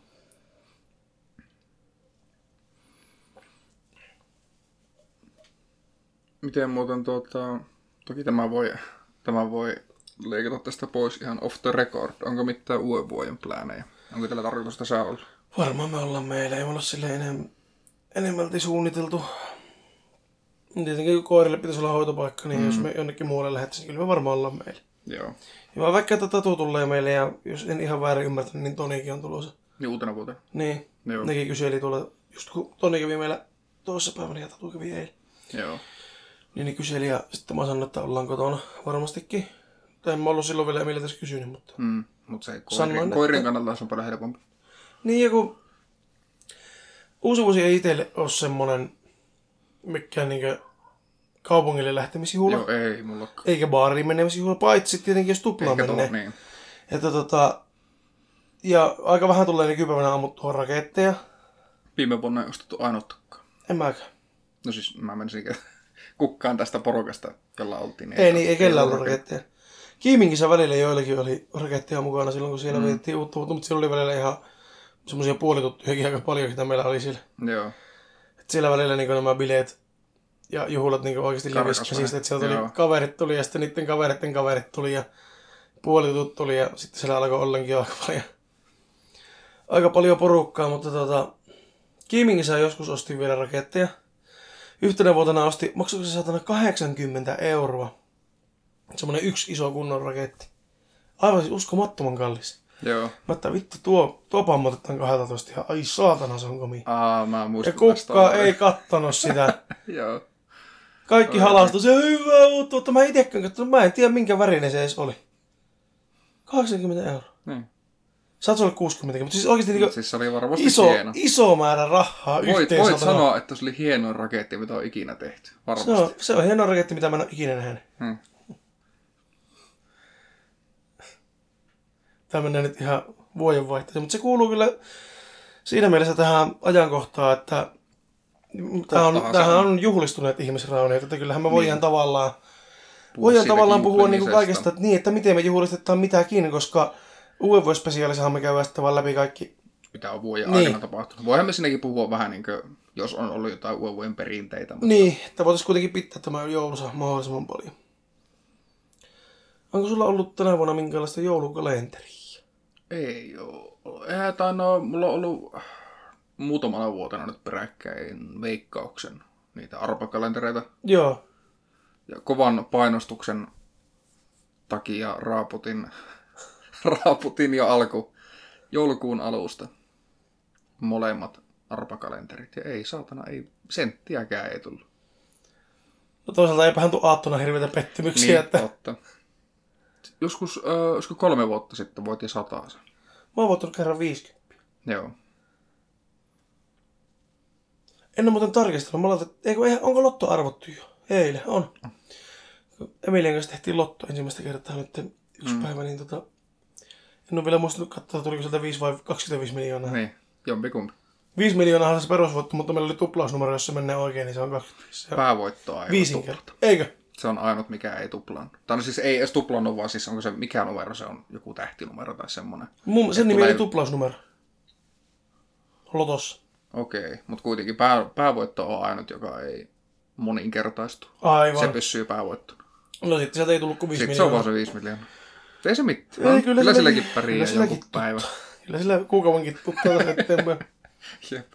S1: Miten muuten tuota... Toki tämä voi, tämä voi leikata tästä pois ihan off the record. Onko mitään uuden vuoden pläänejä? Onko tällä tarkoitus tässä olla?
S2: Varmaan me ollaan meillä. Ei me olla silleen enem, enemmälti suunniteltu. Tietenkin kun koirille pitäisi olla hoitopaikka, niin mm. jos me jonnekin muualle lähettäisiin, kyllä me varmaan ollaan meillä.
S1: Joo.
S2: Ja vaikka että Tatu tulee meille, ja jos en ihan väärin ymmärtänyt, niin Tonikin on tulossa.
S1: Niin uutena vuotena.
S2: Niin.
S1: Joo.
S2: Nekin kyseli tuolla, just kun Toni kävi meillä toisessa päivänä ja Tatu kävi eilen.
S1: Joo.
S2: Niin ne kyseli ja sitten mä sanoin, että ollaan kotona varmastikin. Tai en mä ollut silloin vielä Emililtä kysynyt, mutta...
S1: Mm, mutta se koirin, koirin kannalta se on paljon helpompi.
S2: Niin joku... Uusi vuosi ei itselle ole semmonen mikään niinkö kaupungille lähtemisjuhla.
S1: Joo, ei mulla.
S2: Eikä baariin menemisjuhla, paitsi tietenkin jos tuplaa menee.
S1: Niin.
S2: Että tota... Ja aika vähän tulee nykypäivänä ammuttua raketteja.
S1: Viime vuonna ei ostettu ainuttakaan.
S2: En mäkään.
S1: No siis mä menisin kukkaan tästä porukasta, jolla oltiin.
S2: Niin ei, ei niin, ei kellään ollut raketteja. Kiimingissä välillä joillakin oli raketteja mukana silloin, kun siellä mm. vietettiin uutta vuotta, mutta siellä oli välillä ihan semmoisia puolituttujakin aika paljon, mitä meillä oli siellä.
S1: Joo.
S2: Et siellä välillä niin nämä bileet ja juhlat niin oikeasti levisi käsistä, että siellä tuli Joo. kaverit tuli ja sitten niiden kaveritten kaverit tuli ja puolitutut tuli ja sitten siellä alkoi ollenkin aika paljon, aika paljon porukkaa, mutta tota, Kiimingissä joskus ostin vielä raketteja. Yhtenä vuotena osti, maksoiko se satana kahdeksankymmentä euroa. Semmonen yksi iso kunnon raketti. Aivan siis uskomattoman kallis.
S1: Joo.
S2: Mä että vittu, tuo, tuo pammotetaan kaksitoista ihan, ai saatana se on komi.
S1: Aa, mä muistan.
S2: Ja kukaan ei kattonut sitä.
S1: Joo.
S2: Kaikki halastui, se on hyvä uutta, mutta mä itekään katsonut, mä en tiedä minkä värinen se edes oli. kahdeksankymmentä euroa.
S1: Niin.
S2: Saat olla kuusikymmentä, mutta siis oikeesti niinku
S1: siis se oli varmasti
S2: iso,
S1: hieno.
S2: iso määrä rahaa
S1: Voit,
S2: yhteen
S1: voit
S2: satana.
S1: sanoa, että se oli hienoin raketti, mitä on ikinä tehty. Varmasti.
S2: Se on, se on hieno raketti, mitä mä en ole ikinä nähnyt.
S1: Hmm.
S2: Tämä menee nyt ihan vuodenvaihteeseen, mutta se kuuluu kyllä siinä mielessä tähän ajankohtaan, että tämä on, tämähän on juhlistuneet ihmisrauniot, että kyllähän me voidaan niin. tavallaan, voidaan tavallaan puhua niin kuin kaikesta, että, niin, että miten me juhlistetaan mitäkin, koska uuden vuoden spesiaalissahan me käydään sitten vaan läpi kaikki.
S1: Mitä on vuoden
S2: niin.
S1: aikana tapahtunut. Voihan me sinnekin puhua vähän, niin kuin, jos on ollut jotain uuden vuoden perinteitä. Mutta...
S2: Niin, että voitaisiin kuitenkin pitää tämä joulussa mahdollisimman paljon. Onko sulla ollut tänä vuonna minkälaista joulukalenteria?
S1: Ei oo. Eihän tai no, mulla on ollut muutamana vuotena nyt peräkkäin Veikkauksen niitä arpakalentereita.
S2: Joo.
S1: Ja kovan painostuksen takia raaputin, raaputin jo alku joulukuun alusta molemmat arpakalenterit. Ja ei saatana, ei senttiäkään ei tullut.
S2: No toisaalta eipähän tuu aattona hirveitä pettymyksiä.
S1: Niin,
S2: että...
S1: totta. Joskus, äh, joskus kolme vuotta sitten voitiin sataa sen.
S2: Mä oon voittanut kerran viisikymmentä.
S1: Joo.
S2: En ole muuten tarkistanut. Mä laitan, eikö, onko lotto arvottu jo? Eilen, on. Emilien kanssa tehtiin lotto ensimmäistä kertaa nyt yksi mm. päivä, niin tota... En ole vielä muistanut katsoa, tuliko sieltä viisi vai kaksikymmentäviisi miljoonaa.
S1: Niin, jompikumpi.
S2: viisi miljoonaa on se perusvoitto, mutta meillä oli tuplausnumero, jos se menee oikein, niin se on kaksikymmentäviisi.
S1: Päävoittoa ei
S2: viisinkertainen. Eikö?
S1: Se on ainut, mikä ei tuplannut. Tai no siis ei edes tuplannut, vaan siis onko se mikä numero, se on joku tähtinumero tai semmoinen.
S2: Mun, sen nimi
S1: tulee...
S2: oli tuplausnumero. Lotossa.
S1: Okei, okay. Mutta kuitenkin pää, päävoitto on ainut, joka ei moninkertaistu.
S2: Aivan.
S1: Se pysyy päävoittona.
S2: No sitten sieltä ei tullut kuin viisi
S1: sitten
S2: miljoonaa.
S1: se on vaan se viisi miljoonaa. Ei se mitään. Ei,
S2: no,
S1: kyllä, kyllä silläkin pärjää joku päivä.
S2: Kyllä sillä kuukaupankin tuttaa eteenpäin.
S1: Jep.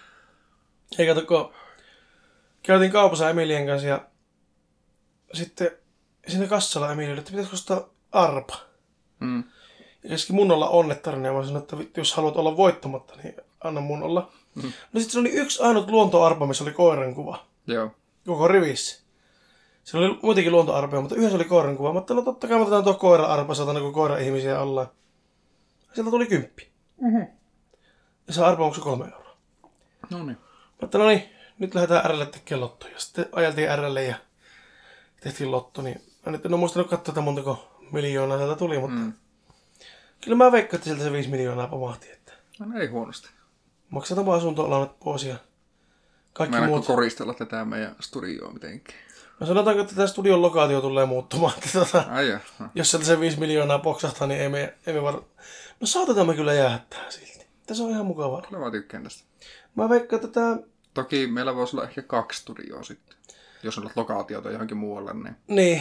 S2: Ei kato, kun käytiin kaupassa Emilien kanssa ja sitten siinä kassalla Emilille, että pitäisikö ostaa arpa.
S1: Mm.
S2: Ja käsikin mun olla onnettarinen ja mä sanoin, että vittu, jos haluat olla voittamatta, niin anna mun olla. Mm. No sitten se oli yksi ainut luontoarpa, missä oli koiran kuva.
S1: Joo.
S2: Koko rivissä. Se oli muitakin luontoarpeja, mutta yhdessä oli koiran kuva. Mä ajattelin, no totta kai me otetaan tuo koira-arpa, satana kun koira-ihmisiä ollaan. Sieltä tuli kymppi. Mm-hmm. Ja se arpa maksoi kolme euroa.
S1: No niin.
S2: Mä ajattelin, no niin, nyt lähdetään R:lle tekemään lotto. Ja sitten ajeltiin R:lle ja tehtiin lotto. Niin mä nyt en ole muistanut katsoa, että montako miljoonaa sieltä tuli, mutta mm. kyllä mä veikkaan, että sieltä se viisi miljoonaa pamahti. Että
S1: no ei huonosti.
S2: maksetaan vaan asunto-alanat pois ja kaikki
S1: mä
S2: muut.
S1: koristella tätä meidän studioa mitenkään.
S2: No sanotaanko, että tämä studion lokaatio tulee muuttumaan. Tota,
S1: Ai jo. No.
S2: Jos sieltä se viisi miljoonaa poksahtaa, niin ei me, ei me var... No saatetaan me kyllä jäädä tähän silti. Tässä on ihan mukavaa.
S1: Kyllä mä tykkään tästä.
S2: Mä veikkaan, että tämä...
S1: Toki meillä voisi olla ehkä kaksi studioa sitten. Jos on lokaatiota johonkin muualle, niin...
S2: Niin.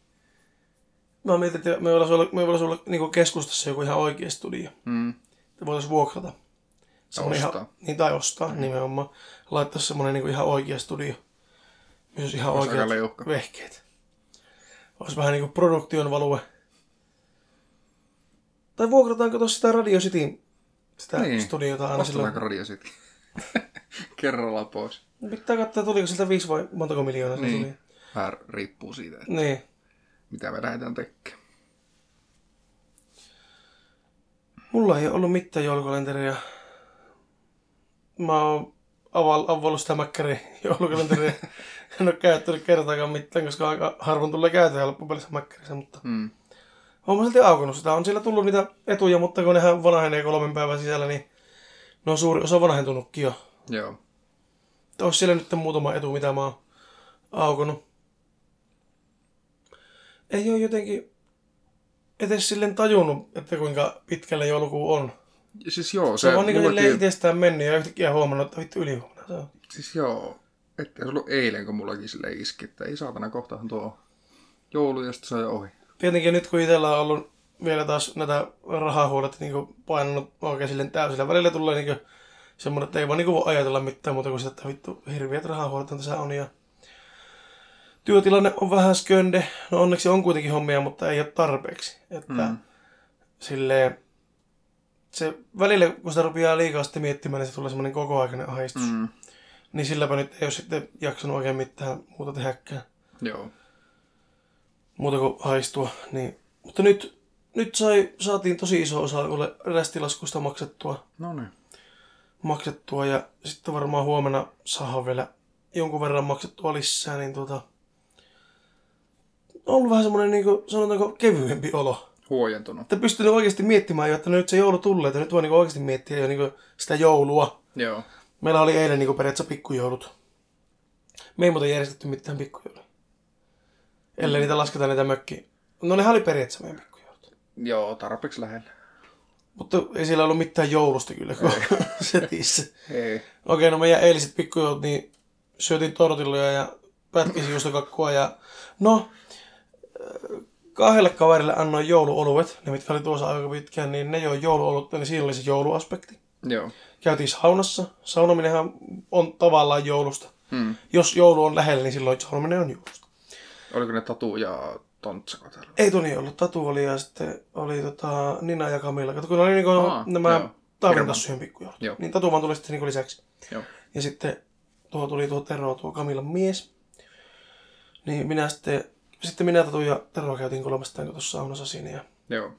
S2: Mä mietin, että me voisi olla, me voisi olla niin keskustassa joku ihan oikea studio.
S1: Mm.
S2: Että voitaisiin vuokrata.
S1: Tai ostaa.
S2: Ihan, niin, tai ostaa mm. nimenomaan. Laittaa semmoinen niin ihan oikea studio. Myös ihan
S1: Ois
S2: oikeat vehkeet. Olisi vähän niin kuin produktion value. Tai vuokrataanko tuossa sitä Radio Cityn sitä niin. studiota aina silloin?
S1: Ostetaanko Radio City? Kerralla pois.
S2: Pitää katsoa, tuliko sieltä viisi vai montako miljoonaa se
S1: niin.
S2: tuli.
S1: Vähän riippuu siitä, että
S2: niin.
S1: mitä me lähdetään tekemään.
S2: Mulla ei ollut mitään joulukalenteria. Mä oon avallut sitä mäkkäriä joulukalenteria. En ole käyttänyt kertaakaan mitään, koska aika harvoin tulee käytetään loppupeleissä mäkkärissä, mutta mm. oon mä silti aukonut sitä. On siellä tullut niitä etuja, mutta kun nehän vanhenee kolmen päivän sisällä, niin ne on suuri osa vanhentunutkin jo.
S1: Joo.
S2: Ois siellä nyt muutama etu, mitä mä oon aukonut. Ei ole jotenkin edes silleen tajunnut, että kuinka pitkälle joulukuu on.
S1: Siis joo,
S2: se, se on vaan niin
S1: mullakin...
S2: itsestään mennyt ja yhtäkkiä huomannut, että vittu ylihuomenna se on.
S1: Siis joo, ettei se ollut eilen, kun mullakin silleen iski, että ei saatana kohtahan tuo joulu ja sitten se on jo ohi.
S2: Tietenkin nyt kun itsellä on ollut vielä taas näitä rahahuolet niin painanut oikein silleen täysillä. Välillä tulee niin semmoinen, että ei vaan niinku voi ajatella mitään muuta kuin sitä, että vittu hirviät rahahuolet tässä on ja työtilanne on vähän skönde. No onneksi on kuitenkin hommia, mutta ei ole tarpeeksi. Että mm. silleen, se välillä, kun sitä rupeaa liikaa sitten miettimään, niin se tulee semmoinen kokoaikainen ahdistus. Mm. Niin silläpä nyt ei ole sitten jaksanut oikein mitään muuta tehdäkään.
S1: Joo.
S2: Muuta kuin haistua. Niin. Mutta nyt, nyt sai, saatiin tosi iso osa rästilaskusta maksettua.
S1: No niin.
S2: Maksettua ja sitten varmaan huomenna saadaan vielä jonkun verran maksettua lisää. Niin tuota, on ollut vähän semmoinen, niin kuin, sanotaanko, kevyempi olo.
S1: Huojentunut.
S2: Että pystynyt oikeasti miettimään jo, että nyt se joulu tulee, että nyt voi niin oikeasti miettiä jo niin sitä joulua.
S1: Joo.
S2: Meillä oli eilen niin periaatteessa pikkujoulut. Me ei muuten järjestetty mitään pikkujouluja. Ellei niitä lasketaan niitä mökkiä. No nehän oli periaatteessa meidän pikkujoulut.
S1: Joo, tarpeeksi lähellä.
S2: Mutta ei siellä ollut mitään joulusta kyllä, kun setissä.
S1: Ei.
S2: Okei, no meidän eiliset pikkujoulut, niin syötiin tortilloja ja pätkisinjuustokakkua ja no, kahdelle kaverille annoin jouluoluet, ne mitkä oli tuossa aika pitkään, niin ne joi jouluolutta, niin siinä oli se jouluaspekti.
S1: Joo.
S2: Käytiin saunassa. Saunominenhan on tavallaan joulusta. Hmm. Jos joulu on lähellä, niin silloin saunominen on joulusta.
S1: Oliko ne Tatu ja Tontsa kotella?
S2: Ei toni ollut. Tatu oli ja sitten oli tota, Nina ja Camilla. Kato, kun ne oli niinku Aa, nämä Taavintassujen pikkujoulut. Niin Tatu vaan tuli sitten niinku lisäksi. Joo. Ja sitten tuo tuli tuo Tero, tuo Camillan mies. Niin minä sitten, sitten minä Tatu ja Tero käytiin kolmestaan tuossa saunassa siinä. Ja
S1: joo.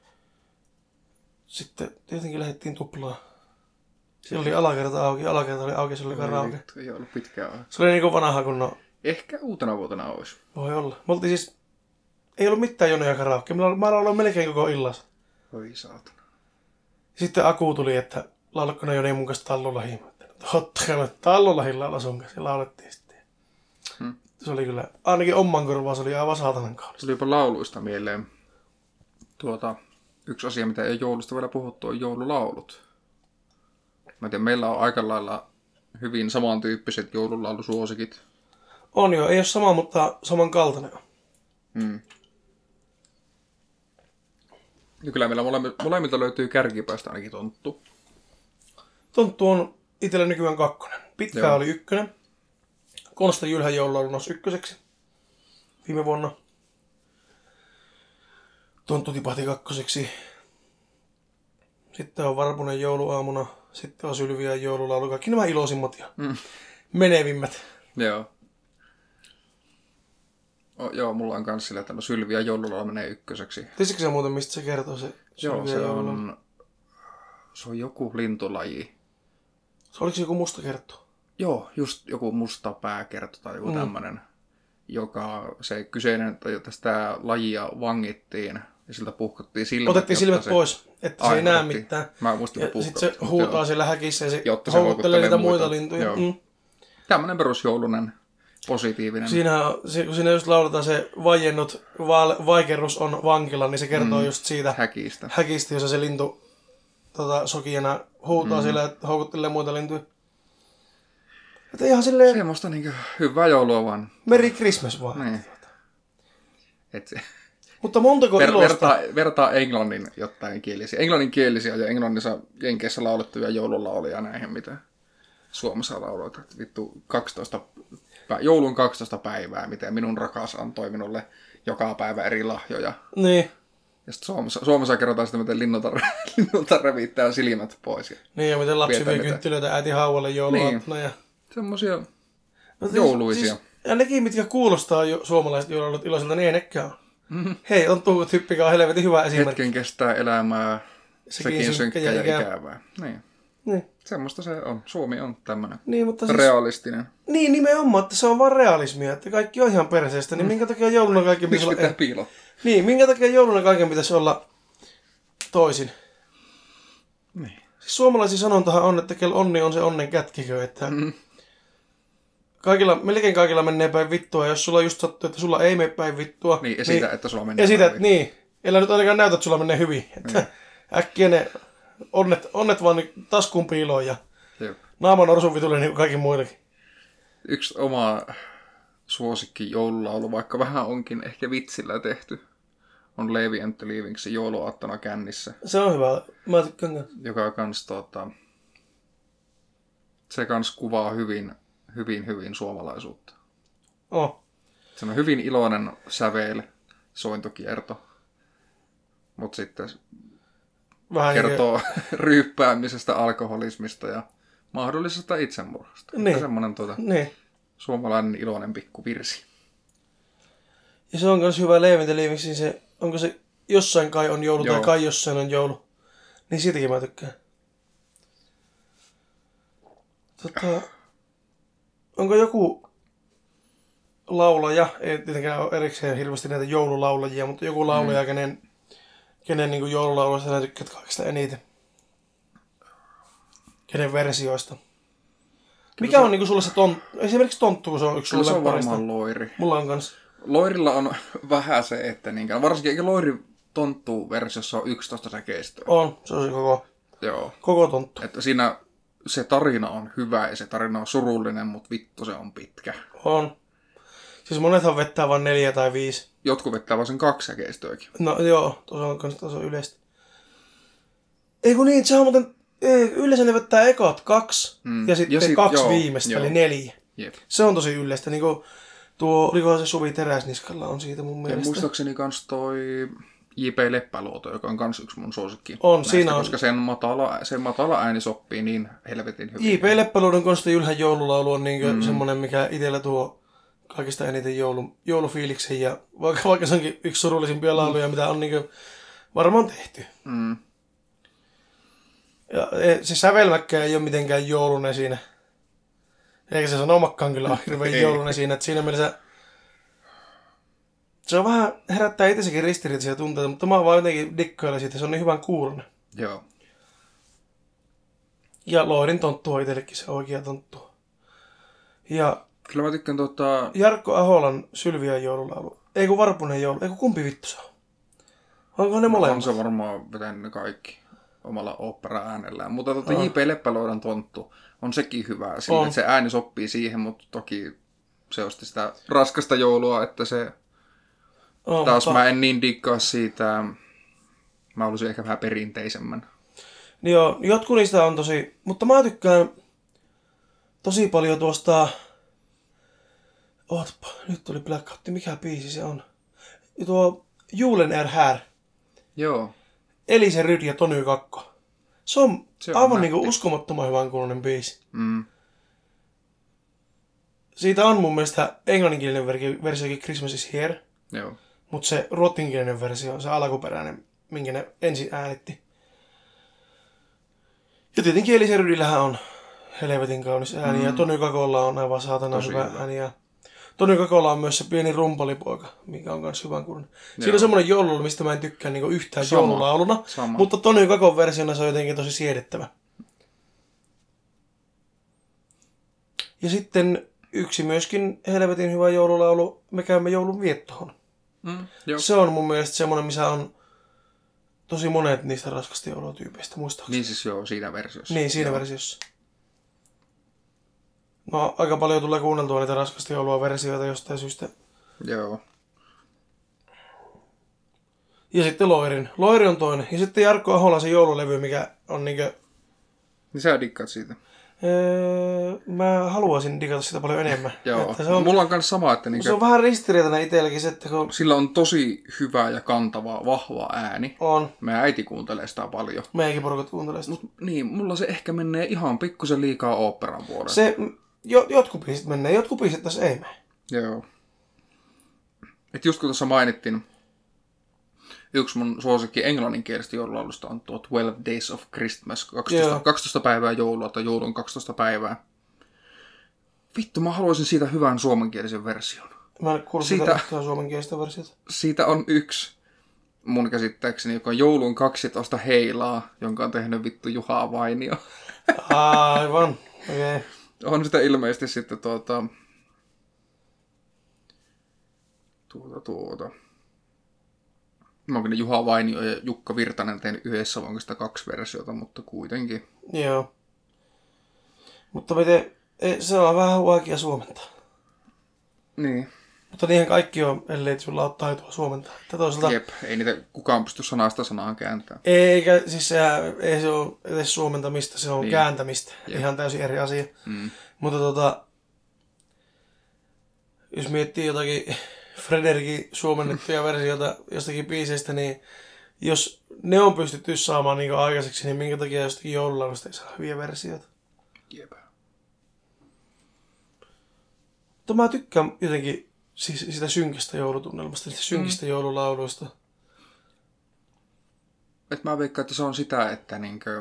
S2: Sitten tietenkin lähdettiin tuplaa. Siellä oli alakerta auki, alakerta oli auki, se oli karaoke.
S1: Ei ollut pitkään.
S2: Se oli niinku vanha kunnon.
S1: Ehkä uutena vuotena olisi.
S2: Voi olla. Me oltiin siis, ei ollut mitään jonoja karaoke. Mä olen ollut melkein koko illassa.
S1: Oi saatana.
S2: Sitten Aku tuli, että laulatko ne Joni mun kanssa Tallulahiin. Totta kai Tallulahin laula sun kanssa ja laulettiin sitten. Hmm. Se oli kyllä, ainakin oman korvaan se oli aivan saatanan kaunis.
S1: Tulipa lauluista mieleen. Tuota, yksi asia, mitä ei joulusta vielä puhuttu, on joululaulut. Mä tiedän, meillä on aika lailla hyvin samantyyppiset joululaulusuosikit.
S2: On jo, ei ole sama, mutta samankaltainen on.
S1: Hmm. Ja kyllä meillä molemmilta löytyy kärkipäästä ainakin Tonttu.
S2: Tonttu on itsellä nykyään kakkonen. Pitkään Joo. oli ykkönen. Konsta Jylhän joululaulu nousi ykköseksi viime vuonna. Tonttu tipahti kakkoseksi. Sitten on Varpunen jouluaamuna. Sitten on Sylviän joululaulu. Kaikki nämä iloisimmat ja mm. menevimmät.
S1: Joo. O, joo, mulla on kans sillä, että no Sylviän joululaulu menee ykköseksi.
S2: Tiesitkö sä muuten, mistä se kertoo se
S1: Joo, se on, se on joku lintulaji.
S2: Se oliko se joku mustakerttu?
S1: Joo, just joku musta pääkerttu tai joku mm. tämmönen, joka se kyseinen, tai tästä lajia vangittiin ja siltä puhkottiin silmät.
S2: Otettiin silmät se pois, että se ei näe mitään.
S1: Mä muistin,
S2: ja sitten se huutaa siellä häkissä ja se
S1: jotta
S2: houkuttelee niitä muita, muita lintuja. Mm.
S1: Tämmönen perusjoulunen, positiivinen.
S2: Siinä, kun siinä just lauletaan se vaiennut va- vaikerrus on vankila, niin se kertoo mm. just siitä
S1: häkistä,
S2: häkistä jossa se lintu tota, sokijana huutaa mm. siellä ja houkuttelee muita lintuja. Että ihan silleen
S1: semmoista niinku hyvää joulua vaan.
S2: Merry Christmas vaan.
S1: Niin. Et se
S2: Mutta montako
S1: Ver,
S2: ilosta
S1: vertaa, vertaa englannin jotain kielisiä. Englanninkielisiä ja englannissa Jenkeissä laulettuja joululaulia näihin, mitä Suomessa lauloita. Vittu kaksitoista pä- joulun kaksitoista päivää, miten minun rakas antoi minulle joka päivä eri lahjoja.
S2: Niin.
S1: Ja sitten Suomessa, Suomessa kerrotaan sitten, miten linnulta, linnulta revittää silmät pois.
S2: Niin, ja miten lapsi vie kynttilöitä äiti hauvalle jouluaattona.
S1: Niin.
S2: Ja
S1: semmosia no, jouluisia.
S2: Siis, ja nekin, mitkä kuulostaa jo suomalaiset joululut iloisilta, niin ei nekään ole. Mm-hmm. Hei, on tuukut hyppikää helvetin hyvä esimerkki.
S1: Hetken kestää elämää, sekin, sekin synkkä ja, ja ikävää. Niin.
S2: Niin.
S1: Semmoista se on. Suomi on tämmönen
S2: niin, mutta siis,
S1: realistinen.
S2: Niin, nimenomaan, että se on vaan realismia, että kaikki on ihan perseestä, niin minkä takia jouluna kaiken pitäisi olla...
S1: Miksi pitää piilottaa?
S2: Niin, minkä takia jouluna kaiken pitäisi olla toisin?
S1: Niin.
S2: Siis suomalaisen sanontahan on, että kel onni on se onnen kätkikö, että mm. kaikilla, melkein kaikilla menee päin vittua, ja jos sulla just sattuu, että sulla ei mene päin vittua...
S1: Niin, esitä, niin, että sulla menee
S2: esitä,
S1: päin vittua.
S2: Niin, elä nyt ainakaan näytä, että sulla menee hyvin. Että mm. äkkiä ne onnet, onnet vaan taskuun piiloon ja Jep. naaman orsun vitulle niin kuin kaikki muillekin.
S1: Yksi oma suosikki joululaulu, vaikka vähän onkin ehkä vitsillä tehty, on Levi and the Leavingsin jouluaattona kännissä.
S2: Se on hyvä, mä tykkään kanssa.
S1: Joka on kans tuota... Se kans kuvaa hyvin, hyvin, hyvin suomalaisuutta.
S2: Oh.
S1: Se on hyvin iloinen sävel, sointokierto. Mutta sitten
S2: Vähän
S1: kertoo niin ryyppäämisestä, alkoholismista ja mahdollisesta itsemurhasta.
S2: Niin.
S1: Semmoinen tuota,
S2: niin.
S1: suomalainen iloinen pikku virsi.
S2: Ja se on myös hyvä leivintäliiviksi, se, onko se jossain kai on joulu
S1: Joo.
S2: tai kai jossain on joulu. Niin siitäkin mä tykkään. Tota, onko joku laulaja, ei tietenkään ole erikseen hirveästi näitä joululaulajia, mutta joku laulaja, mm. kenen, kenen niin joululauluista nää tykkäät kaikista eniten? Kenen versioista? Mikä se on niin sulle se tonttu? Esimerkiksi tonttu, kun se on yksi sulle
S1: se on
S2: lepparista.
S1: varmaan Loiri.
S2: Mulla on kans.
S1: Loirilla on vähän se, että niinkään, varsinkin eikä Loiri tonttu-versiossa on yksitoista säkeistöä.
S2: On, se on se koko,
S1: Joo.
S2: koko tonttu.
S1: Että siinä se tarina on hyvä ja se tarina on surullinen, mutta vittu se on pitkä.
S2: On. Siis monethan vettää vain neljä tai viisi.
S1: Jotkut vettää vaan sen kaksi säkeistöäkin.
S2: No joo, tuossa on kans taso yleistä. Ei kun niin, se on muuten, ei, yleensä ne vettää ekat kaksi mm. ja sitten ja sit, kaksi joo, viimeistä, joo. Eli neljä.
S1: Jep.
S2: Se on tosi yleistä. Niin kuin tuo, olikohan se Suvi Teräsniskalla on siitä mun mielestä.
S1: Ja muistaakseni kans toi J P Leppäluoto, joka on kans yksi mun suosikki.
S2: On,
S1: näistä,
S2: siinä on.
S1: Koska sen matala, sen matala ääni sopii niin helvetin hyvin.
S2: J P Leppäluodon kanssa Ylhän joululaulu on niin mm. semmoinen, mikä itsellä tuo kaikista eniten joulu, joulufiiliksen. Ja vaikka, vaikka se onkin yksi surullisimpia lauluja, mm. mitä on niin varmaan tehty.
S1: Mm.
S2: Ja se sävelmäkkä ei ole mitenkään joulunen siinä. Eikä se sanomakkaan kyllä ole hirveän joulunen siinä. Että siinä mielessä se on vähän, herättää itsekin ristiriitaisia tunteita, mutta mä vaan jotenkin dikkailen siitä, se on niin hyvän kuulonen.
S1: Joo.
S2: Ja Loirin tonttu on itsellekin se oikea tonttu. Ja
S1: kyllä mä tykkään tota...
S2: Jarkko Aholan Sylvian joululaulu. Ei kun Varpunen joulu. Ei kun kumpi vittu se on? Onko ne molemmat?
S1: On se varmaan vetänyt ne kaikki omalla opera-äänellään. Mutta tota oh. J P Leppäluodon tonttu on sekin hyvä. Sillä, että se ääni sopii siihen, mutta toki se osti sitä raskasta joulua, että se... Oh, taas mutta... mä en niin dikkaa siitä. Mä haluaisin ehkä vähän perinteisemmän.
S2: Joo, jotkut niistä on tosi... Mutta mä tykkään tosi paljon tuosta... Ootapa, nyt tuli blackoutti. Mikä biisi se on? Tuo Julen är här.
S1: Joo.
S2: Elise Ryd ja Tony Kakko. Se on, se on aivan niinku uskomattoman hyvän kuuloinen biisi.
S1: Mm.
S2: Siitä on mun mielestä englanninkielinen versiokin Christmas is Here.
S1: Joo.
S2: Mutta se ruotsinkielinen versio on se alkuperäinen, minkä ne ensin äänitti. Ja tietenkin Elise Rydillähän on helvetin kaunis ääni. Mm. Ja Tony Kakolla on aivan saatana hyvä ääni. Ja Tony Kakolla on myös se pieni rumpalipoika, mikä on myös hyvän kuuloinen. Siinä on semmoinen joululaulu, mistä mä en tykkää niinku yhtään Sama. joululauluna. Sama. Mutta Tony Kakon versiona se on jotenkin tosi siedettävä. Ja sitten yksi myöskin helvetin hyvä joululaulu, Me käymme joulun viettoon. Mm, se on mun mielestä semmoinen, missä on tosi monet niistä raskasta joulutyypeistä, muistaakseni.
S1: Niin siis joo, siinä versiossa.
S2: Niin, siinä joo. versiossa. No, aika paljon tulee kuunneltua niitä raskasta joulua versioita jostain syystä.
S1: Joo.
S2: Ja sitten Loirin. Loiri on toinen. Ja sitten Jarkko Aholan se joululevy, mikä on niinkö...
S1: Niin sä dikkaat siitä.
S2: Öö, mä haluaisin digata sitä paljon enemmän.
S1: Joo, se on, mulla on myös sama, että... Niinkö,
S2: se on vähän ristiriitainen itselläkin se, että kun...
S1: Sillä on tosi hyvä ja kantava, vahva ääni.
S2: On.
S1: Meidän äiti kuuntelee sitä paljon.
S2: Meidänkin porukat kuuntelee sitä.
S1: Mut niin, mulla se ehkä menee ihan pikkusen liikaa oopperan puolelle.
S2: Se, jo, jotkut biisit menee, jotkut biisit tässä ei mene.
S1: Joo. Et just kun tuossa mainittiin, yksi mun suosikki englanninkielistä joululaulusta on tuo twelve Days of Christmas, kaksitoista, kaksitoista päivää joulua tai joulun kaksitoista päivää. Vittu, mä haluaisin siitä hyvän suomenkielisen version.
S2: Mä en kuullut siitä, sitä suomenkielistä versiota. Siitä
S1: on yksi, mun käsittääkseni, joka on joulun kaksitoista heilaa, jonka on tehnyt vittu Juha Vainio.
S2: Aivan, okei. Okay.
S1: On sitä ilmeisesti sitten tuota... Tuota, tuota... Mä oon Juha Vainio ja Jukka Virtanen tehnyt yhdessä, vaan sitä kaksi versiota, mutta kuitenkin.
S2: Joo. Mutta miten, se on vähän vaikea suomentaa.
S1: Niin.
S2: Mutta niinhän kaikki on, ellei sulla ole taitoa suomentaa. Että toisaalta...
S1: Jep, ei niitä kukaan pysty sanasta sanaan kääntämään.
S2: Eikä, siis sehän, ei se ole edes suomentamista, se on
S1: niin.
S2: kääntämistä.
S1: Jep.
S2: Ihan täysin eri asia.
S1: Mm.
S2: Mutta tota, jos miettii jotakin Frederikin suomennettuja versioita jostakin biiseistä, niin jos ne on pystytty saamaan niin aikaiseksi, niin minkä takia jostakin joululaulusta ei saa hyviä versioita?
S1: Jep.
S2: Mutta mä tykkään jotenkin siis sitä synkästä joulutunnelmasta, sitä synkistä mm. joululauluista.
S1: Et mä veikkaan, että se on sitä, että niinkö...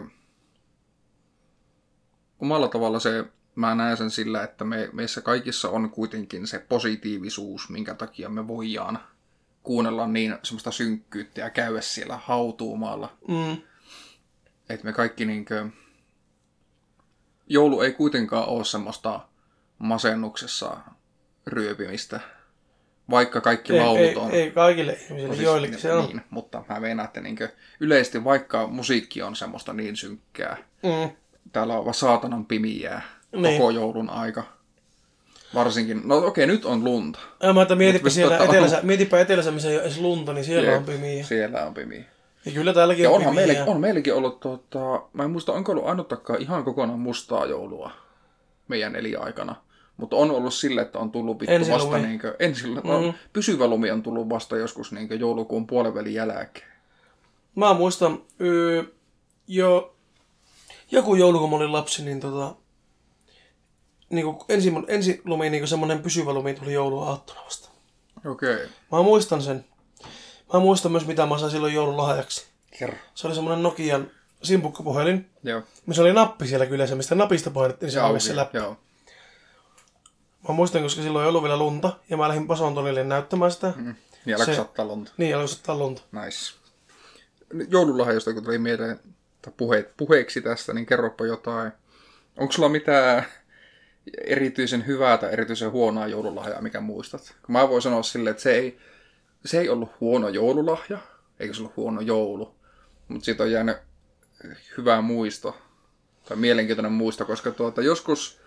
S1: omalla tavalla se, mä näen sen sillä, että me, meissä kaikissa on kuitenkin se positiivisuus, minkä takia me voidaan kuunnella niin semmoista synkkyyttä ja käydä siellä hautuumaalla.
S2: Mm.
S1: Että me kaikki niinkö... joulu ei kuitenkaan ole semmoista masennuksessa ryöpimistä, vaikka kaikki
S2: ei,
S1: laulut
S2: ei,
S1: on...
S2: ei kaikille ihmisille,
S1: no siis,
S2: joillekin se on.
S1: Niin, mutta mä meinaan, että niinkö yleisesti vaikka musiikki on semmoista niin synkkää,
S2: Mm.
S1: täällä on vaan saatanan pimiää
S2: niin.
S1: koko joulun aika. Varsinkin, no okei, okay, nyt on lunta.
S2: Ja mä että mietipä, siellä
S1: tota,
S2: etelässä, on... mietipä etelässä, missä ei ole edes lunta, niin siellä
S1: Jep,
S2: on pimiä.
S1: Siellä on pimiä.
S2: Ja kyllä täälläkin
S1: Ja
S2: on
S1: onhan
S2: pimiä.
S1: meilläkin, on meilläkin ollut, tota, mä en muista, onko ollut ainuttakaan ihan kokonaan mustaa joulua meidän elinaikana. Mutta on ollut sille, että on tullut vittu
S2: Ensilumi.
S1: vasta niinkö, ensi,
S2: Mm-hmm.
S1: no, pysyvä lumi on tullut vasta joskus niinkö joulukuun puolenvälin jälkeen.
S2: Mä muistan, öö, jo joku joulu, kun mä olin lapsi, niin tota, niinku ensi, ensi lumi, niinku semmonen pysyvä lumi tuli jouluaattona vasta.
S1: Okei. Okay.
S2: Mä muistan sen. Mä muistan myös, mitä mä sain silloin joululahjaksi.
S1: Kerro.
S2: Se oli semmonen Nokian simpukkapuhelin,
S1: Joo.
S2: missä oli nappi siellä kyllä, mistä napista painettiin, niin se aukesi se läppä.
S1: Joo.
S2: Mä muistan, koska silloin ei ollut vielä lunta, ja mä lähdin Pasontonille näyttämään sitä.
S1: Mm. Niin alkoi sattaa lunta.
S2: Niin, alkoi sattaa lunta.
S1: Nice. Joululahjasta, kun tuli mieleen puhe, puheeksi tästä, niin kerropa jotain. Onko sulla mitään erityisen hyvää tai erityisen huonoa joululahjaa, mikä muistat? Kun mä voin sanoa silleen, että se ei, se ei ollut huono joululahja, eikä se ollut huono joulu, mutta siitä on jäänyt hyvä muisto, tai mielenkiintoinen muisto, koska tuota, joskus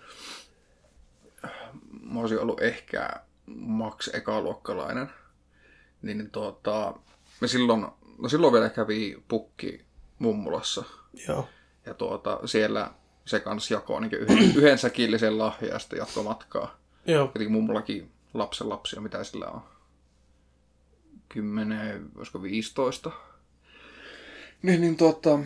S1: mä olisin ollut ehkä maks ekaluokkalainen, niin tuota, me silloin, no silloin vielä kävi pukki mummulassa.
S2: Joo.
S1: Ja tuota, siellä se kanssa jakoi niin yhden, yhden säkillisen lahjan ja sitten jatkoi matkaa.
S2: Joo.
S1: Jotenkin mummollakin lapsen lapsia, mitä sillä on? Kymmenen, olisiko viisitoista? Niin, niin tuota,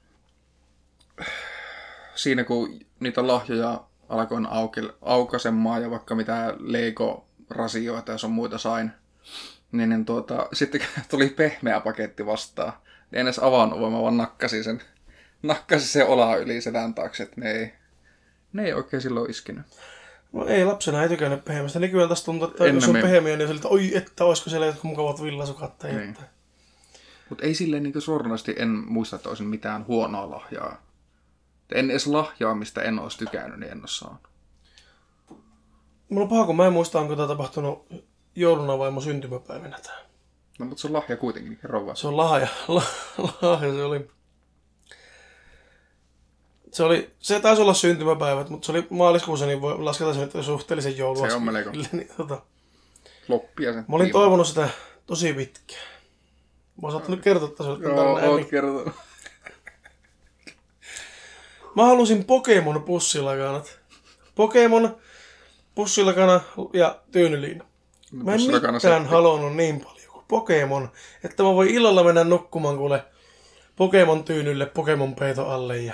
S1: siinä kun niitä lahjoja alkoin auki, aukaisemaan ja vaikka mitä Lego-rasioita ja sun muita sain, niin, niin tuota, sitten tuli pehmeä paketti vastaan. En edes avannut, vaan mä vaan nakkasin sen, nakkasin sen olaa yli selän taakse, että ne ei, ne ei oikein silloin iskinyt.
S2: No ei, lapsena ei tykännyt pehmeästä. Nykyään taas tuntuu, että
S1: Ennen
S2: jos on
S1: me...
S2: pehmeä, niin on että oi, että olisiko siellä jotkut mukavat villasukat tai
S1: niin.
S2: jotain.
S1: Mutta ei silleen niin suoranaisesti en muista, että olisin mitään huonoa lahjaa. En edes lahjaa, mistä en olisi tykännyt, niin en ole saanut.
S2: Mulla on paha, kun mä en muista, onko tämä tapahtunut jouluna vai mun syntymäpäivänä tää.
S1: No, mutta se on lahja kuitenkin, kerro vaan.
S2: Se on lahja. lahja se oli. Se oli, se taisi olla syntymäpäivät, mutta se oli maaliskuussa, niin voi lasketa sen, että suhteellisen joulua.
S1: Se on melko.
S2: Niin, tota,
S1: Loppia sen.
S2: mä olin
S1: tiimaa.
S2: toivonut sitä tosi pitkään. Mä oon saattanut kertoa tässä.
S1: Joo, oot kertonut.
S2: Mä halusin Pokemon pussilakanat. Pokemon, pussilakana ja tyynyliina. Mä en mitään halunnut niin paljon kuin Pokemon, että mä voin illalla mennä nukkumaan kuule Pokemon tyynylle, Pokemon peito alle ja...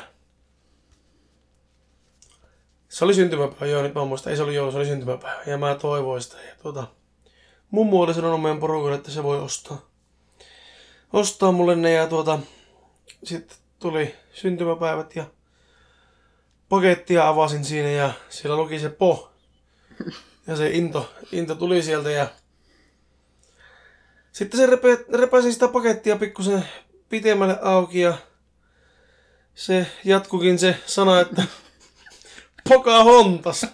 S2: Se oli syntymäpäivä, joo nyt mä muistan, ei se oli joulu, se oli syntymäpäivä ja mä toivoin sitä ja tuota... Mummu oli sanonut meidän porukalle, että se voi ostaa. Ostaa mulle ne ja tuota... Sitten tuli syntymäpäivät ja... Pakettia avasin siinä ja siellä luki se po. Ja se into, into tuli sieltä ja... Sitten se repe, repäsi sitä pakettia pikkusen pitemmälle auki ja... Se jatkukin se sana, että... Pocahontas!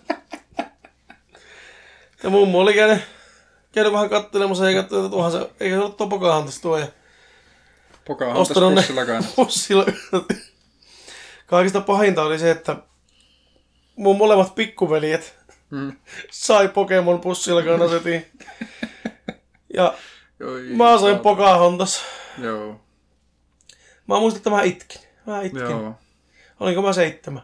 S2: Ja mummo oli käynyt, käynyt vähän kattelemassa ja katsoi, että tuohan se... Eikä se ollut tuo Pocahontas tuo ja...
S1: Pocahontas pussilakanat.
S2: Pussilla... Kaikista pahinta oli se, että mun molemmat pikkuveljet
S1: Mm.
S2: Sai Pokemon pussilla, kun asetin. Ja
S1: Oi,
S2: mä sain
S1: saat-
S2: Pocahontas.
S1: Joo.
S2: Mä muistan, että mä itkin. Mä itkin.
S1: Joo.
S2: Olinko mä seitsemän?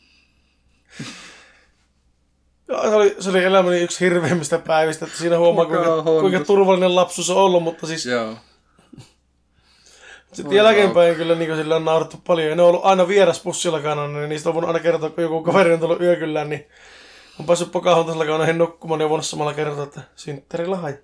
S2: Ja se, oli, se oli elämäni yksi hirveimmistä päivistä, että siinä huomaa, kuinka,
S1: Pocahontas.
S2: kuinka turvallinen lapsuus on ollut, mutta siis
S1: Joo.
S2: sitten jälkeenpäin kyllä niin sillä on naurattu paljon. Ja ne on ollut aina vieraspussilla kanssa, niin niistä on voinut aina kertoa, kun joku kaveri on tullut yökylään, niin on päässyt Pocahontasilla kanssa näihin nukkumaan, niin on voinut samalla kertoa, että synttärilahja.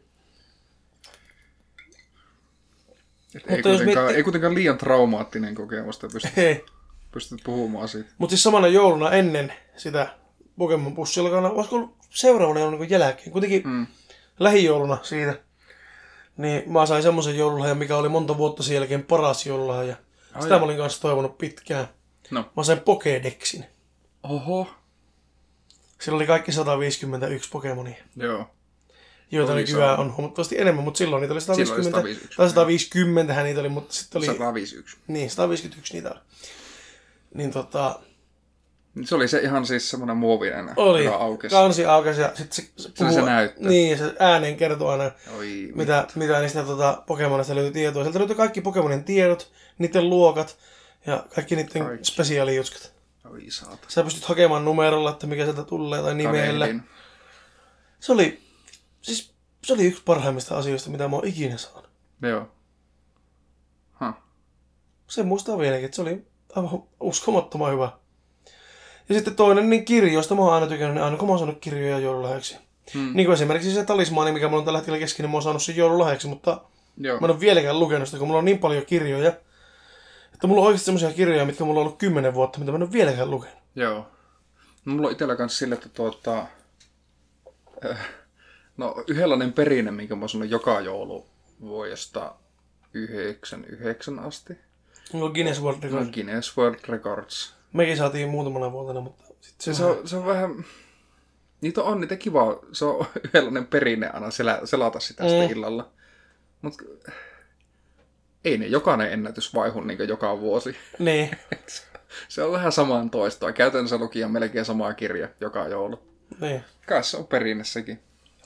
S1: Et ei,
S2: Mutta jos
S1: kuitenkaan,
S2: mietti-
S1: ei kuitenkaan liian traumaattinen kokemus, että pystyt,
S2: Hei.
S1: pystyt puhumaan siitä.
S2: Mutta siis samana jouluna ennen sitä Pokemon pussilla kanssa, olisiko ollut seuraavana jouluna niin jälkeen, kuitenkin
S1: Mm.
S2: lähijouluna siitä, niin mä sain semmoisen joululahjan, mikä oli monta vuotta sen jälkeen paras joululahja.
S1: Ai
S2: Sitä
S1: joo.
S2: mä olin kanssa toivonut pitkään.
S1: No.
S2: Mä sain Pokédexin.
S1: Oho.
S2: Sillä oli kaikki sata viisikymmentäyksi Pokemonia,
S1: Joo.
S2: joita
S1: Oli
S2: nykyään
S1: saanut.
S2: on huomattavasti enemmän, mutta silloin niitä oli
S1: Silloin oli
S2: sata viisikymmentä.
S1: sata viisikymmentä.
S2: Tai sata viisikymmentä niitä oli, mutta sitten oli...
S1: sata viisikymmentäyksi.
S2: Niin, sata viisikymmentäyksi niitä oli. Niin tota...
S1: Se oli se ihan siis semmoinen muovinen,
S2: Oli.
S1: joka aukesi.
S2: Kansi aukesi ja sitten se, se,
S1: Se oli se näyttö.
S2: Niin, se ääneen kertoo aina,
S1: Oi,
S2: mitä, mitä niistä tota, Pokemonista löytyy tietoa. Sieltä löytyy kaikki Pokemonin tiedot, niiden luokat ja kaikki niiden
S1: Kaikki.
S2: spesiaalijutskat.
S1: oi saata.
S2: Sä pystyt hakemaan numerolla, että mikä sieltä tulee tai nimellä.
S1: Kaverin.
S2: Se oli, siis, se oli yksi parhaimmista asioista, mitä mä oon ikinä saanut.
S1: Joo. Huh.
S2: Se muistaa vieläkin, että se oli aivan uskomattoman hyvä. Ja sitten toinen, niin kirjoista mä oon aina tykännyt, niin aina kun mä oon saanut kirjoja joululahjaksi.
S1: Hmm.
S2: Niin kuin esimerkiksi se talismaani, mikä mulla on tällä hetkellä kesken, niin mä oon saanut sen joululahjaksi, mutta
S1: Joo.
S2: mä en ole vieläkään lukenut sitä, kun mulla on niin paljon kirjoja. Että mulla on oikeasti semmoisia kirjoja, mitkä mulla on ollut kymmenen vuotta, mitä mä en ole vieläkään lukenut.
S1: Joo. No, mulla on itsellä kanssa sille, että tuota... Äh, no, yhdenlainen perinne, minkä mä oon sanonut joka joulu vuodesta yhdeksänkymmentäyhdeksän asti.
S2: Mulla on Guinness World Record.
S1: No, Guinness World Records.
S2: Mekin saatiin muutamana vuotena, mutta sit se,
S1: Se, on, se on vähän... Niitä on niitä kiva. Se on yhdenlainen perinne aina selä, selata sitä mm. sitä illalla. Mutta ei ne jokainen ennätys vaihu niin joka vuosi.
S2: Niin,
S1: Se on vähän samaan toistoa. Käytännössä lukia melkein samaa kirja joka joulu.
S2: niin.
S1: Kai se on perinne sekin.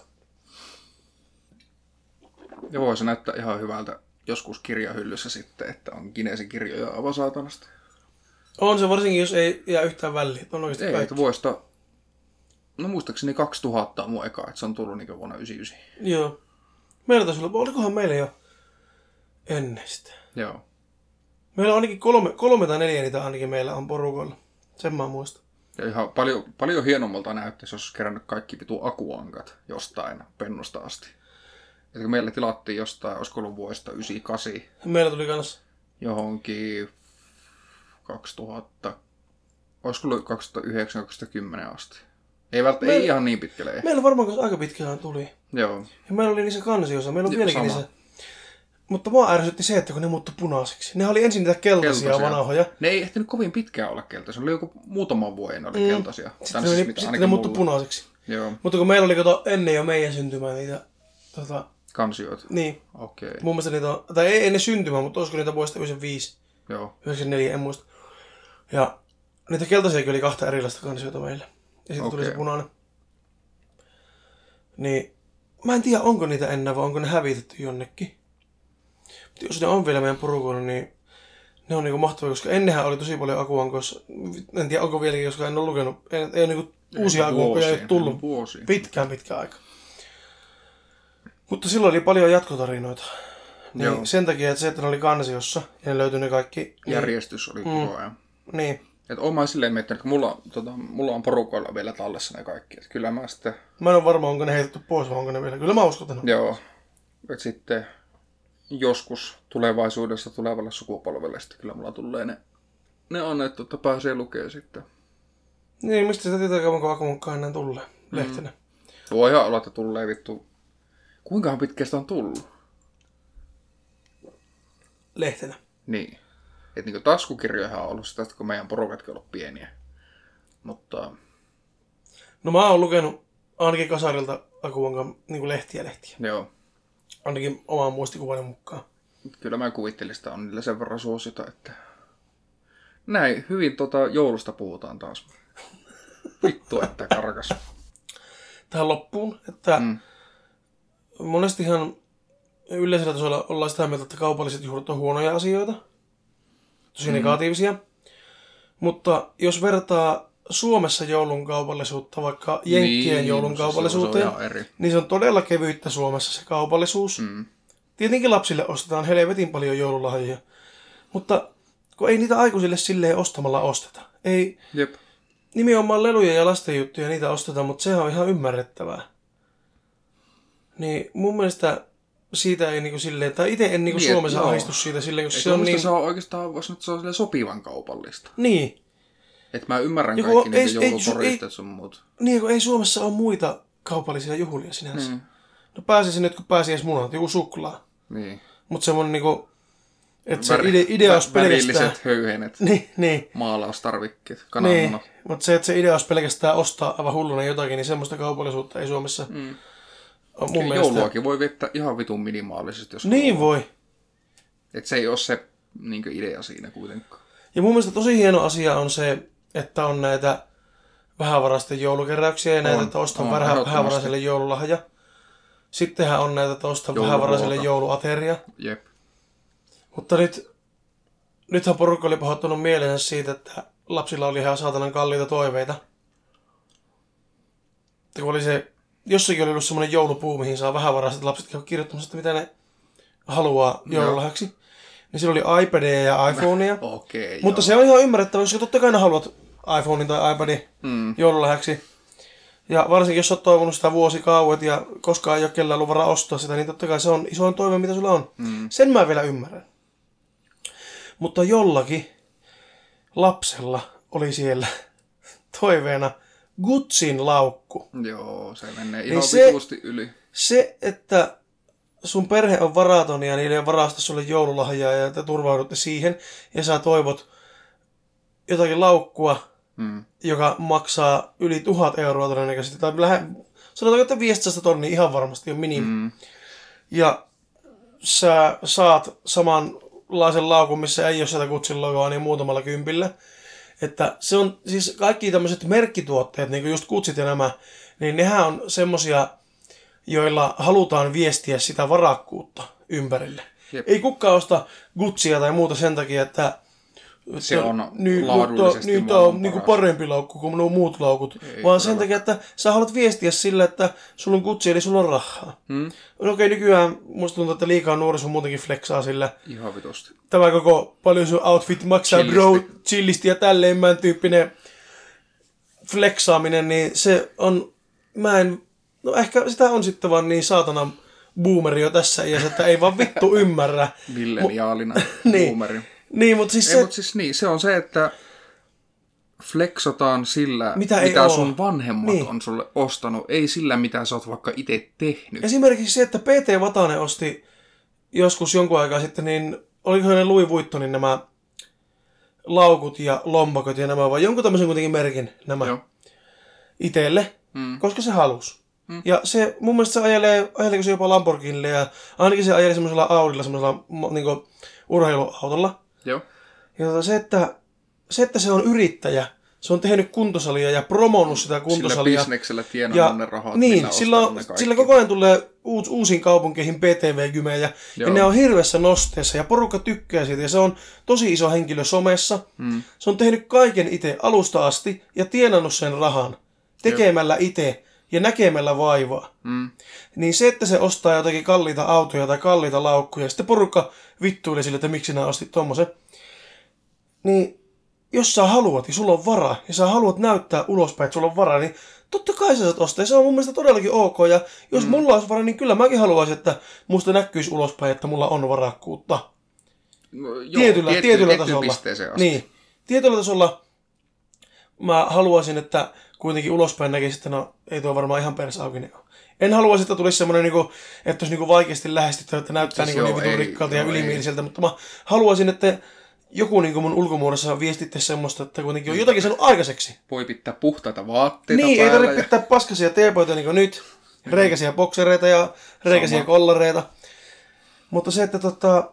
S1: Ja voi se näyttää ihan hyvältä joskus kirjahyllyssä sitten, että on Guinnessin kirjoja aivan saatanasta.
S2: On se varsinkin, jos ei jää yhtään väliin. On oikeasti
S1: Ei,
S2: kaikki.
S1: että vuosta... No muistaakseni kaksituhatta on mun eka, että se on tullut niin vuonna yhdeksänkymmentäyhdeksän.
S2: Joo. Meillä taisi olla, olikohan meillä jo ennen sitä?
S1: Joo.
S2: Meillä on ainakin kolme, kolme tai neljä niitä ainakin meillä on porukoilla. Sen mä muistan.
S1: Ja ihan paljon, paljon hienommalta näyttäisi, jos olisi kerännyt kaikki vitu akuankat jostain pennusta asti. Että kun meillä tilattiin jostain, olisiko ollut vuodesta yhdeksänkymmentäkahdeksan
S2: Meillä tuli kans.
S1: johonkin kaksituhatta, olisiko ollut kaksituhattayhdeksän kaksituhattakymmenen asti. Ei, välttä,
S2: Me-
S1: ei ihan niin pitkälle.
S2: Meillä varmaan kans aika pitkään tuli.
S1: Joo.
S2: Ja meillä oli niissä kansioissa. Meillä on
S1: Joo,
S2: vieläkin
S1: sama.
S2: niissä. Mutta mua ärsytti se, että kun ne muuttui punaiseksi. Ne oli ensin niitä keltaisia,
S1: Keltaisia.
S2: vanhoja.
S1: Ne ei ehtinyt kovin pitkään olla keltaisia. Se oli joku muutaman vuoden oli
S2: Mm.
S1: keltaisia. Tai
S2: Sitten,
S1: siis
S2: ne,
S1: mitä
S2: sitten
S1: ainakin
S2: ne muuttui
S1: mulla.
S2: punaiseksi.
S1: Joo.
S2: Mutta kun meillä oli kato ennen jo meidän syntymää niitä, tota,
S1: Kansioita.
S2: niin,
S1: Okei. Okay.
S2: mun mielestä niitä on, tai ei ennen syntymää, mutta olisiko niitä vuodesta yhdeksänkymmentäviisi,
S1: Joo.
S2: yhdeksänkymmentäneljä, en muista. Ja niitä keltaisiakin oli kahta erilaista kansioita meillä. Ja sitten tuli se
S1: Okei.
S2: punainen. Niin, mä en tiedä onko niitä enää vai onko ne hävitetty jonnekin. Mutta jos ne on vielä meidän porukoilla, niin ne on niinku mahtavia, koska ennenhän oli tosi paljon akuankoissa. En tiedä onko vieläkin, koska en ole lukenut. Ei, ei ole niinku uusia akuankoja ei ole tullut
S1: Vuosia.
S2: pitkään pitkään aika. Mutta silloin oli paljon jatkotarinoita. Niin
S1: Joo.
S2: sen takia, että se, että ne oli kansiossa ja ne löytyi ne kaikki. Niin,
S1: Järjestys oli koko ajan.
S2: niin.
S1: Et oon mä silleen miettinyt, että mulla, tota, mulla on porukoilla vielä tallessa ne kaikki. Et kyllä mä sitten,
S2: Mä en ole varma, onko ne heitetty pois vai onko ne vielä. Kyllä mä uskon, että ne on.
S1: joo, että sitten joskus tulevaisuudessa tulevalle sukupolvelle sitten kyllä mulla tulee ne, ne annettu, että pääsee lukemaan sitten.
S2: Niin, mistä sitä tietää, kauanko akuankkaan enää tulee lehtenä.
S1: Mm. Voi ihan olla, että tulee vittu, kuinkahan pitkä sitä on tullut?
S2: Lehtenä.
S1: Niin. Että niinku taskukirjoja on ollut sitä, kun meidän porukatkin on ollut pieniä. Mutta
S2: No mä oon lukenut ainakin kasarilta akuankan niin lehtiä lehtiä.
S1: joo,
S2: Ainakin oman muistikuvani mukaan.
S1: kyllä mä kuvittelin sitä on niillä sen verran suosita, että näin hyvin tota joulusta puhutaan taas. Vittu, että karkas.
S2: tähän loppuun, että
S1: Mm.
S2: monestihan yleisellä tasolla ollaan sitä mieltä, että kaupalliset juhlat on huonoja asioita, tosi
S1: Mm.
S2: negatiivisia, mutta jos vertaa Suomessa joulun kaupallisuutta vaikka Jenkkien
S1: Niin,
S2: joulun
S1: no se- se on
S2: kaupallisuuteen,
S1: ihan eri.
S2: niin se on todella kevyyttä Suomessa se kaupallisuus.
S1: Mm.
S2: Tietenkin lapsille ostetaan helvetin paljon joululahjoja, mutta kun ei niitä aikuisille silleen ostamalla osteta. Ei
S1: Jep.
S2: nimenomaan leluja ja lastenjuttuja niitä osteta, mutta sehän on ihan ymmärrettävää. Niin mun mielestä siitä ei niinku silleen, tai itse en niinku
S1: Niin, et
S2: Suomessa
S1: joo.
S2: ahistu siitä silleen, koska
S1: Eikö
S2: se on
S1: musta
S2: niin...
S1: se on oikeastaan, voisi nyt se on silleen sopivan kaupallista.
S2: Niin,
S1: Että mä ymmärrän
S2: Joku-
S1: kaikki
S2: ei-
S1: niitä
S2: ei-
S1: joulukoristeet sun muut.
S2: niin kun ei Suomessa ole muita kaupallisia juhlia sinänsä.
S1: Mm.
S2: No pääsiäisen nyt kun pääsiäismunat, joku suklaa.
S1: Niin.
S2: Mutta semmonen niinku, että se
S1: Väri-
S2: ide, idea olisi
S1: vä-
S2: pelkästään...
S1: Värilliset höyhenet,
S2: Niin, niin.
S1: maalaustarvikkeet,
S2: Niin,
S1: kananmunat.
S2: mutta se, että se idea olisi pelkästään ostaa aivan hulluna jotakin, niin semmoista kaupallisuutta ei Suomessa
S1: Mm.
S2: ole mun
S1: Mun
S2: mielestä.
S1: Jouluakin voi viettää ihan vitun minimaalisesti, jos
S2: Niin
S1: haluaa.
S2: voi.
S1: Et se ei ole se niin idea siinä kuitenkaan.
S2: Ja mun mielestä tosi hieno asia on se, että on näitä vähävaraisten joulukeräyksiä ja näitä,
S1: On,
S2: että ostan
S1: on,
S2: vähän,
S1: ehdottomasti.
S2: vähävaraiselle joululahja. Sittenhän on näitä, että ostan
S1: Jouluruoka.
S2: vähävaraiselle jouluateria.
S1: Jep.
S2: Mutta nyt, nythän porukka oli pahoittanut mielensä siitä, että lapsilla oli ihan saatanan kalliita toiveita. Että kun oli se, jossakin oli ollut semmoinen joulupuu, mihin saa vähävaraiset lapset käydä kirjoittamassa, että mitä ne haluaa joululahjaksi. Niin sillä oli iPadia ja iPhonea.
S1: Okei,
S2: Mutta
S1: joo.
S2: se on ihan ymmärrettävää, koska totta kai ne haluat iPhonein tai iPadin
S1: Mm.
S2: joululahjaksi. Ja varsinkin jos olet toivonut sitä vuosikauet ja koskaan ei ole kellään ollut varaa ostaa sitä, niin totta kai se on isoin toive, mitä sulla on.
S1: Mm.
S2: Sen mä vielä ymmärrän. Mutta jollakin lapsella oli siellä toiveena Gucciin laukku.
S1: Joo, se menee
S2: Niin
S1: ihan
S2: se-
S1: vitusti yli.
S2: Se, että sun perhe on varaton ja niille ei varasta sulle joululahjaa ja te turvaudutte siihen ja sä toivot jotakin laukkua,
S1: Mm.
S2: joka maksaa yli tuhat euroa todennäköisesti, tai lähe, sanotaanko, että viisisataa tonnia ihan varmasti on minimi.
S1: Mm.
S2: Ja sä saat samanlaisen laukun, missä ei ole sitä Gucciin logoa, niin muutamalla kympillä. Että se on siis kaikki tämmöiset merkkituotteet, niin kuin just Gucciit ja nämä, niin nehän on semmosia, joilla halutaan viestiä sitä varakkuutta ympärille.
S1: Jep.
S2: Ei kukaan osta Guccia tai muuta sen takia, että
S1: Se on
S2: niin,
S1: laadullisesti
S2: niin, tämä on
S1: maailman
S2: niin kuin
S1: paras.
S2: parempi laukku kuin nuo muut laukut.
S1: Ei
S2: vaan sen
S1: todella.
S2: takia, että sä haluat viestiä sillä, että sulla on Gucci, eli sulla on rahaa.
S1: Mm.
S2: No okei, nykyään musta tuntuu, että liikaa nuoriso muutenkin flexaa sillä.
S1: Ihan vitusti.
S2: Tämä koko paljon sun outfit maksaa,
S1: Chillisti.
S2: bro, chillisti ja tälleen mä tyyppinen flexaaminen, niin se on, mä en, no ehkä sitä on sitten vaan niin saatana boomeri jo tässä iässä, että ei vaan vittu ymmärrä.
S1: Milleniaalina
S2: Niin.
S1: boomeri.
S2: Niin, mutta siis
S1: Ei,
S2: se,
S1: mutta siis niin, se on se, että flexataan sillä,
S2: Mitä
S1: mitä,
S2: ei
S1: mitä
S2: oo.
S1: sun vanhemmat
S2: Niin.
S1: niin. on sulle ostanut, ei sillä, mitä sä oot vaikka itse tehnyt.
S2: esimerkiksi se, että P T Vatanen osti joskus jonkun aikaa sitten, niin olikohan ne Louis Vuittonin nämä laukut ja lompakot ja nämä, vai jonkun tämmöisen kuitenkin merkin nämä
S1: Joo.
S2: itselle,
S1: Mm.
S2: koska se halusi. Mm. Ja se, mun mielestä se ajelee, ajeleeko se jopa Lamborghinille ja ainakin se ajeli semmoisella Audilla, semmoisella niinku urheiluautolla.
S1: Joo.
S2: Ja tota, se, että, se, että se on yrittäjä, se on tehnyt kuntosalia ja promonnut sitä
S1: Sillä
S2: kuntosalia.
S1: bisneksellä tienannut
S2: Ja
S1: ne rahat,
S2: niin,
S1: millä
S2: sillä,
S1: ostanut
S2: on,
S1: ne kaikki.
S2: sillä koko ajan tulee uus, uusiin kaupunkeihin P T V-gymejä ja
S1: Joo.
S2: ne on hirveässä nosteessa ja porukka tykkää siitä ja se on tosi iso henkilö somessa.
S1: Mm.
S2: Se on tehnyt kaiken itse alusta asti ja tienannut sen rahan tekemällä itse ja näkemällä vaivaa.
S1: Mm.
S2: Niin se, että se ostaa jotakin kalliita autoja tai kalliita laukkuja ja sitten porukka vittuilee sille, että miksi nämä ostit tommosen. Niin jos sä haluat ja sulla on varaa ja sä haluat näyttää ulospäin, että sulla on varaa, niin totta kai sä saat ostaa. Ja se on mun mielestä todellakin ok. Ja jos mm. mulla olisi varaa, niin kyllä mäkin haluaisin, että musta näkyisi ulospäin, että mulla on varakkuutta.
S1: No, joo,
S2: Tietyllä,
S1: tietty,
S2: tietyllä
S1: tiettyyn
S2: tasolla.
S1: pisteeseen asti.
S2: Niin. Tietyllä tasolla mä haluaisin, että kuitenkin ulospäin näkisi, että no ei tuo varmaan ihan persaukinen ole. En haluaisi, että tulisi semmoinen, niinku, että olisi niinku vaikeasti lähestyttävä, että näyttää
S1: Siis
S2: niinku
S1: joo,
S2: niin vitun
S1: ei,
S2: rikkaalta ja
S1: joo,
S2: ylimieliseltä, mutta mä haluaisin, että joku niinku mun ulkomuodossa viestittäisi semmoista, että kuitenkin on jotakin saanut aikaiseksi.
S1: Voi pitää puhtaita vaatteita
S2: Niin, ei
S1: päällä.
S2: tarvitse pitää paskaisia teepoita niin kuin nyt, reikäisiä boksereita ja reikäisiä
S1: Sama.
S2: kollareita. Mutta se, että tota,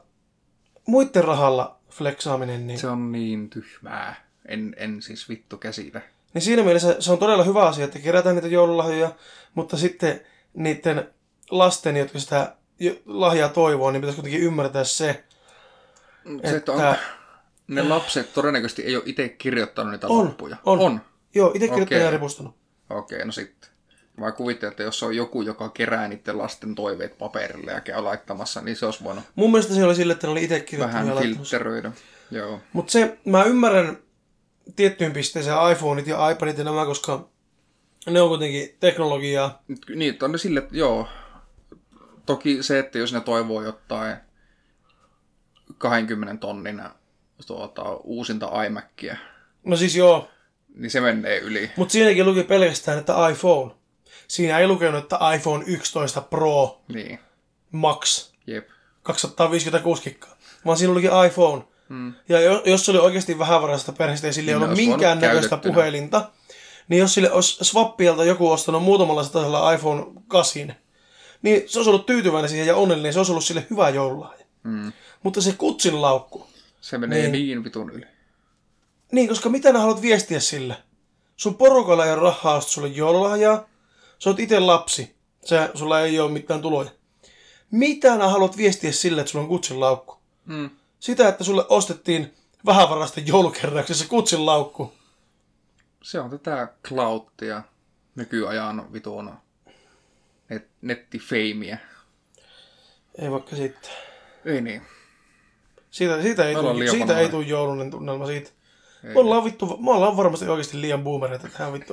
S2: muiden rahalla flexaaminen, niin
S1: Se on niin tyhmää. En, en siis vittu käsitä.
S2: Niin siinä mielessä se on todella hyvä asia, että kerätään niitä joululahjoja, mutta sitten niiden lasten, jotka sitä lahjaa toivoo, niin pitäisi kuitenkin ymmärtää se,
S1: se että on, ne lapset todennäköisesti ei ole itse kirjoittanut niitä
S2: on,
S1: lappuja.
S2: On,
S1: on.
S2: Joo, itse kirjoittanut
S1: okay.
S2: ja ripustanut.
S1: Okei, okay, no sitten. Mä kuvittelen, että jos on joku, joka kerää niiden lasten toiveet paperille ja käy laittamassa, niin se olisi voinut
S2: mun mielestä se oli sille, että ne oli itse kirjoittanut
S1: vähän
S2: ja
S1: filtteröidä. Joo.
S2: Mutta se, mä ymmärrän tiettyyn pisteeseen iPhoneit ja iPadit ja nämä, koska ne on kuitenkin teknologiaa.
S1: Niin, on ne sille, että joo. Toki se, että jos ne toivoo jotain kaksikymmentä tonnin tuota, uusinta iMacia,
S2: No siis joo.
S1: niin se menee yli.
S2: Mutta siinäkin luki pelkästään, että iPhone. Siinä ei lukenut, että iPhone yksitoista Pro
S1: Niin.
S2: Max.
S1: Jep.
S2: kaksisataaviisikymmentäkuusi giggaa. Vaan siinä luki iPhone.
S1: Hmm.
S2: Ja jos se oli oikeasti vähävaraisesta perheestä ja sillä ei
S1: Niin
S2: ollut
S1: olisi voinut
S2: minkäännäköistä
S1: käytettynä.
S2: puhelinta, niin jos sille olisi Swappialta joku ostanut muutamalla satasella iPhone kahdeksan, niin se olisi ollut tyytyväinen siihen ja onnellinen, se olisi ollut sille hyvä joululahja.
S1: Hmm.
S2: Mutta se kutsin laukku.
S1: Se menee
S2: Niin.
S1: niin, niin vitun yli.
S2: Niin, koska mitä nää haluat viestiä sille? Sun porukalla ei ole rahaa ostaa sulle joululahjaa. Sä oot itse lapsi. Sä, sulla ei ole mitään tuloja. Mitä nää haluat viestiä sille, että sulla on kutsin laukku?
S1: Hmm.
S2: Sitä, että sulle ostettiin vähävarasta joulukerrauksessa kutsin laukku.
S1: Se on tätä clouttia, nykyajan vitun net, nettifeimiä.
S2: Ei vaikka sitten.
S1: Ei niin.
S2: Siitä, siitä ei
S1: Me ollaan
S2: tule
S1: liian
S2: siitä
S1: vanhoja.
S2: ei tule joulunen tunnelma siitä.
S1: Ei.
S2: Me ollaan, vittu, me ollaan varmasti oikeasti liian boomereita tähän vittu.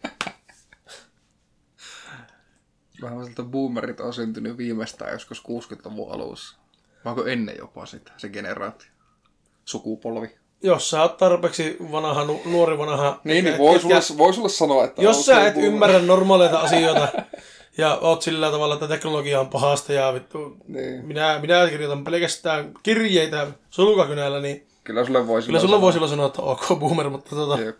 S1: Vähän sieltä boomerit on syntynyt viimeistään joskus kuusikymmentäluvun alussa. Vaanko ennen jopa sitä, se generaatio? Sukupolvi.
S2: Jos sä oot tarpeeksi vanha, nu, nuori vanha...
S1: Niin, niin
S2: etkä-
S1: voi
S2: etkä-
S1: sulle, voi sulle sanoa, että...
S2: Jos
S1: oot
S2: sä
S1: se
S2: et
S1: boomer.
S2: ymmärrä normaaleita asioita ja oot sillä tavalla, että teknologia on pahasta ja vittu,
S1: Niin.
S2: minä, minä kirjoitan pelkästään kirjeitä sulkakynällä, niin
S1: Kyllä sulle voi
S2: kyllä sulla voi silloin sanoa, että ok boomer, mutta tota,
S1: Jep.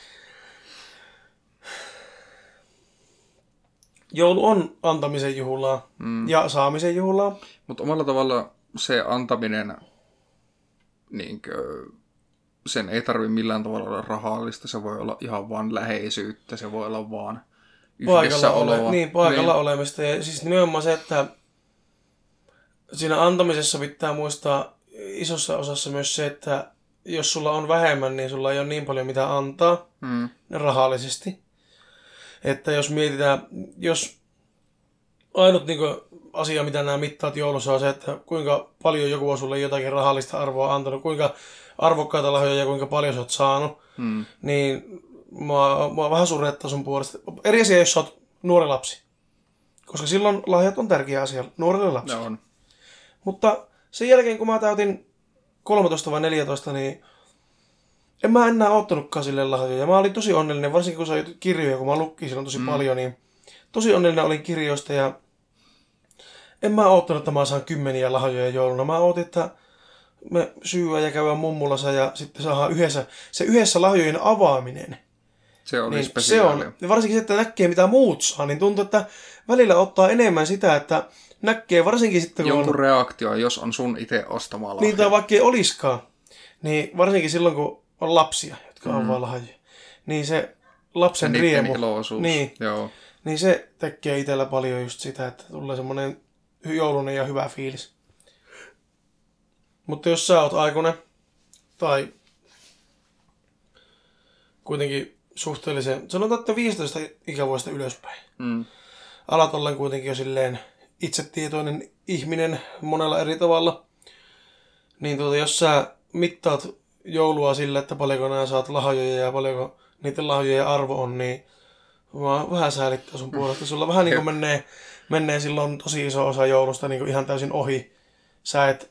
S2: joulu on antamisen juhlaa
S1: Mm.
S2: ja saamisen juhlaa.
S1: Mutta omalla tavalla se antaminen, niinkö, sen ei tarvi millään tavalla olla rahallista. Se voi olla ihan vaan läheisyyttä, se voi olla vaan
S2: Paikalla,
S1: yhdessäoloa.
S2: ole, niin, paikalla
S1: niin.
S2: olemista. Ja siis nimenomaan se, että siinä antamisessa pitää muistaa isossa osassa myös se, että jos sulla on vähemmän, niin sulla ei ole niin paljon mitä antaa
S1: Mm.
S2: rahallisesti. Että jos mietitään, jos ainut niin kuin, asia, mitä nämä mittaat joulussa on se, että kuinka paljon joku on sulle jotakin rahallista arvoa antanut, kuinka arvokkaita lahjoja ja kuinka paljon sä oot saanut,
S1: Mm.
S2: niin mua, mua vähän surettaa sun puolesta. Eri asia, jos sä oot nuori lapsi. Koska silloin lahjat on tärkeä asia nuorelle lapselle.
S1: Ne on.
S2: Mutta sen jälkeen, kun mä täytin kolmetoista vai neljätoista, niin en mä enää ottanutkaan sille lahjoja. Mä olin tosi onnellinen, varsinkin kun sait kirjoja, kun mä lukkin silloin tosi mm. paljon, niin tosi onnellinen olin kirjoista ja en mä oottanut, että mä saan kymmeniä lahjoja jouluna. Mä ootin, että me syyä ja käydään mummulassa ja sitten saadaan yhdessä, se yhdessä lahjojen avaaminen.
S1: Se oli
S2: Niin se
S1: spesiaali.
S2: on, ja varsinkin se, että näkee mitä muut saa, niin tuntuu, että välillä ottaa enemmän sitä, että näkee varsinkin sitten, kun
S1: Jonkun
S2: on,
S1: reaktio, jos on sun itse ostama lahja.
S2: niin tai vaikka ei oliskaan, niin varsinkin silloin, kun on lapsia, jotka on
S1: Mm.
S2: vaan lahjoja, niin se lapsen
S1: niiden
S2: riemu,
S1: iloisuus.
S2: niin,
S1: Joo.
S2: niin se tekee itsellä paljon just sitä, että tulee semmoinen joulunen ja hyvä fiilis. Mutta jos sä oot aikuinen, tai kuitenkin suhteellisen, sanotaan, että viisitoista ikävuodesta ylöspäin,
S1: Mm.
S2: alat ollen kuitenkin jo silleen itsetietoinen ihminen monella eri tavalla, niin tuota, jos sä mittaat joulua sillä, että paljonko nää saat lahjoja ja paljonko niiden lahjojen arvo on, niin mä vähän säälittää sun puolesta. Sulla vähän niin kuin menee, menee silloin tosi iso osa joulusta niin kuin ihan täysin ohi. Sä et...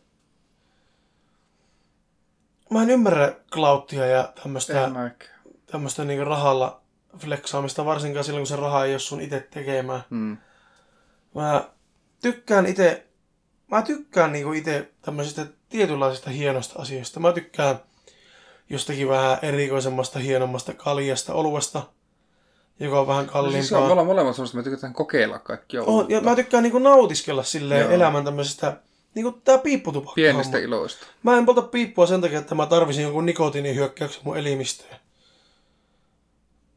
S2: Mä en ymmärrä klauttia ja tämmöstä,
S1: En mäkään.
S2: tämmöstä niin kuin rahalla fleksaamista, varsinkaan silloin, kun se raha ei ole sun itse tekemään.
S1: Mm.
S2: Mä tykkään itse, mä tykkään niinku itse tämmöisistä tietynlaisista hienoista asioista. Mä tykkään jostakin vähän erikoisemmasta, hienommasta kaljasta, oluesta, joka on vähän
S1: No siis on, me
S2: kalliimpaa.
S1: ollaan molemmat sellaista, me tykätään kokeilla kaikki
S2: Oh, ja mä tykkään niinku nautiskella silleen
S1: Joo.
S2: elämän tämmöisestä, niinku tää piipputupakka.
S1: pienistä iloista.
S2: Mä en polta piippua sen takia, että mä tarvisin jonkun nikotiinihyökkäyksen mun elimistöön.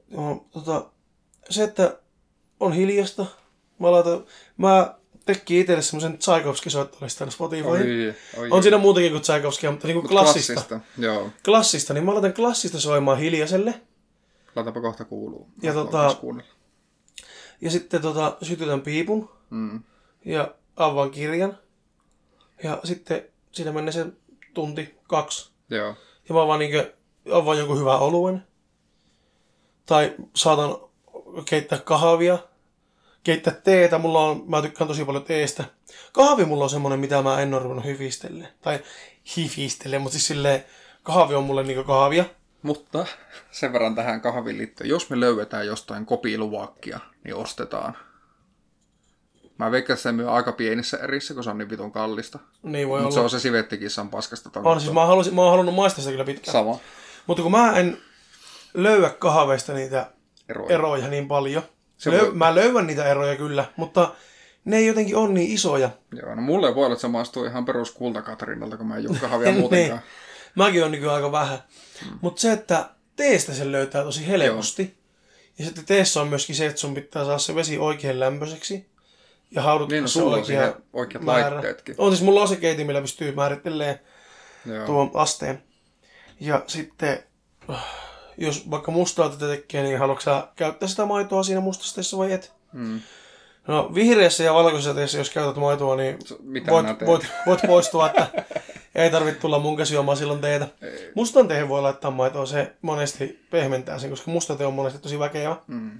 S2: No, tota, se, että on hiljasta. Mä laitan, mä tekin itselle semmoisen Tchaikovsky-soittolistan Spotifyhin.
S1: Oi, oi,
S2: On siinä muutakin kuin Tchaikovskia, mutta niinku
S1: Mut
S2: klassista.
S1: klassista. Joo.
S2: Klassista, niin mä laitan klassista soimaan hiljaiselle.
S1: Laitapa kohta kuuluu.
S2: Ja
S1: Mä
S2: tota-
S1: haluan kuunnella.
S2: Ja sitten tota, sytytän piipun.
S1: Mm.
S2: Ja avaan kirjan. Ja sitten siinä menee se tunti, kaksi.
S1: Joo.
S2: Ja mä vaan niinkö avaan jonkun hyvän oluen. Tai saatan keittää kahvia. Keittää teetä. Mulla on, mä tykkään tosi paljon teestä. Kahvi mulla on semmonen, mitä mä en ole ruvennut hyfistelle. Tai hifistelle, mutta siis silleen kahvi on mulle niinku kahvia.
S1: Mutta sen verran tähän kahvin liittyen. Jos me löydetään jostain kopiluvaakkia, niin ostetaan. Mä veikkaan, että se myy aika pienissä erissä, kun se on niin vitun kallista.
S2: Niin voi
S1: Mutta se
S2: olla.
S1: on se sivettikissan paskasta.
S2: On siis, mä oon, halusin, mä oon halunnut maistaa sitä kyllä pitkään.
S1: Sama.
S2: Mutta kun mä en löyä kahveista niitä
S1: Eroja.
S2: eroja niin paljon.
S1: Se
S2: Löy-
S1: voi-
S2: Mä löydän niitä eroja kyllä, mutta ne ei jotenkin ole niin isoja.
S1: Joo, no mulle voi olla, että se maistuu ihan perus kultakatrinalta, kun mä en juo kahvia muutenkaan.
S2: Mäkin on nykyään aika vähän. Hmm. Mutta se, että teestä sen löytää tosi helposti. Ja sitten teessä on myöskin se, että sun pitää saada se vesi oikein lämpöiseksi. Ja hauduttaa
S1: Niin, no
S2: se
S1: sulla on
S2: oikea
S1: siihen oikeat
S2: määrä.
S1: laitteetkin.
S2: On siis mulla on se keitin, millä pystyy määrittelemään
S1: Joo.
S2: tuon asteen. Ja sitten, jos vaikka mustaa tätä tekee, niin haluatko sä käyttää sitä maitoa siinä mustasteessa vai et?
S1: Mm.
S2: No vihreässä ja valkoisessa teessä, jos käytät maitoa, niin
S1: Mitä
S2: voit,
S1: nää teet?
S2: voit, voit poistua, että ei tarvitse tulla mun käsi juomaan silloin teetä.
S1: Ei.
S2: Mustan teehen voi laittaa maitoa, se monesti pehmentää sen, koska musta tee on monesti tosi väkevä.
S1: Mm.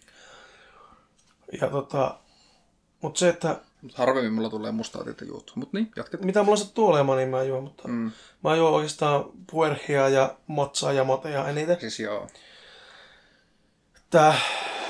S2: Ja tota, mutta se, että
S1: Mut harvemmin mulla tulee mustaa teitä juotua. Mut niin, jatketaan.
S2: mitä mulla sattuu olemaan, niin mä juon, mutta
S1: Mm.
S2: mä juon oikeastaan puerhia ja matsaa ja matea eniten.
S1: Siis joo.
S2: Tää...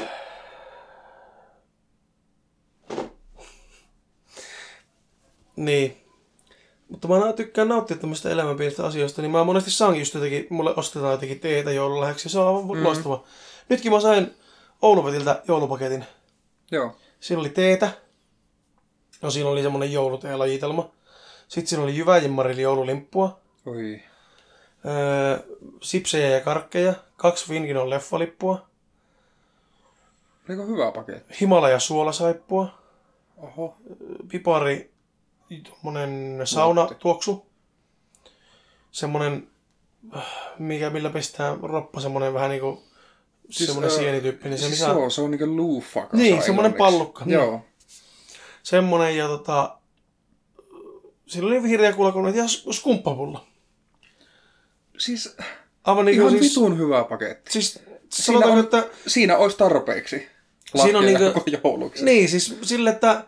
S2: Niin. Mutta mä tykkään nauttia tämmöistä elämänpiiristä asioista, niin mä monesti saankin just jotenkin, mulle ostetaan jotenkin teetä joululahjaksi, ja se on aivan mm. loistava. Nytkin mä sain Ouluvetiltä joulupaketin.
S1: Joo.
S2: Siinä oli teetä. No siinä oli semmonen jouluteelajitelma. Sitten siinä oli Jyväjän Marille joululimppua.
S1: Oi.
S2: Öö, sipsejä ja karkkeja. Kaksi Finginon leffalippua.
S1: Oliko hyvä paketti?
S2: Himalaja suolasaippua.
S1: Oho.
S2: Pipari, tommonen saunatuoksu. Semmonen, mikä, millä pestään roppa, semmonen vähän niinku, siis, semmonen
S1: äh,
S2: sienityyppinen. Se,
S1: siis
S2: missä...
S1: joo, se on niinku luufakas.
S2: Niin, semmonen pallukka. Niin.
S1: Joo.
S2: Semmonen ja tota, sillä oli vihreä kuulakunut ja skumppapulla.
S1: Siis
S2: Aivan niin
S1: ihan
S2: kuin siis,
S1: vitun hyvä paketti.
S2: siis
S1: Siinä,
S2: sanotaanko,
S1: on,
S2: että...
S1: siinä olisi tarpeeksi
S2: Siinä on
S1: lahjoja
S2: niinku-
S1: koko jouluksi.
S2: Niin, siis sille, että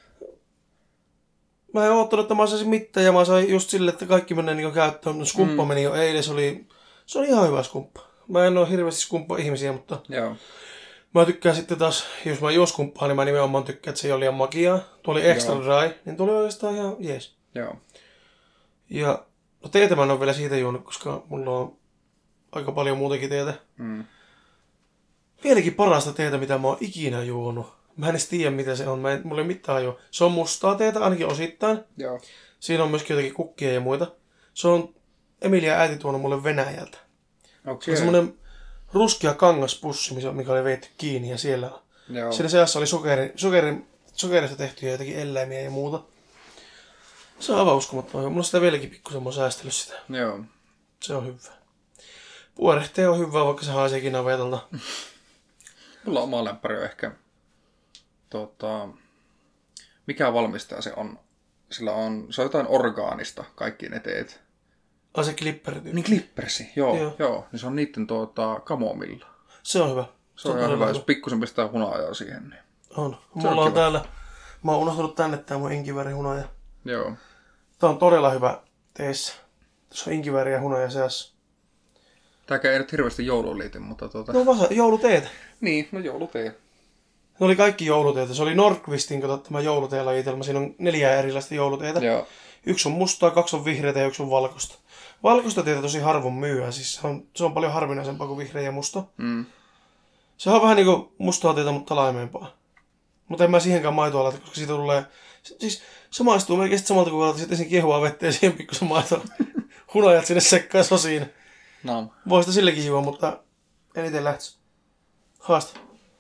S2: mä en oottanut, että mä saisin mitään ja mä sain just sille, että kaikki menee niin käyttöön. No, skumppa mm. meni jo eilen, se oli, se oli ihan hyvä skumppa. Mä en oo hirveästi skumppa-ihmisiä, mutta
S1: Joo.
S2: mä tykkään sitten taas, jos mä juon skumppaa, niin mä nimenomaan tykkään, että se ei ole liian makiaa. Tuo oli extra
S1: Joo.
S2: dry, niin tuo oli oikeastaan ihan jees.
S1: Joo.
S2: Ja no teetä mä en oo vielä siitä juonut, koska mulla on aika paljon muutenkin teetä.
S1: Mm.
S2: Vieläkin parasta teetä, mitä mä oon ikinä juonut. Mä en edes tiedä, mitä se on. Mä en, mulla ei mitään juo. Se on mustaa teetä, ainakin osittain.
S1: Joo.
S2: Siinä on myöskin jotakin kukkia ja muita. Se on Emilia äiti tuonut mulle Venäjältä.
S1: Okei.
S2: Se on semmonen ruskea kangaspussi, mikä oli veitty kiinni ja siellä,
S1: Joo.
S2: siellä seassa oli sokeri, sokeri, sokerista tehtyjä jotakin eläimiä ja muuta. Se on aivan uskomattoman hyvä. Mulla on sitä vieläkin pikkusen, mä oon säästellyt sitä.
S1: Joo.
S2: Se on hyvä. Puorehtee on hyvä, vaikka se haiseekin navetalta.
S1: Mulla oma lemppari on ehkä, tota, mikä valmistaja se on? Sillä on, se on jotain orgaanista, kaikki ne teet.
S2: Ai se klipperi.
S1: Niin Clippersi, joo,
S2: Joo.
S1: joo. joo. Niin se on niitten tuota, kamomilla.
S2: Se on hyvä.
S1: Se on ihan hyvä, jos pikkusen pistää hunajaa siihen. Niin.
S2: On.
S1: Se on
S2: Mulla on,
S1: kiva.
S2: täällä, mä oon unohtanut tänne tää mun inkivärihunaja.
S1: Joo.
S2: Tää on todella hyvä teessä. Tässä on inkiväri ja hunaja seassa.
S1: Tääkään ei nyt hirveästi jouluun liity, mutta tuota...
S2: No vasa, jouluteet.
S1: Niin, no joulutee.
S2: Ne oli kaikki jouluteita. Se oli Nordqvistin, kato tämä jouluteelajitelma. Siinä on neljä erilaista jouluteitä.
S1: Joo.
S2: Yksi on mustaa, kaksi on vihreätä ja yksi on valkoista. Valkoista teetä tosi harvoin myyä. Siis se on, se on paljon harvinaisempaa kuin vihreä ja musta.
S1: Mm.
S2: Se on vähän niinku mustaa teetä, mutta laimeempaa. Mutta en mä siihenkään maitoa laita, koska siitä tulee... Siis se maistuu melkein samalta, kun laitat ensin kiehuvaa vettä ja siihen pikkusen maitoa. Hunajat sinne sekkaan sosiin.
S1: No.
S2: Voi sitä sillekin juo, mutta eniten lähtisi. Haasta.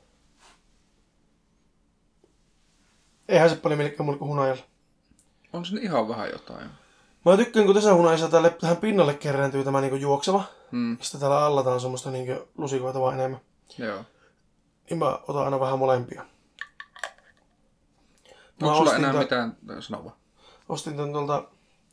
S2: Eihän se paljon millekään mulle kuin hunajalla.
S1: On siinä ihan vähän jotain.
S2: Mä tykkään, kun tässä hunajassa tälle, tähän pinnalle kerääntyy tämä niinku juokseva.
S1: Hmm.
S2: Sitten täällä allataan semmoista niinku lusikoita vaan enemmän.
S1: Joo.
S2: Niin mä otan aina vähän molempia. Mä
S1: Onko sulla
S2: ostin
S1: enää
S2: tää-
S1: mitään sanoa?
S2: Ostin tän tuolta...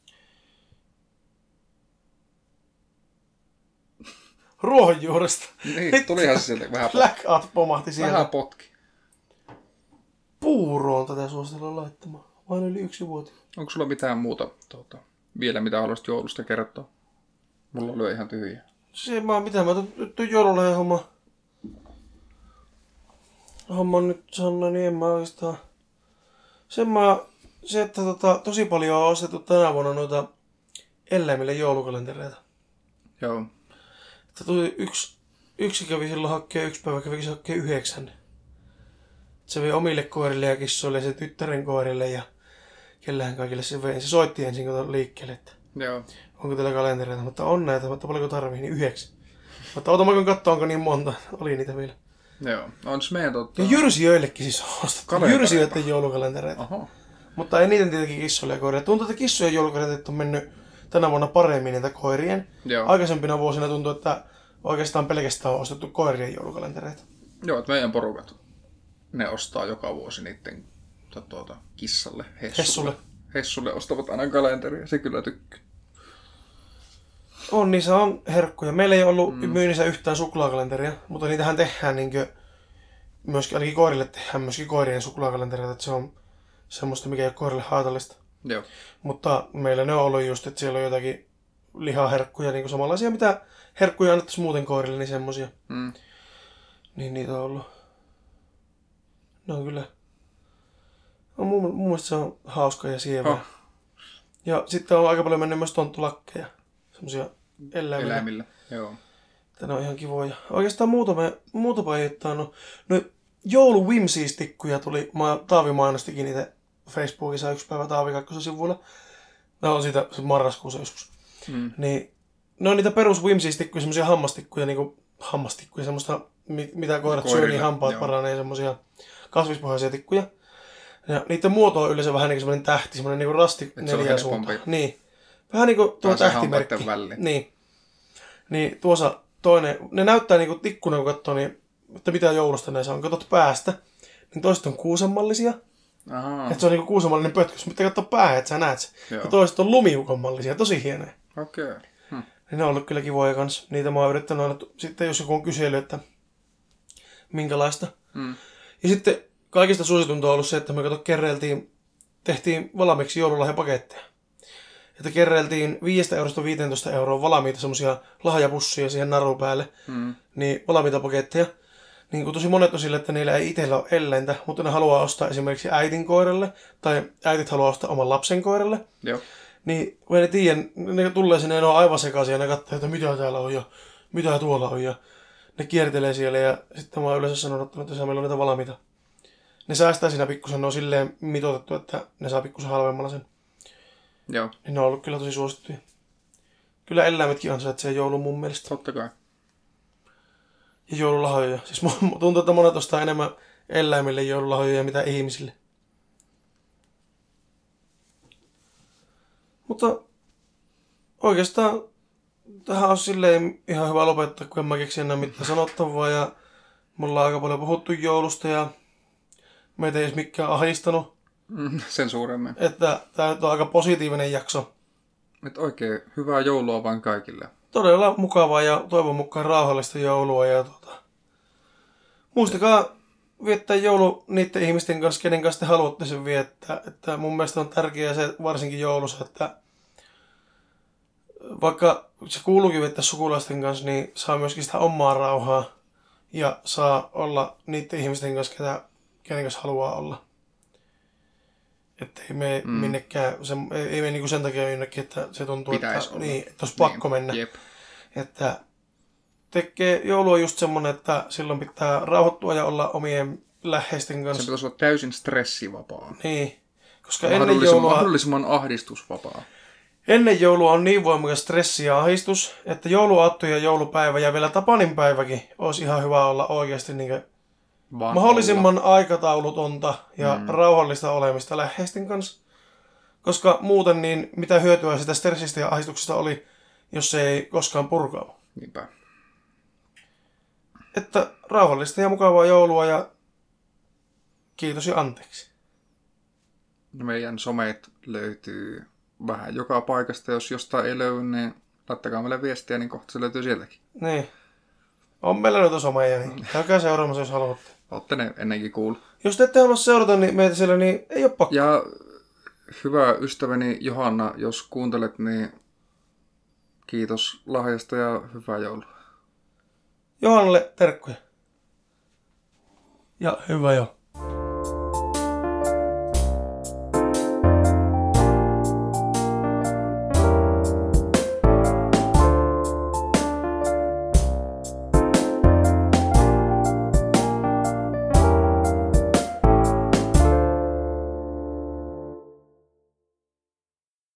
S2: Ruohonjuuresta.
S1: Niin, tulihan se sieltä vähän,
S2: Black Out pomahti sieltä.
S1: vähän potki.
S2: Puuroon tätä suositellaan laittamaan. Vain yli yksi vuosi.
S1: Onko sulla mitään muuta tuota, vielä, mitä haluaisit joulusta kertoa? Mulla oli ihan tyhjä.
S2: Se mä, mitä mä tuon joululahjan homma. Homma nyt sanna, niin en mä oikeastaan. Sen mä, se, että tota, tosi paljon on ostettu tänä vuonna noita eläimille joulukalentereita.
S1: Joo.
S2: Että tuli yksi, yksi kävi silloin hakkeen, yksi päivä kävi hakkeen yhdeksän. Se vei omille koirille ja kissoille ja sen tyttären koirille ja kellähän kaikille se vei. Se soitti ensin kun liikkeelle, että
S1: Joo.
S2: onko teillä kalentereita, mutta on näitä, mutta paljonko tarvii, niin yhdeksän. Mutta ota mä kun katsoa, onko niin monta. Oli niitä vielä.
S1: Joo. On se meidän totta.
S2: Ja jyrsijöillekin siis on ostettu.
S1: Kalentereita.
S2: Jyrsijöiden joulukalentereita.
S1: Oho.
S2: Mutta ei niitä tietenkin kissoille ja koirille. Tuntuu, että kissojen joulukalenterit on mennyt tänä vuonna paremmin niitä koirien.
S1: Joo.
S2: Aikaisempina vuosina tuntuu, että oikeastaan pelkästään on ostettu koirien joulukalentereita.
S1: Joo, että meidän porukat, ne ostaa joka vuosi niiden tuota, kissalle, Hessulle.
S2: Hessulle.
S1: Hessulle ostavat aina kalenteria, se kyllä tykkää.
S2: On, niissä on herkkuja. Meillä ei ollut mm. myynnissä yhtään suklaakalenteria, mutta niitähän tehdään niinkö, myöskin, ainakin koirille tehdään myöskin koirien suklaakalentereita, että se on semmoista, mikä ei ole koirille haitallista.
S1: Joo.
S2: Mutta meillä ne on ollut just, että siellä on jotakin lihaherkkuja, niin kuin samanlaisia, mitä herkkuja annettaisiin muuten koirille, niin semmosia.
S1: Mm.
S2: Niin niitä on ollut. Ne on kyllä. No, mun, mun mielestä se on hauska ja sievä.
S1: Oh.
S2: Ja sitten on aika paljon mennyt myös tonttulakkeja. Semmosia eläimillä.
S1: Eläimillä. Joo.
S2: Että ne on ihan kivoja. Oikeastaan muutama, muutama ei no, no joulu Whimsies-tikkuja tuli. Mä, Taavi mainostikin niitä Facebookissa yksi päivä Taavi kakkosen sivuilla. Ne on siitä se marraskuussa joskus.
S1: Mm.
S2: Niin, ne on niitä perus Whimsies-tikkuja, semmosia hammastikkuja, niinku hammastikkuja, semmoista, mitä koirat syö,
S1: Koirille,
S2: niin hampaat
S1: joo.
S2: paranee, semmosia kasvispohjaisia tikkuja. Ja niiden muoto on yleensä vähän niin kuin semmoinen tähti, semmoinen niin kuin rasti
S1: Et se on
S2: neljään suuntaan.
S1: helpompi.
S2: Niin. Vähän niin kuin tuo
S1: Pääsee
S2: tähtimerkki.
S1: hampaiden väliin.
S2: Niin. Niin tuossa toinen, ne näyttää niin kuin tikkuna, kun katsoo, niin, että mitä joulusta näissä on. Katsot päästä, niin toiset on kuusenmallisia.
S1: Ahaa.
S2: Että se on niin kuin kuusenmallinen pötkös, mutta katsoo päähän, että sä näet sen.
S1: Joo.
S2: Ja toiset on lumiukonmallisia, tosi hienoja.
S1: Okei. Okay. Hm.
S2: Niin ne on ollut kyllä kivoja kans. Niitä mä oon yrittänyt aina, sitten jos joku on kysellyt, että minkälaista.
S1: Mm.
S2: Ja sitten kaikista suositunta on ollut se, että me kato kerreiltiin, tehtiin valmiiksi joululahjapaketteja. Että kerreiltiin viidestä eurosta viisitoista euroa valmiita semmosia lahjapussia siihen narun päälle.
S1: Mm.
S2: Niin valmiita paketteja. Niin kuin tosi monet on sille, että niillä ei itsellä ole eläintä, mutta ne haluaa ostaa esimerkiksi äitin koiralle. Tai äitit haluaa ostaa oman lapsen koiralle.
S1: Joo.
S2: Niin kun ne tiedä, ne tulee sinne ja ne on aivan sekaisin ja ne katsoo, että mitä täällä on ja mitä tuolla on. Ja ne kiertelee siellä ja sitten mä oon yleensä sanonut, että tässä meillä on niitä valmiita. Ne säästää siinä pikkusen, ne on silleen mitoitettu, että ne saa pikkusen halvemmalla sen.
S1: Joo.
S2: Niin ne on ollut kyllä tosi suosittuja. Kyllä eläimetkin ansaitsee joulun mun mielestä.
S1: Totta kai.
S2: Ja joululahjoja. Siis mun tuntuu, että monet ostaa enemmän eläimille joululahjoja mitä ihmisille. Mutta oikeastaan tähän on silleen ihan hyvä lopettaa, kun en mä keksi enää mitään sanottavaa. Ja mulla on aika paljon puhuttu joulusta ja meitä ei edes mikään ahdistanut.
S1: Mm, sen suuremmin.
S2: Että tää nyt on aika positiivinen jakso.
S1: Et oikein hyvää joulua vaan kaikille.
S2: Todella mukavaa ja toivon mukaan rauhallista joulua. Ja tuota, muistakaa viettää joulu niiden ihmisten kanssa, kenen kanssa te haluatte sen viettää. Että mun mielestä on tärkeää se varsinkin joulussa, että vaikka se kuuluukin viettää sukulaisten kanssa, niin saa myöskin sitä omaa rauhaa. Ja saa olla niiden ihmisten kanssa, ketä, kenen kanssa haluaa olla. Että ei me mm. minnekään, se, ei me niinku sen takia jonnekin, että se tuntuu,
S1: Pitäis
S2: että,
S1: olla.
S2: niin, että olisi pakko
S1: niin.
S2: mennä.
S1: Jep.
S2: Että tekee, joulu on just semmonen, että silloin pitää rauhoittua ja olla omien läheisten kanssa.
S1: Se pitäisi olla täysin stressivapaa.
S2: Niin, koska ennen
S1: Mahdollisimman,
S2: joulua,
S1: mahdollisimman ahdistusvapaa.
S2: Ennen joulua on niin voimakas stressi ja ahdistus, että jouluaatto ja joulupäivä ja vielä Tapanin päiväkin olisi ihan hyvä olla oikeasti niin
S1: Vaan
S2: mahdollisimman olla. aikataulutonta ja mm. rauhallista olemista läheisten kanssa. Koska muuten niin mitä hyötyä sitä stressistä ja ahdistuksesta oli, jos se ei koskaan purkaudu.
S1: Niinpä.
S2: Että rauhallista ja mukavaa joulua ja kiitos ja anteeksi.
S1: Meidän somet löytyy vähän joka paikasta. Jos jostain ei löydy, niin laittakaa meille viestiä, niin kohta se löytyy sieltäkin.
S2: Niin. On meillä noita someja, niin käykää seuraamassa, jos haluatte.
S1: Olette ne ennenkin kuullut.
S2: Jos te ette halua seurata niin meitä siellä, niin ei ole pakko.
S1: Ja hyvä ystäväni Johanna, jos kuuntelet, niin kiitos lahjasta ja hyvää joulua.
S2: Johannalle terkkuja. Ja hyvä jo.